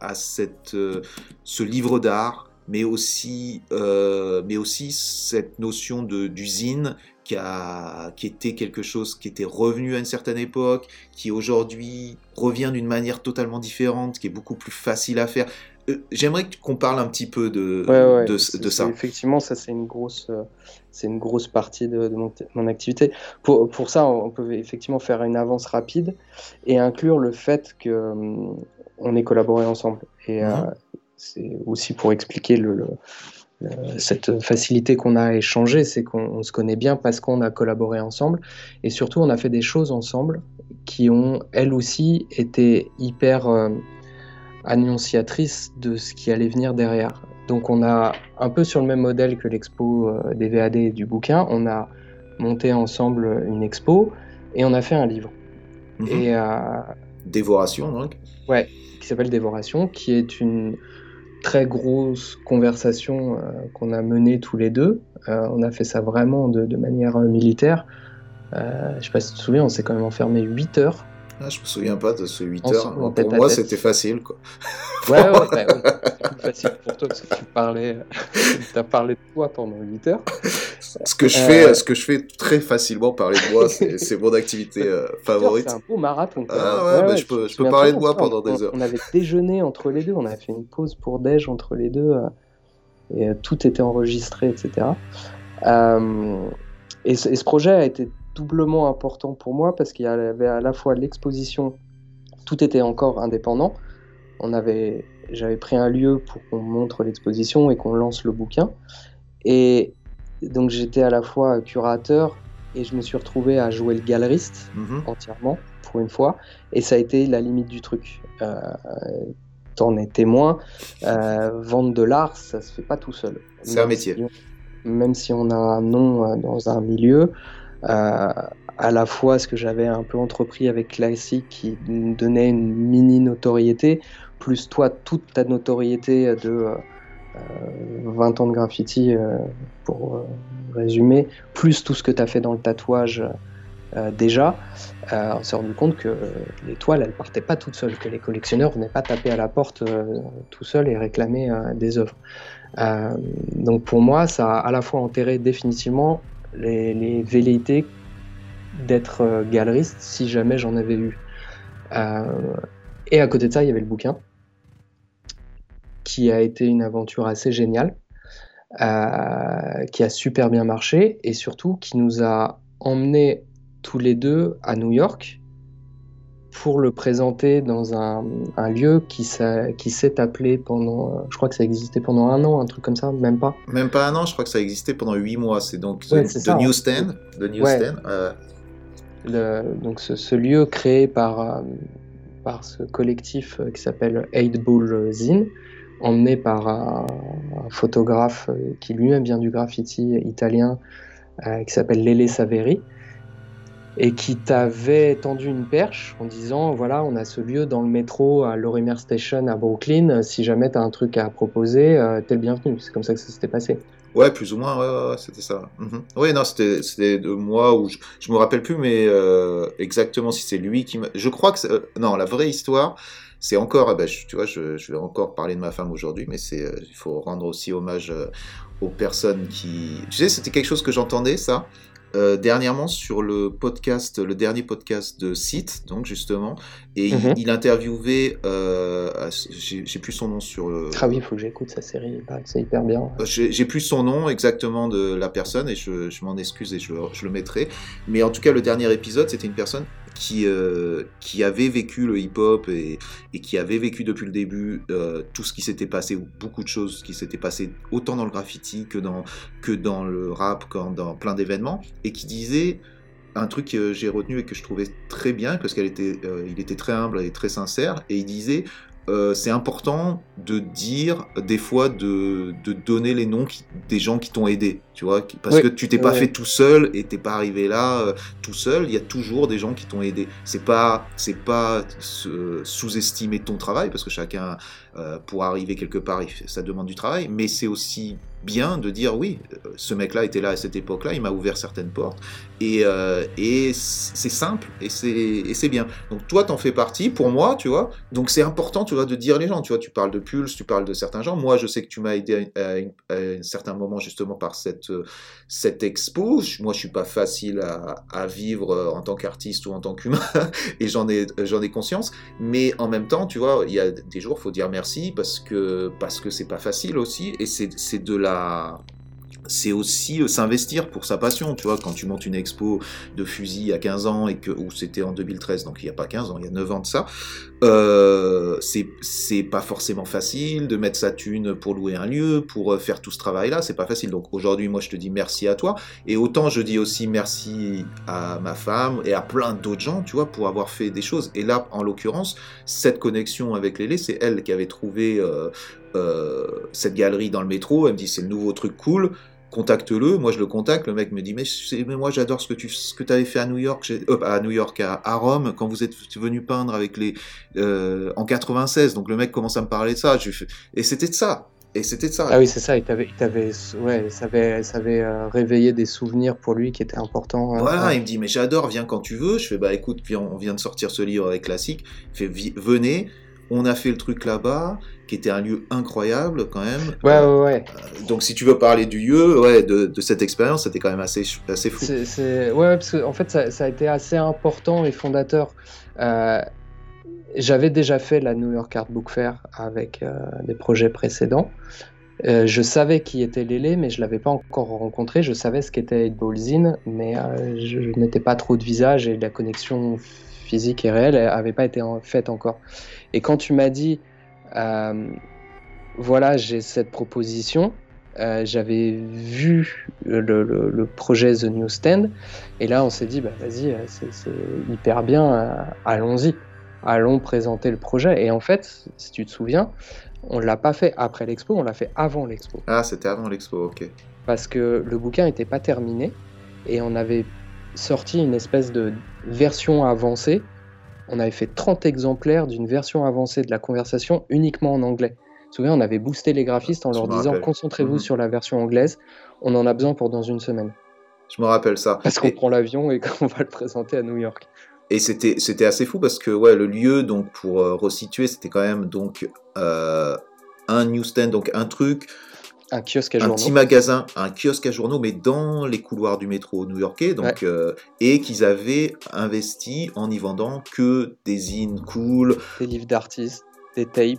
livre d'art, mais aussi cette notion d'usine qui était quelque chose qui était revenu à une certaine époque, qui aujourd'hui revient d'une manière totalement différente, qui est beaucoup plus facile à faire. J'aimerais qu'on parle un petit peu de ça. Effectivement, ça c'est une grosse partie de mon activité. Pour ça, on peut effectivement faire une avance rapide et inclure le fait qu'on ait collaboré ensemble. Et c'est aussi pour expliquer cette facilité qu'on a à échanger, c'est qu'on se connaît bien parce qu'on a collaboré ensemble et surtout on a fait des choses ensemble qui ont, elles aussi, été hyper annonciatrice de ce qui allait venir derrière. Donc on a, un peu sur le même modèle que l'expo des VAD et du bouquin, on a monté ensemble une expo et on a fait un livre. Et, Dévoration, donc. Ouais, qui s'appelle Dévoration, qui est une très grosse conversation qu'on a menée tous les deux. On a fait ça vraiment de manière militaire. Je sais pas si tu te souviens, on s'est quand même enfermé 8 heures. Ah, je me souviens pas de ce 8 Ensemble, heures. Pour moi, c'était facile, quoi. Ouais, c'est plus facile pour toi parce que t'as parlé de toi pendant 8 heures. Ce que je fais très facilement, parler de moi, c'est mon activité favorite. C'est un beau marathon. Ouais, je peux parler de moi pendant des heures. On avait déjeuné entre les deux, on avait fait une pause pour déj entre les deux, et tout était enregistré, etc. Et ce projet a été doublement important pour moi parce qu'il y avait à la fois l'exposition, tout était encore indépendant. J'avais pris un lieu pour qu'on montre l'exposition et qu'on lance le bouquin. Et donc j'étais à la fois curateur et je me suis retrouvé à jouer le galeriste entièrement pour une fois. Et ça a été la limite du truc. T'en es témoin. Vendre de l'art, ça se fait pas tout seul. C'est un métier. Même si on a un nom dans un milieu, à la fois ce que j'avais un peu entrepris avec Classic qui me donnait une mini notoriété, plus toi toute ta notoriété de 20 ans de graffiti pour résumer, plus tout ce que tu as fait dans le tatouage déjà, on s'est rendu compte que les toiles elles partaient pas toutes seules, que les collectionneurs venaient pas taper à la porte tout seuls et réclamer des œuvres. Donc pour moi ça a à la fois enterré définitivement les velléités d'être galeriste si jamais j'en avais eu. Et à côté de ça, il y avait le bouquin, qui a été une aventure assez géniale, qui a super bien marché, et surtout qui nous a emmenés tous les deux à New York pour le présenter dans un lieu qui s'est appelé pendant, je crois que ça existait pendant 1 an, un truc comme ça, même pas. Même pas 1 an, je crois que ça existait pendant 8 mois, c'est donc The Newsstand. Donc ce lieu créé par ce collectif qui s'appelle 8 Ball Zine, emmené par un photographe qui lui-même vient du graffiti italien, qui s'appelle Lele Saveri, et qui t'avait tendu une perche en disant voilà, on a ce lieu dans le métro à Lorimer Station à Brooklyn, si jamais t'as un truc à proposer, t'es le bienvenu. C'est comme ça que ça s'était passé. Ouais, plus ou moins, ouais, c'était ça. Oui, non, c'était de moi où je me rappelle plus, mais exactement si c'est lui qui m'a. Je crois que non, la vraie histoire, c'est encore, tu vois, je vais encore parler de ma femme aujourd'hui, mais il faut rendre aussi hommage aux personnes qui. Tu sais, c'était quelque chose que j'entendais ça. dernièrement sur le dernier podcast de Site, donc justement, et Mhm. il interviewait, j'ai plus son nom sur le. Ah oui, il faut que j'écoute sa série, il paraît que c'est hyper bien. J'ai plus son nom exactement de la personne et je m'en excuse et je le mettrai. Mais en tout cas, le dernier épisode, c'était une personne qui avait vécu le hip-hop et qui avait vécu depuis le début tout ce qui s'était passé, ou beaucoup de choses qui s'étaient passées autant dans le graffiti que dans le rap, dans plein d'événements, et qui disait un truc que j'ai retenu et que je trouvais très bien, parce il était très humble et très sincère, et il disait c'est important de dire, des fois, de donner les noms des gens qui t'ont aidé, tu vois, parce Oui, que tu t'es pas oui. fait tout seul et t'es pas arrivé là tout seul. Il y a toujours des gens qui t'ont aidé. C'est pas sous-estimer ton travail, parce que chacun pour arriver quelque part, ça demande du travail, mais c'est aussi bien de dire oui, ce mec-là était là à cette époque-là, il m'a ouvert certaines portes, et c'est simple et c'est bien. Donc toi, t'en fais partie. Pour moi, tu vois, donc c'est important, tu vois, de dire les gens. Tu vois, tu parles de Pulse, tu parles de certains gens. Moi, je sais que tu m'as aidé à un certain moment justement par cette expo. Moi, je suis pas facile à vivre en tant qu'artiste ou en tant qu'humain, et j'en ai conscience. Mais en même temps, tu vois, il y a des jours, faut dire merci, parce que c'est pas facile aussi, et c'est aussi s'investir pour sa passion, tu vois, quand tu montes une expo de fusil à 15 ans, ou c'était en 2013, donc il n'y a pas 15 ans, il y a 9 ans de ça, c'est pas forcément facile de mettre sa thune pour louer un lieu, pour faire tout ce travail-là, c'est pas facile. Donc aujourd'hui, moi je te dis merci à toi, et autant je dis aussi merci à ma femme et à plein d'autres gens, tu vois, pour avoir fait des choses. Et là, en l'occurrence, cette connexion avec Lélé, c'est elle qui avait trouvé cette galerie dans le métro. Elle me dit c'est le nouveau truc cool, contacte-le. Moi je le contacte, le mec me dit mais moi j'adore ce que tu avais fait à New York, à Rome, quand vous êtes venu peindre avec en 96. Donc le mec commence à me parler de ça, et c'était de ça. Ah oui, c'est ça, ouais, ça avait réveillé des souvenirs pour lui qui étaient importants. Voilà, Ouais. il me dit mais j'adore, viens quand tu veux. Je fais bah écoute, on vient de sortir ce livre avec Classique. Il fait venez. On a fait le truc là-bas, qui était un lieu incroyable quand même. Ouais. Donc si tu veux parler du lieu, ouais, de cette expérience, c'était quand même assez fou. Ouais, parce que en fait, ça a été assez important et fondateur. J'avais déjà fait la New York Art Book Fair avec des projets précédents. Je savais qui était Lélé, mais je l'avais pas encore rencontré. Je savais ce qu'était 8 Ball Zine, mais je n'étais pas trop de visage, et la connexion physique et réelle n'avait pas été faite encore. Et quand tu m'as dit, voilà, j'ai cette proposition, j'avais vu le projet The Newsstand, et là on s'est dit, bah, vas-y, c'est hyper bien, allons-y, allons présenter le projet. Et en fait, si tu te souviens, on ne l'a pas fait après l'expo, on l'a fait avant l'expo. Ah, c'était avant l'expo, ok. Parce que le bouquin n'était pas terminé, et on avait sorti une espèce de version avancée. On avait fait 30 exemplaires d'une version avancée de la conversation uniquement en anglais. Tu te souviens, on avait boosté les graphistes en leur disant concentrez-vous sur la version anglaise, on en a besoin pour dans une semaine. Je me rappelle ça. Parce qu'on prend l'avion et qu'on va le présenter à New York. Et c'était assez fou, parce que ouais, le lieu, donc pour resituer, c'était quand même donc un newsstand, donc un truc, un kiosque à journaux, un petit magasin, un kiosque à journaux, mais dans les couloirs du métro new-yorkais, donc ouais. Et qu'ils avaient investi en y vendant que des zines cool, des livres d'artistes, des tapes,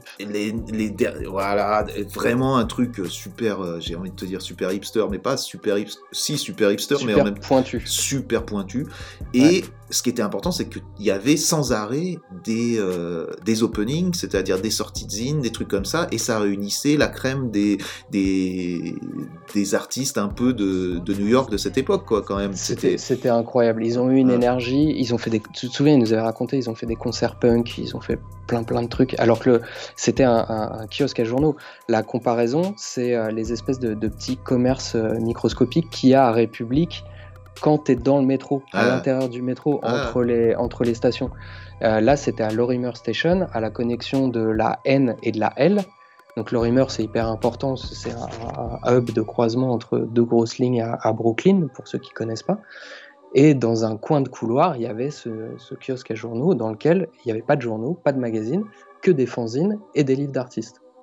voilà, vraiment un truc super, j'ai envie de te dire super hipster, mais pas super hipster, super hipster, super mais en même pointu, super pointu. Et ce qui était important, c'est qu'il y avait sans arrêt des openings, c'est-à-dire des sorties de zines, des trucs comme ça, et ça réunissait la crème des artistes un peu de New York de cette époque, quoi, quand même. C'était incroyable. Ils ont eu une énergie, ils ont fait tu te souviens, ils nous avaient raconté, ils ont fait des concerts punk, ils ont fait plein de trucs, alors que c'était un kiosque à journaux. La comparaison, c'est les espèces de petits commerces microscopiques qu'il y a à République quand tu es dans le métro, à l'intérieur du métro, entre les stations. Là, c'était à Lorimer Station, à la connexion de la N et de la L. Donc Lorimer, c'est hyper important, c'est un hub de croisement entre deux grosses lignes à Brooklyn, pour ceux qui ne connaissent pas. Et dans un coin de couloir, il y avait ce kiosque à journaux dans lequel il n'y avait pas de journaux, pas de magazines, que des fanzines et des livres d'artistes.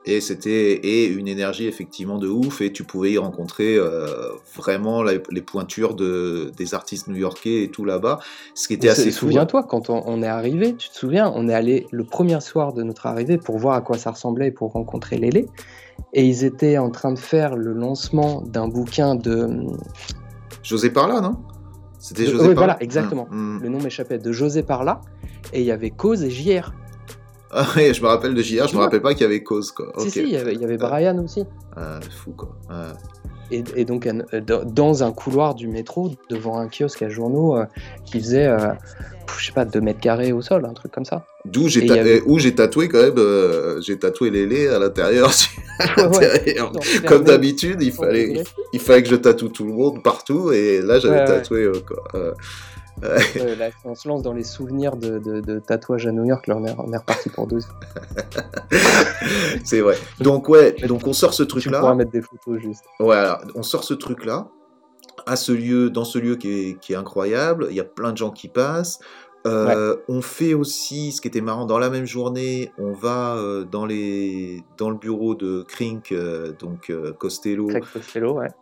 Et une énergie effectivement de ouf, et tu pouvais y rencontrer vraiment les pointures des artistes new-yorkais et tout là-bas, ce qui était assez fou. Souviens-toi, quand on est arrivé, tu te souviens, on est allé le premier soir de notre arrivée pour voir à quoi ça ressemblait et pour rencontrer Lélé, et ils étaient en train de faire le lancement d'un bouquin de... José Parla, non? C'était José Oui, Parla. voilà, exactement. Le nom m'échappait, de José Parla, et il y avait Cause et JR. Ah oui, je me rappelle de JR, je me rappelle pas qu'il y avait Cause, quoi. Si, il y avait Brian aussi. Fou, quoi. Et donc, dans un couloir du métro, devant un kiosque à journaux qui faisait, je sais pas, 2 mètres carrés au sol, un truc comme ça. Où j'ai tatoué quand même, j'ai tatoué Lélé à l'intérieur. Non, comme d'habitude, il fallait que je tatoue tout le monde partout, et là j'avais tatoué quoi. Là, on se lance dans les souvenirs de tatouage à New York, là on est reparti pour 2. C'est vrai. Donc on sort ce truc-là. Tu pourras mettre des photos juste. Voilà, on sort ce truc-là dans ce lieu qui est incroyable. Il y a plein de gens qui passent. On fait aussi, ce qui était marrant, dans la même journée, on va dans le bureau de Crink, Costello, Craig Costello, ouais.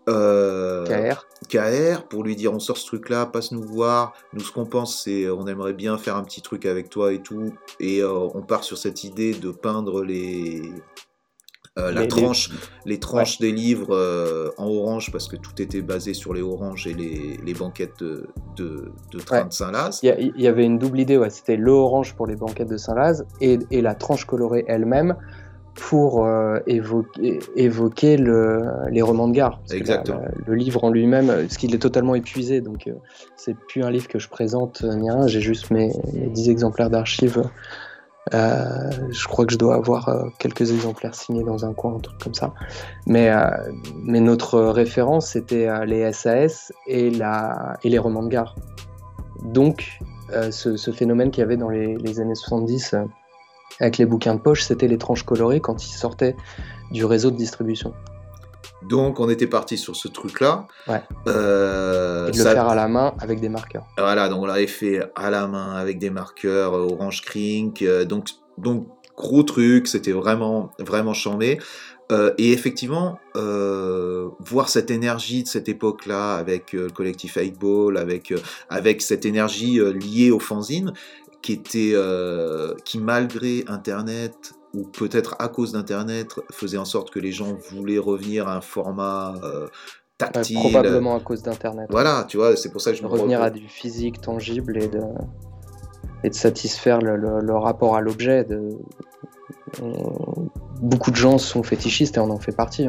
KR, pour lui dire, on sort ce truc-là, passe nous voir. Nous, ce qu'on pense, c'est, on aimerait bien faire un petit truc avec toi et tout. Et on part sur cette idée de peindre les tranches des livres en orange, parce que tout était basé sur les oranges et les banquettes de train de Saint-Laz. Il y avait une double idée, c'était le orange pour les banquettes de Saint-Laz et la tranche colorée elle-même pour évoquer les romans de gare. Exactement. Le livre en lui-même, parce qu'il est totalement épuisé, donc c'est plus un livre que je présente ni rien, j'ai juste mes 10 exemplaires d'archives. Je crois que je dois avoir quelques exemplaires signés dans un coin, un truc comme ça. Mais notre référence, c'était les SAS et les romans de gare. Donc, ce phénomène qu'il y avait dans les années 70 avec les bouquins de poche, c'était les tranches colorées quand ils sortaient du réseau de distribution. Donc, on était parti sur ce truc-là. Ouais. Et de le faire à la main avec des marqueurs. Voilà, donc on l'avait fait à la main avec des marqueurs, Orange Crink. Donc, gros truc, c'était vraiment, vraiment charmé. Et effectivement, voir cette énergie de cette époque-là avec le collectif 8 Ball, avec cette énergie liée au fanzine, qui malgré Internet, ou peut-être à cause d'Internet, faisait en sorte que les gens voulaient revenir à un format tactile. Probablement à cause d'Internet. Voilà, tu vois, c'est pour ça que je revenir à du physique tangible et de satisfaire le rapport à l'objet. Beaucoup de gens sont fétichistes et on en fait partie.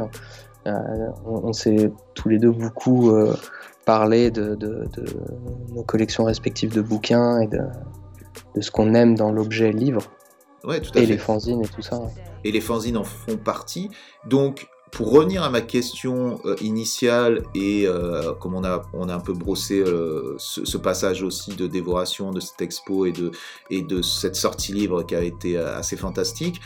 On s'est tous les deux beaucoup parlé de nos collections respectives de bouquins et de ce qu'on aime dans l'objet livre. Ouais, tout à fait. Et les fanzines et tout ça. Et les fanzines en font partie. Donc, pour revenir à ma question initiale, et comme on a un peu brossé ce passage aussi de dévoration de cette expo et de cette sortie livre qui a été assez fantastique,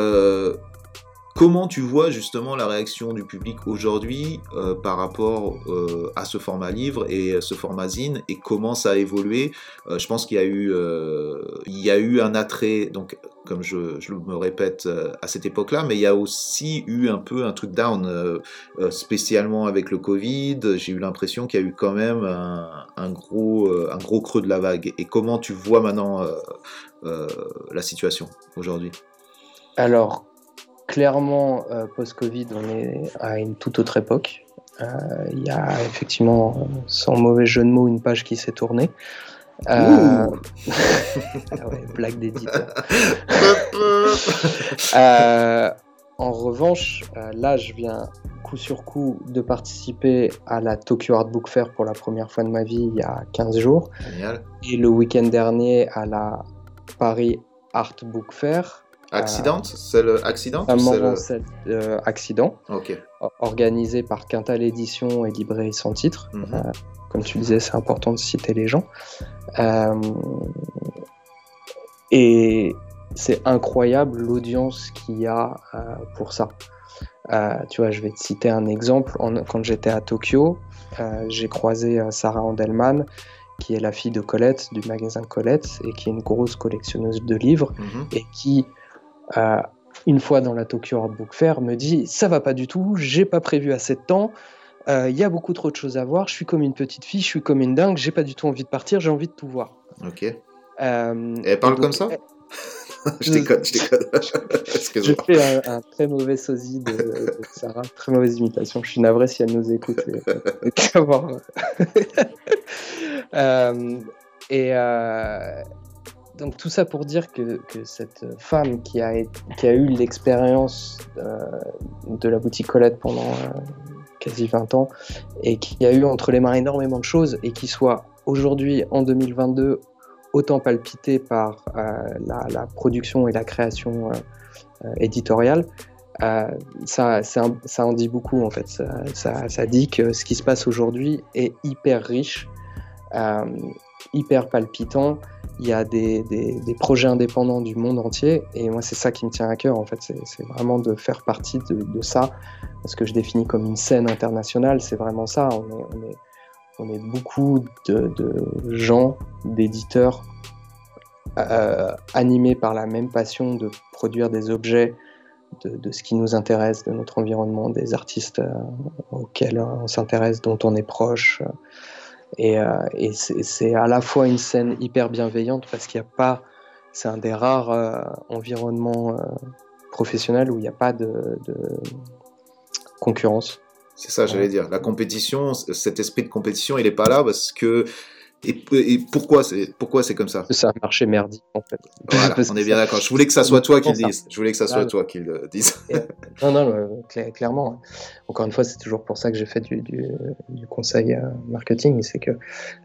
comment tu vois justement la réaction du public aujourd'hui par rapport à ce format livre et ce format zine, et comment ça a évolué? Je pense qu'il y a eu un attrait, donc comme je me répète à cette époque-là, mais il y a aussi eu un peu un truc down, spécialement avec le Covid. J'ai eu l'impression qu'il y a eu quand même un gros creux de la vague. Et comment tu vois maintenant la situation aujourd'hui? Alors, clairement, post-Covid, on est à une toute autre époque. Il y a effectivement, sans mauvais jeu de mots, une page qui s'est tournée. Ouais, blague d'éditeur. En revanche, là, je viens coup sur coup de participer à la Tokyo Art Book Fair pour la première fois de ma vie il y a 15 jours. Génial. Et le week-end dernier à la Paris Art Book Fair. Accident, c'est le Accident Accident, okay. Organisé par Quintal Édition et Librairie Sans Titre. Comme tu disais, c'est important de citer les gens. Et c'est incroyable l'audience qu'il y a pour ça. Tu vois, je vais te citer un exemple. Quand j'étais à Tokyo, j'ai croisé Sarah Andelman, qui est la fille de Colette, du magasin Colette, et qui est une grosse collectionneuse de livres, et qui une fois dans la Tokyo Art Book Fair, me dit « ça va pas du tout, j'ai pas prévu assez de temps, il y a beaucoup trop de choses à voir, je suis comme une petite fille, je suis comme une dingue, j'ai pas du tout envie de partir, j'ai envie de tout voir. » Ok. Et elle parle comme ça? Je déconne. Je Excuse-moi. fais un très mauvais sosie de Sarah, très mauvaise imitation. Je suis navré si elle nous écoute. Donc tout ça pour dire que cette femme qui a eu l'expérience de la boutique Colette pendant quasi 20 ans et qui a eu entre les mains énormément de choses et qui soit aujourd'hui en 2022 autant palpité par la production et la création éditoriale, ça en dit beaucoup en fait. Ça dit que ce qui se passe aujourd'hui est hyper riche, hyper palpitant. Il y a des projets indépendants du monde entier et moi c'est ça qui me tient à cœur en fait, c'est vraiment de faire partie de ça, parce que je définis comme une scène internationale, c'est vraiment ça, on est beaucoup de gens, d'éditeurs animés par la même passion de produire des objets de ce qui nous intéresse, de notre environnement, des artistes auxquels on s'intéresse, dont on est proche. Et c'est à la fois une scène hyper bienveillante parce qu'il n'y a pas, c'est un des rares environnements professionnels où il n'y a pas de concurrence. C'est ça, j'allais dire. La compétition, cet esprit de compétition, il n'est pas là parce que. Et pourquoi c'est comme ça? C'est un marché merdique en fait. Voilà, on est bien d'accord. Je voulais que ça soit toi qui le dise. Non, clairement. Encore une fois, c'est toujours pour ça que j'ai fait du conseil marketing, c'est que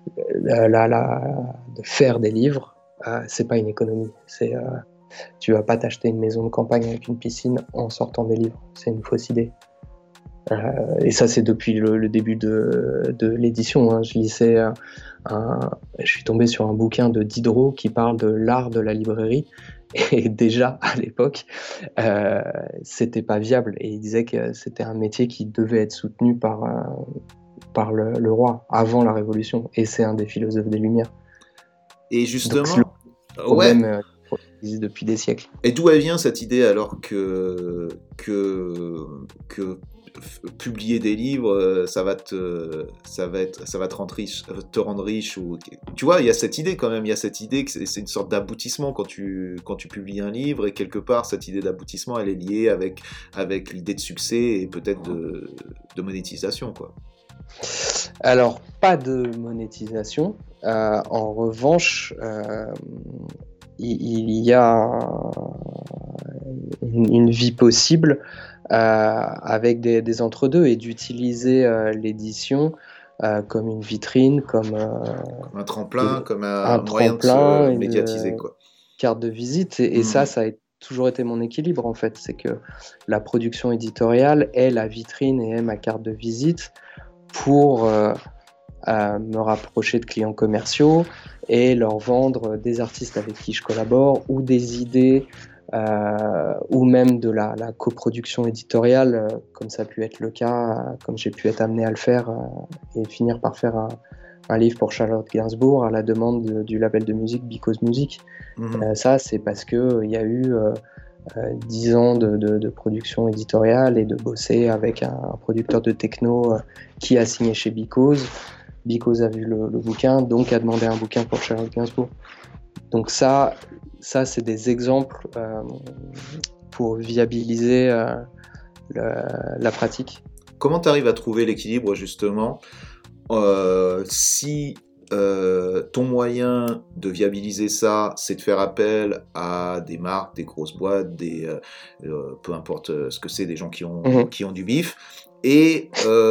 de faire des livres, c'est pas une économie. Tu vas pas t'acheter une maison de campagne avec une piscine en sortant des livres. C'est une fausse idée. Et ça, c'est depuis le début de l'édition. Hein. Je suis tombé sur un bouquin de Diderot qui parle de l'art de la librairie. Et déjà, à l'époque, c'était pas viable. Et il disait que c'était un métier qui devait être soutenu par le roi avant la Révolution. Et c'est un des philosophes des Lumières. Et justement, donc, c'est le problème qui existe depuis des siècles. Et d'où elle vient cette idée alors que publier des livres, ça va te rendre riche, ou tu vois, il y a cette idée quand même, il y a cette idée que c'est une sorte d'aboutissement quand tu publies un livre, et quelque part cette idée d'aboutissement elle est liée avec l'idée de succès et peut-être de monétisation, quoi. Alors pas de monétisation, en revanche il y a une vie possible avec des entre-deux, et d'utiliser l'édition comme une vitrine, comme un tremplin, comme un moyen de se médiatiser, quoi. Carte de visite, et ça a toujours été mon équilibre en fait, c'est que la production éditoriale est la vitrine et est ma carte de visite pour me rapprocher de clients commerciaux et leur vendre des artistes avec qui je collabore, ou des idées, ou même de la coproduction éditoriale, comme ça a pu être le cas, comme j'ai pu être amené à le faire, et finir par faire un livre pour Charlotte Gainsbourg à la demande du label de musique Because Music. Ça, c'est parce qu'il y a eu 10 ans de production éditoriale et de bosser avec un producteur de techno qui a signé chez Because. Because a vu le bouquin, donc a demandé un bouquin pour Charlotte Gainsbourg. Donc ça c'est des exemples pour viabiliser la pratique. Comment tu arrives à trouver l'équilibre justement si ton moyen de viabiliser ça, c'est de faire appel à des marques, des grosses boîtes, peu importe ce que c'est, des gens qui ont du bif, et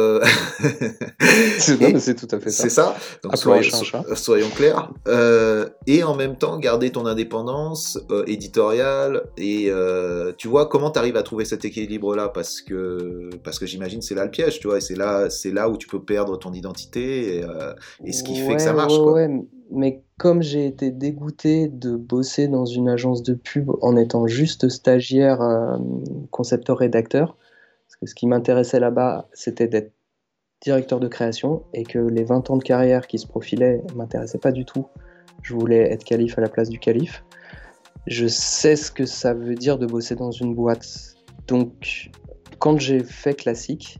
c'est tout à fait ça. C'est ça. Donc soyons clairs. Et en même temps, garder ton indépendance éditoriale. Et tu vois, comment tu arrives à trouver cet équilibre-là, parce que j'imagine c'est là le piège, tu vois. Et c'est là où tu peux perdre ton identité et ce qui fait que ça marche. Quoi. Mais comme j'ai été dégoûté de bosser dans une agence de pub en étant juste stagiaire, concepteur-rédacteur, parce que ce qui m'intéressait là-bas, c'était d'être directeur de création, et que les 20 ans de carrière qui se profilaient ne m'intéressaient pas du tout. Je voulais être calife à la place du calife. je sais ce que ça veut dire de bosser dans une boîte. Donc, quand j'ai fait classique,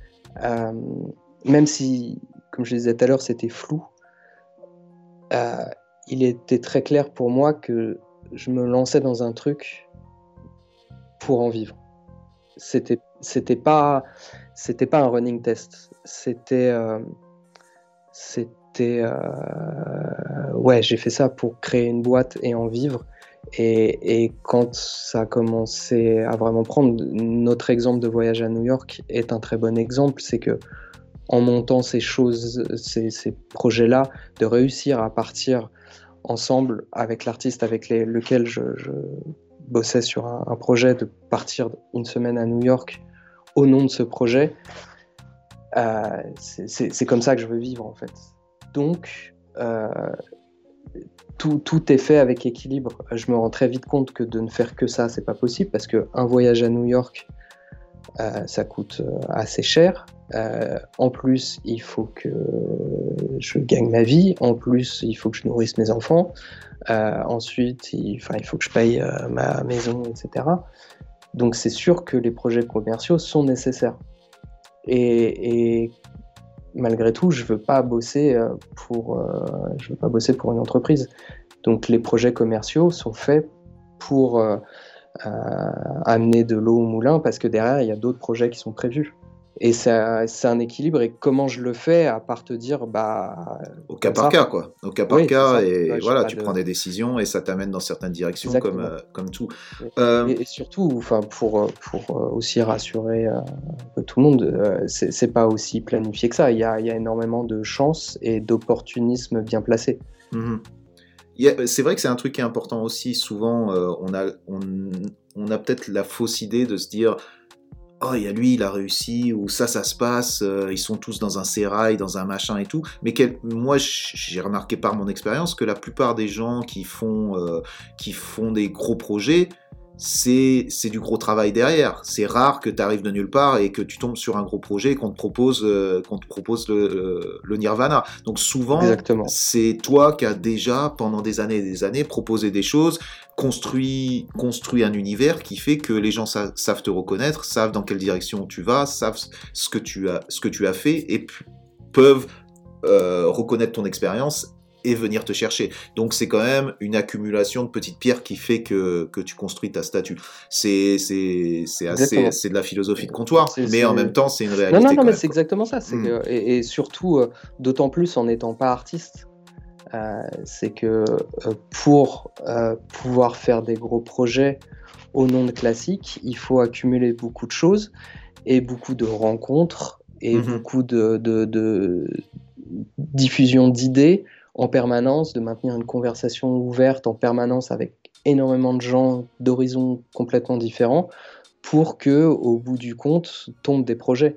même si, comme je le disais tout à l'heure, c'était flou, il était très clair pour moi que je me lançais dans un truc pour en vivre. C'était pas un running test. Ouais, j'ai fait ça pour créer une boîte et en vivre. Et quand ça a commencé à vraiment prendre, notre exemple de voyage à New York est un très bon exemple. C'est que en montant ces projets-là, de réussir à partir ensemble avec l'artiste avec lequel je bossais sur un projet, de partir une semaine à New York au nom de ce projet, c'est comme ça que je veux vivre en fait. Donc, tout est fait avec équilibre. Je me rends très vite compte que de ne faire que ça, c'est pas possible parce qu'un voyage à New York, ça coûte assez cher. En plus, il faut que je gagne ma vie. En plus, il faut que je nourrisse mes enfants. Ensuite, il faut que je paye ma maison, etc. Donc, c'est sûr que les projets commerciaux sont nécessaires. Et malgré tout, je veux pas bosser pour une entreprise. Donc, les projets commerciaux sont faits pour amener de l'eau au moulin parce que derrière, il y a d'autres projets qui sont prévus. Et c'est un équilibre. Et comment je le fais, à part te dire, au cas par cas, quoi. Au cas par cas, et ouais, voilà, tu prends des décisions et ça t'amène dans certaines directions, comme tout. Et surtout, pour aussi rassurer un peu tout le monde, c'est pas aussi planifié que ça. Il y a énormément de chance et d'opportunisme bien placé. C'est vrai que c'est un truc qui est important aussi. Souvent, on a peut-être la fausse idée de se dire oh, il a réussi, ou ça se passe, ils sont tous dans un sérail, dans un machin et tout. Mais moi, j'ai remarqué par mon expérience que la plupart des gens qui font des gros projets, c'est du gros travail derrière. C'est rare que tu arrives de nulle part et que tu tombes sur un gros projet et qu'on te propose le nirvana. Donc souvent, Exactement. C'est toi qui as déjà, pendant des années et des années, proposé des choses, construit un univers qui fait que les gens savent te reconnaître, savent dans quelle direction tu vas, savent ce que tu as fait et peuvent reconnaître ton expérience et venir te chercher. Donc c'est quand même une accumulation de petites pierres qui fait que tu construis ta statue. C'est de la philosophie de comptoir, mais en même temps c'est une réalité. Non, mais c'est exactement ça. Et surtout, d'autant plus en n'étant pas artiste, c'est que pour pouvoir faire des gros projets au nom de classique, il faut accumuler beaucoup de choses et beaucoup de rencontres et beaucoup de diffusion d'idées en permanence, de maintenir une conversation ouverte en permanence avec énormément de gens d'horizons complètement différents pour que, au bout du compte, tombent des projets.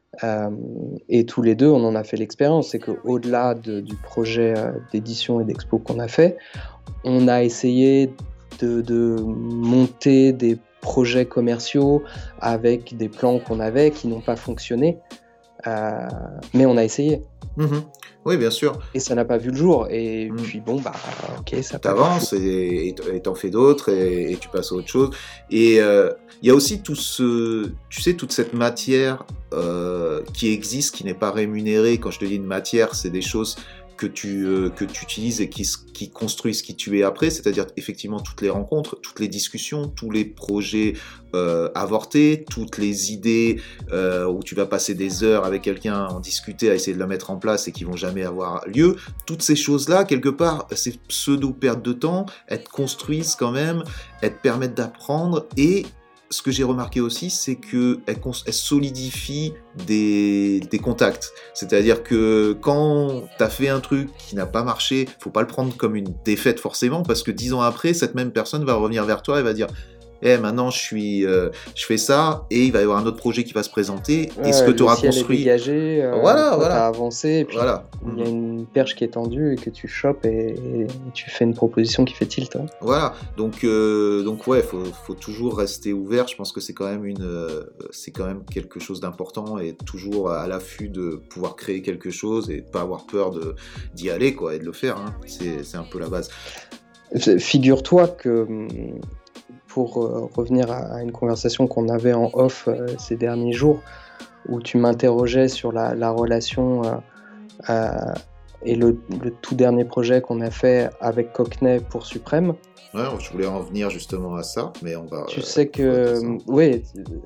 Et tous les deux, on en a fait l'expérience, c'est qu'au-delà du projet d'édition et d'expo qu'on a fait, on a essayé de monter des projets commerciaux avec des plans qu'on avait qui n'ont pas fonctionné, mais on a essayé. Oui, bien sûr. Et ça n'a pas vu le jour. Et puis bon, ok, ça t'avances et t'en fais d'autres et tu passes à autre chose. Et il y a aussi toute cette matière qui existe, qui n'est pas rémunérée. Quand je te dis une matière, c'est des choses que tu utilises et qui construisent qui tu es après, c'est-à-dire effectivement toutes les rencontres, toutes les discussions, tous les projets avortés, toutes les idées où tu vas passer des heures avec quelqu'un, en discuter, à essayer de la mettre en place et qui vont jamais avoir lieu. Toutes ces choses-là, quelque part, ces pseudo-pertes de temps, elles te construisent quand même, elles te permettent d'apprendre et ce que j'ai remarqué aussi, c'est qu'elle solidifie des contacts. C'est-à-dire que quand tu as fait un truc qui n'a pas marché, faut pas le prendre comme une défaite forcément, parce que 10 ans après, cette même personne va revenir vers toi et va dire maintenant je fais ça, et il va y avoir un autre projet qui va se présenter, et ce que tu auras construit, dégagé, t'as avancé, et puis il y a une perche qui est tendue et que tu chopes et tu fais une proposition qui fait tilt. Hein. Voilà, donc ouais, faut toujours rester ouvert. Je pense que c'est quand même quelque chose d'important, et toujours à l'affût de pouvoir créer quelque chose et pas avoir peur d'y aller, quoi, et de le faire. Hein. C'est un peu la base. Figure-toi que, pour revenir à une conversation qu'on avait en off ces derniers jours, où tu m'interrogeais sur la relation et le tout dernier projet qu'on a fait avec Cockney pour Suprême. Ouais, je voulais en venir justement à ça, mais on va... Tu sais que, oui,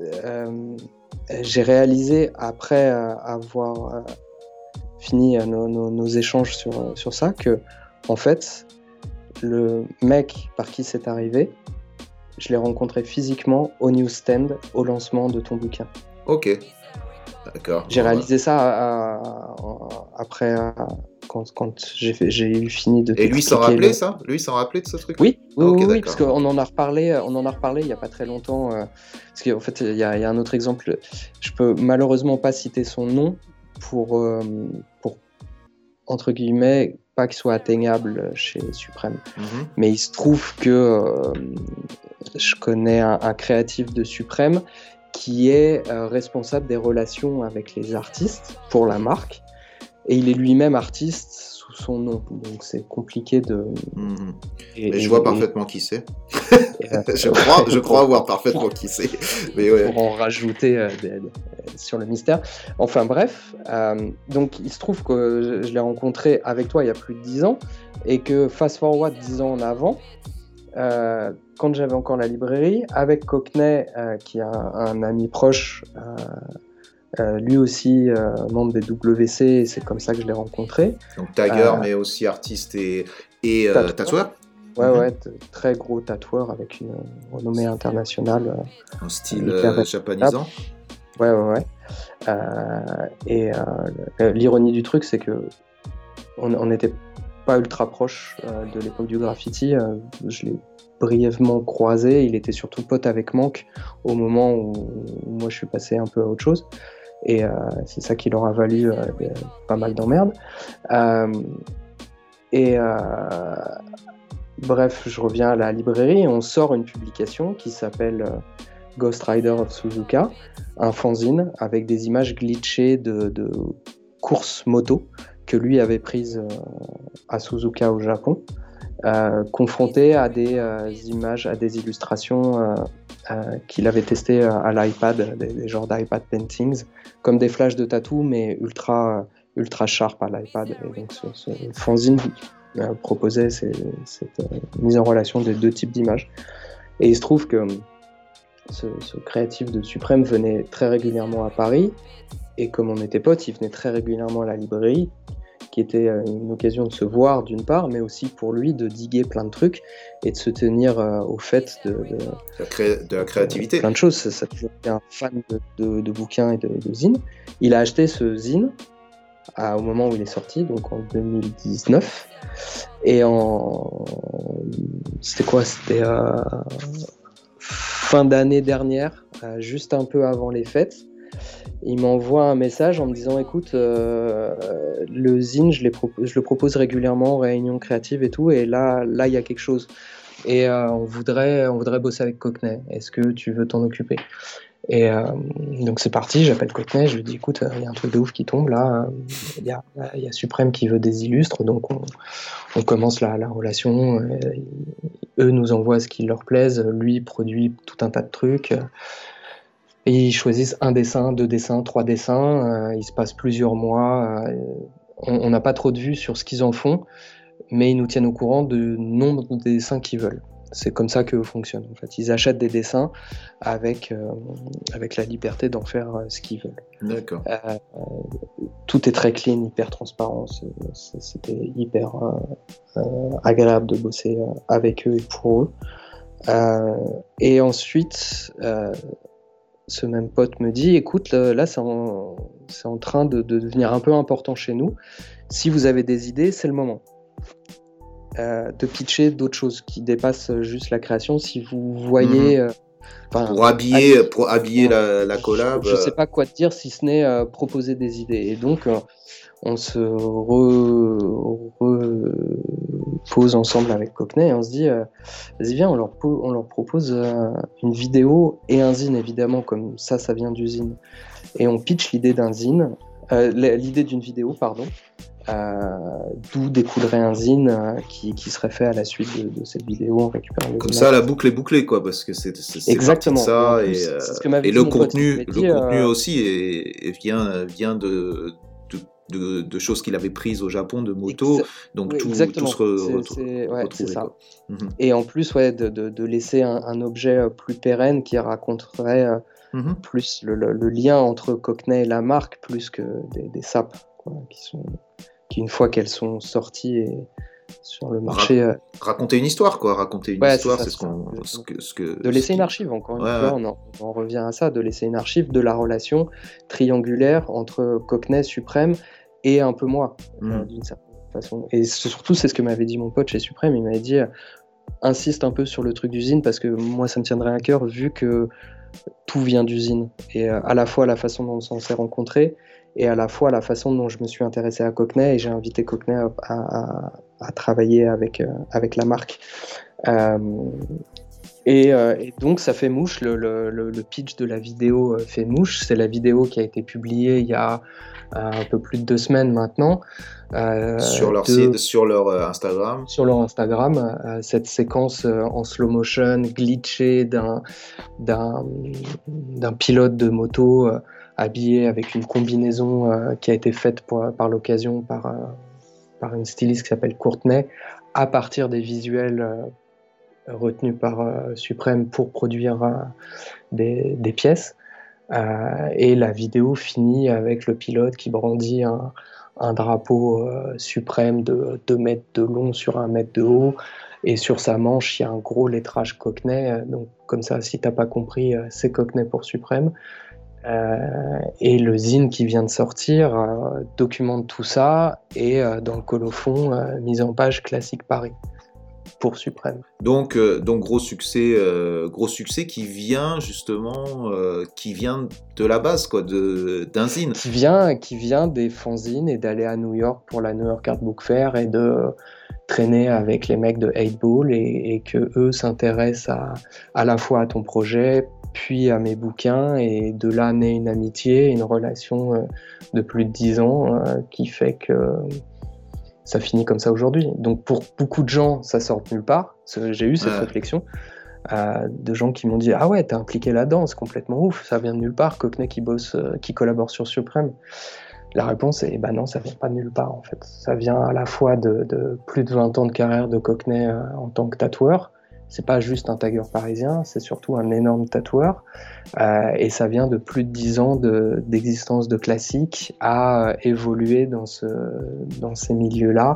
j'ai réalisé après avoir fini nos échanges sur ça que, en fait, le mec par qui c'est arrivé, je l'ai rencontré physiquement au newsstand au lancement de ton bouquin. Ok, d'accord. J'ai réalisé ça après, quand j'ai eu fini de Et lui s'en rappelait ça ? Lui s'en rappelait de ce truc ? Oui, okay, oui, parce qu'on en a reparlé il n'y a pas très longtemps. Parce qu'en fait, il y a un autre exemple. Je peux malheureusement pas citer son nom pour entre guillemets, pas qu'il soit atteignable chez Suprême. Mais il se trouve que je connais un créatif de Suprême qui est responsable des relations avec les artistes pour la marque, et il est lui-même artiste sous son nom, donc c'est compliqué de... Mais je vois parfaitement qui c'est. je crois voir parfaitement qui c'est. Mais ouais. Pour en rajouter sur le mystère. Enfin bref, donc il se trouve que je l'ai rencontré avec toi il y a plus de 10 ans, et que fast forward 10 ans en avant, quand j'avais encore la librairie, avec Cockney, qui est un ami proche, lui aussi membre des WC, et c'est comme ça que je l'ai rencontré. Donc tagueur, mais aussi artiste et tatoueur. Ouais, très gros tatoueur avec une renommée internationale. Un style japonisant. Ouais. Et l'ironie du truc, c'est que on n'était pas ultra proche de l'époque du graffiti. Je l'ai brièvement croisé. Il était surtout pote avec Manque au moment où moi je suis passé un peu à autre chose. Et c'est ça qui leur a valu pas mal d'emmerdes. Bref, je reviens à la librairie et on sort une publication qui s'appelle Ghost Rider of Suzuka, un fanzine avec des images glitchées de courses moto que lui avait prises à Suzuka au Japon, confronté à des images, à des illustrations qu'il avait testées à l'iPad, des genres d'iPad paintings, comme des flashs de tatou, mais ultra sharp à l'iPad. Et donc ce fanzine proposait cette mise en relation des deux types d'images. Et il se trouve que ce créatif de Suprême venait très régulièrement à Paris, et comme on était potes, il venait très régulièrement à la librairie, qui était une occasion de se voir d'une part, mais aussi pour lui de diguer plein de trucs et de se tenir au fait de la créativité. Plein de choses. Ça a toujours été un fan de bouquins et de zines. Il a acheté ce zine au moment où il est sorti, donc en 2019. Et C'était fin d'année dernière, juste un peu avant les fêtes. Il m'envoie un message en me disant écoute, le zine je le propose régulièrement en réunion créative et tout, et là il y a quelque chose, et on voudrait bosser avec Cockney, est-ce que tu veux t'en occuper? Et donc c'est parti, j'appelle Cockney, je lui dis écoute, il y a un truc de ouf qui tombe là, il y a Suprême qui veut des illustres, donc on commence la relation, eux nous envoient ce qui leur plaise, lui produit tout un tas de trucs. Et ils choisissent un dessin, 2 dessins, 3 dessins, il se passe plusieurs mois, on n'a pas trop de vues sur ce qu'ils en font, mais ils nous tiennent au courant du nombre de dessins qu'ils veulent. C'est comme ça qu'eux fonctionnent. En fait, ils achètent des dessins avec la liberté d'en faire ce qu'ils veulent. D'accord. Tout est très clean, hyper transparent, c'était hyper agréable de bosser avec eux et pour eux. Et ensuite... ce même pote me dit écoute, là c'est en train de devenir un peu important chez nous, si vous avez des idées c'est le moment de pitcher d'autres choses qui dépassent juste la création, si vous voyez pour habiller la collab, je sais pas quoi te dire si ce n'est proposer des idées. Et donc on se pose ensemble avec Cockney et on se dit vas-y viens, on leur propose une vidéo et un zine, évidemment, comme ça vient du zine, et on pitch l'idée d'un zine, l'idée d'une vidéo, pardon, d'où découlerait un zine qui serait fait à la suite de cette vidéo en récupérant les Comme images. ça, la boucle est bouclée, quoi, parce que c'est Exactement. parti de ça, Et en plus, c'est ce que m'avait et dit le mon pote. Il contenu, m'avait dit, aussi vient de choses qu'il avait prises au Japon, de motos, donc oui, tout exactement. se C'est retrouvait, ça. quoi. Mhm. Et en plus, de laisser un objet plus pérenne qui raconterait Mhm. plus le lien entre Cockney et la marque, plus que des sapes, quoi, qui une fois qu'elles sont sorties et sur le marché, Raconter une histoire, quoi. Raconter une ouais, histoire, c'est c'est ça, ce que de laisser ce une qui- archive, encore une Ouais, fois, ouais. on en revient à ça, de laisser une archive de la relation triangulaire entre Cockney, Suprême et un peu moi, Mhm. d'une certaine façon. Et surtout, c'est ce que m'avait dit mon pote chez Suprême, il m'avait dit, insiste un peu sur le truc d'usine, parce que moi, ça me tiendrait à cœur, vu que tout vient d'usine. Et à la fois la façon dont on s'est rencontrés, et à la fois la façon dont je me suis intéressé à Cockney, et j'ai invité Cockney à travailler avec la marque. Euh, et donc ça fait mouche, le pitch de la vidéo fait mouche. C'est la vidéo qui a été publiée il y a un peu plus de 2 semaines maintenant. Sur leur site, sur leur Instagram. Sur leur Instagram, cette séquence en slow motion, glitchée d'un pilote de moto habillé avec une combinaison qui a été faite par l'occasion par une styliste qui s'appelle Courtney, à partir des visuels retenus par Suprême pour produire des pièces. Et la vidéo finit avec le pilote qui brandit un drapeau Suprême de 2 mètres de long sur 1 mètre de haut. Et sur sa manche, il y a un gros lettrage Cockney. Donc, comme ça, si t'as pas compris, c'est Cockney pour Suprême. Et le zine qui vient de sortir documente tout ça, et dans le colophon, mise en page classique Paris pour Suprême. Donc gros succès qui vient justement, qui vient de la base, quoi, d'un zine. Qui vient des fanzines et d'aller à New York pour la New York Art Book Fair et de traîner avec les mecs de 8Ball, et que eux s'intéressent à la fois à ton projet, puis à mes bouquins, et de là naît une amitié, une relation de plus de 10 ans qui fait que ça finit comme ça aujourd'hui. Donc pour beaucoup de gens, ça sort de nulle part. J'ai eu cette réflexion de gens qui m'ont dit « Ah ouais, t'es impliqué là-dedans, c'est complètement ouf, ça vient de nulle part, Cockney qui collabore sur Suprême ». La réponse est non, ça vient pas de nulle part en fait. Ça vient à la fois de plus de 20 ans de carrière de Cockney en tant que tatoueur. C'est pas juste un tagueur parisien, c'est surtout un énorme tatoueur. Et ça vient de plus de 10 ans d'existence de classique à évoluer dans ces milieux-là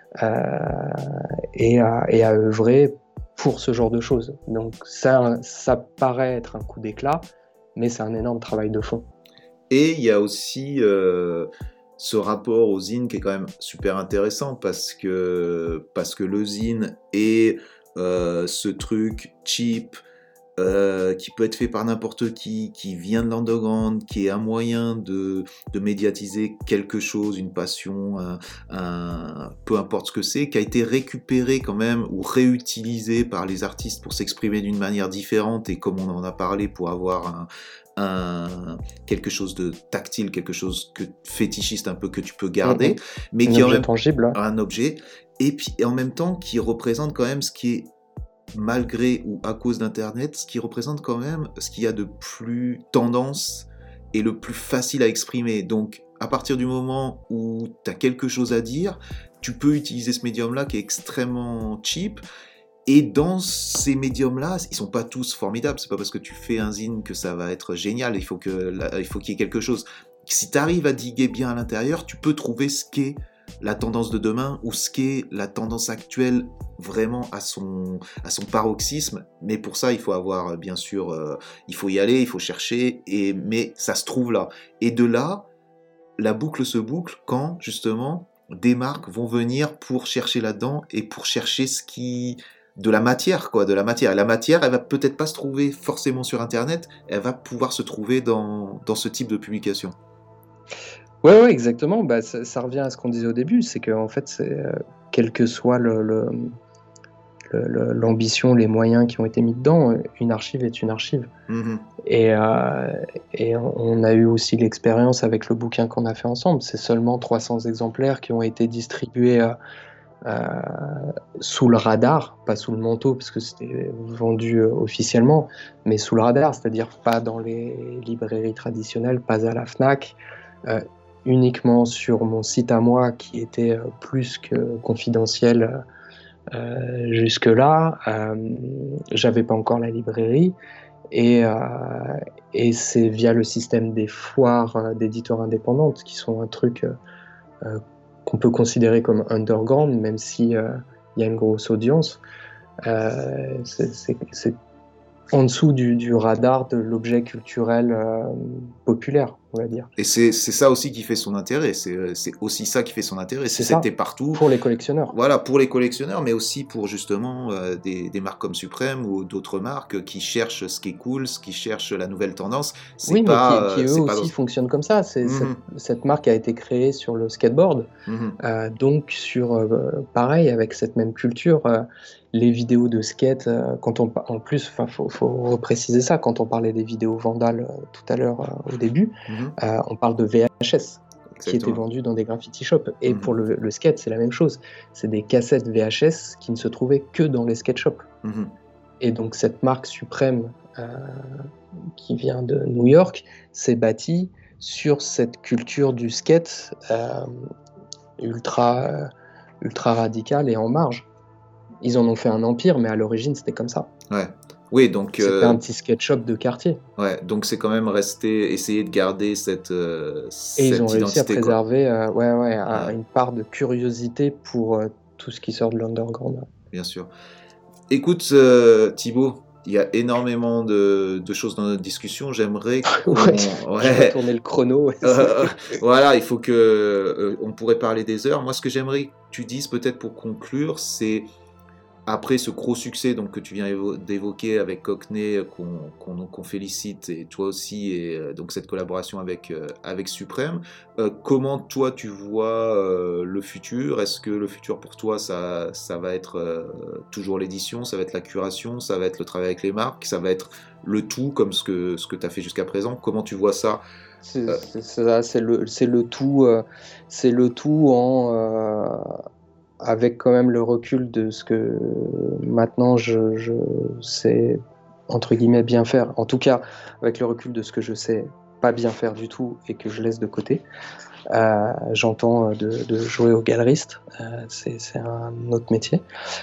et à œuvrer pour ce genre de choses. Donc ça paraît être un coup d'éclat, mais c'est un énorme travail de fond. Et il y a aussi ce rapport au zine qui est quand même super intéressant, parce que le zine est ce truc cheap qui peut être fait par n'importe qui vient de l'underground, qui est un moyen de médiatiser quelque chose, une passion, peu importe ce que c'est, qui a été récupéré quand même ou réutilisé par les artistes pour s'exprimer d'une manière différente, et comme on en a parlé, pour avoir quelque chose de tactile, quelque chose fétichiste un peu, que tu peux garder, mais qui est en même tangible. Un objet, et puis en même temps qui représente quand même ce qui est, malgré ou à cause d'Internet, ce qui représente quand même ce qu'il y a de plus tendance et le plus facile à exprimer. Donc, à partir du moment où tu as quelque chose à dire, tu peux utiliser ce médium-là qui est extrêmement cheap. Et dans ces médiums-là, ils sont pas tous formidables. C'est pas parce que tu fais un zine que ça va être génial. Il faut qu'il y ait quelque chose. Si tu arrives à diguer bien à l'intérieur, tu peux trouver ce qu'est la tendance de demain, ou ce qu'est la tendance actuelle, vraiment à son paroxysme. Mais pour ça, il faut avoir, bien sûr, il faut y aller, il faut chercher, mais ça se trouve là. Et de là, la boucle se boucle quand, justement, des marques vont venir pour chercher là-dedans, et pour chercher de la matière, quoi, de la matière. Et la matière, elle va peut-être pas se trouver forcément sur Internet, elle va pouvoir se trouver dans ce type de publication. Ouais, exactement. Ça revient à ce qu'on disait au début, c'est qu'en fait, quel que soit l'ambition, les moyens qui ont été mis dedans, une archive est une archive. Et on a eu aussi l'expérience avec le bouquin qu'on a fait ensemble. C'est seulement 300 exemplaires qui ont été distribués sous le radar, pas sous le manteau parce que c'était vendu officiellement, mais sous le radar, c'est-à-dire pas dans les librairies traditionnelles, pas à la Fnac, uniquement sur mon site à moi qui était plus que confidentiel jusque-là. J'avais pas encore la librairie et c'est via le système des foires d'éditeurs indépendantes qui sont un truc qu'on peut considérer comme underground, même si y a une grosse audience. C'est en dessous du radar de l'objet culturel populaire, on va dire. Et c'est ça aussi qui fait son intérêt. C'est aussi ça qui fait son intérêt. C'était partout. Pour les collectionneurs. Voilà, pour les collectionneurs, mais aussi pour justement des marques comme Suprême ou d'autres marques qui cherchent ce qui est cool, qui cherchent la nouvelle tendance. Oui, mais qui eux aussi fonctionnent comme ça. Cette marque a été créée sur le skateboard. Donc, pareil, avec cette même culture, les vidéos de skate, en plus, faut repréciser ça, quand on parlait des vidéos vandales tout à l'heure au début, on parle de VHS. Qui étaient vendus dans des graffiti shops. Et pour le skate, c'est la même chose. C'est des cassettes VHS qui ne se trouvaient que dans les skate shops. Et donc cette marque Suprême qui vient de New York s'est bâtie sur cette culture du skate ultra radicale et en marge. Ils en ont fait un empire, mais à l'origine, c'était comme ça. Ouais. Oui, donc c'était un petit skate shop de quartier. Ouais, donc c'est quand même essayer de garder cette et ils ont réussi à préserver une part de curiosité pour tout ce qui sort de l'underground. Bien sûr. Écoute, Thibaut, il y a énormément de choses dans notre discussion. J'aimerais je vais tourner le chrono. Voilà, il faut que on pourrait parler des heures. Moi, ce que j'aimerais que tu dises peut-être pour conclure, c'est après ce gros succès donc, que tu viens d'évoquer avec Cockney, qu'on félicite, et toi aussi, et donc cette collaboration avec Suprême, comment toi tu vois le futur ? Est-ce que le futur pour toi, ça va être toujours l'édition, ça va être la curation, ça va être le travail avec les marques, ça va être le tout comme ce que tu as fait jusqu'à présent ? Comment tu vois ça ? C'est le tout en... avec quand même le recul de ce que maintenant je sais entre guillemets bien faire, en tout cas avec le recul de ce que je sais pas bien faire du tout et que je laisse de côté, j'entends de jouer au galeriste, c'est un autre métier.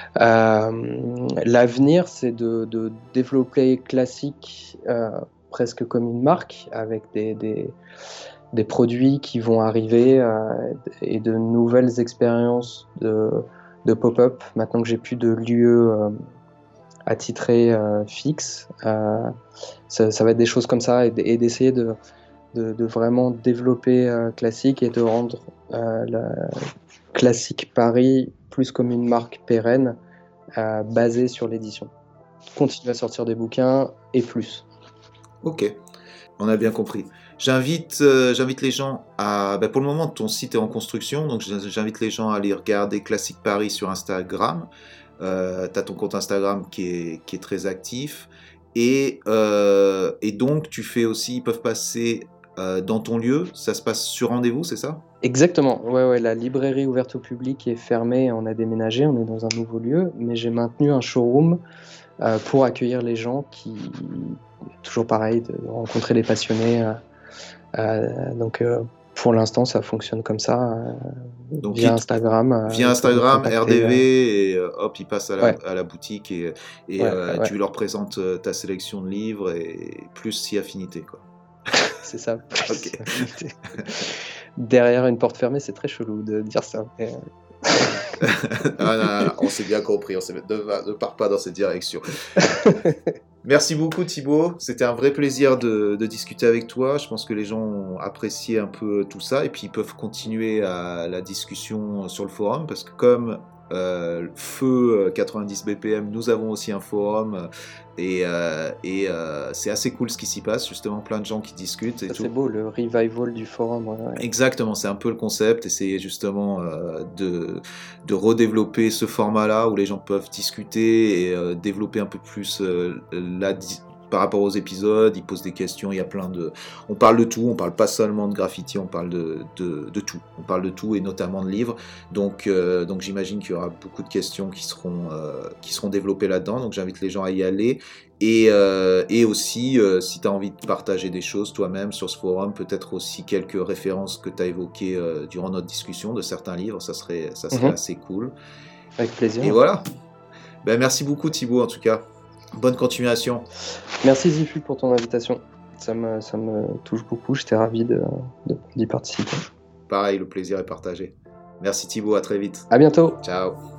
L'avenir, c'est de développer Classic presque comme une marque, avec des produits qui vont arriver et de nouvelles expériences de pop-up. Maintenant que j'ai plus de lieu attitré fixe, ça va être des choses comme ça, et d'essayer de vraiment développer Classic et de rendre la Classic Paris plus comme une marque pérenne basée sur l'édition. Continuer à sortir des bouquins et plus. Ok, on a bien compris. J'invite les gens à... pour le moment, ton site est en construction, donc j'invite les gens à aller regarder Classic Paris sur Instagram. Tu as ton compte Instagram qui est très actif. Et donc, tu fais aussi... Ils peuvent passer dans ton lieu. Ça se passe sur rendez-vous, c'est ça ? Exactement. Ouais, la librairie ouverte au public est fermée. On a déménagé, on est dans un nouveau lieu. Mais j'ai maintenu un showroom pour accueillir les gens qui... Toujours pareil, de rencontrer les passionnés... donc pour l'instant ça fonctionne comme ça, donc via Instagram. Via Instagram, RDV, et hop, ils passent à la boutique et tu leur présentes ta sélection de livres et plus si affinité, quoi. C'est ça. Okay. Derrière une porte fermée, c'est très chelou de dire ça. Non, on s'est bien compris, ne part pas dans cette direction. Merci beaucoup Thibaut, c'était un vrai plaisir de discuter avec toi. Je pense que les gens ont apprécié un peu tout ça et puis ils peuvent continuer la discussion sur le forum, parce que comme Feu 90 BPM, nous avons aussi un forum et c'est assez cool ce qui s'y passe, justement plein de gens qui discutent et Ça, tout. c'est beau, le revival du forum. Ouais. Exactement, c'est un peu le concept, essayer justement de redévelopper ce format-là où les gens peuvent discuter et développer un peu plus par rapport aux épisodes, ils posent des questions, il y a plein de... On parle de tout, on parle pas seulement de graffiti, on parle de tout. On parle de tout et notamment de livres. Donc j'imagine qu'il y aura beaucoup de questions qui seront développées là-dedans, donc j'invite les gens à y aller. Et aussi, si tu as envie de partager des choses toi-même sur ce forum, peut-être aussi quelques références que tu as évoquées durant notre discussion de certains livres, ça serait assez cool. Avec plaisir. Et voilà. Ben, merci beaucoup Thibaut en tout cas. Bonne continuation. Merci Zifu pour ton invitation. Ça me touche beaucoup. J'étais ravi d'y participer. Pareil, le plaisir est partagé. Merci Thibaut, à très vite. À bientôt. Ciao.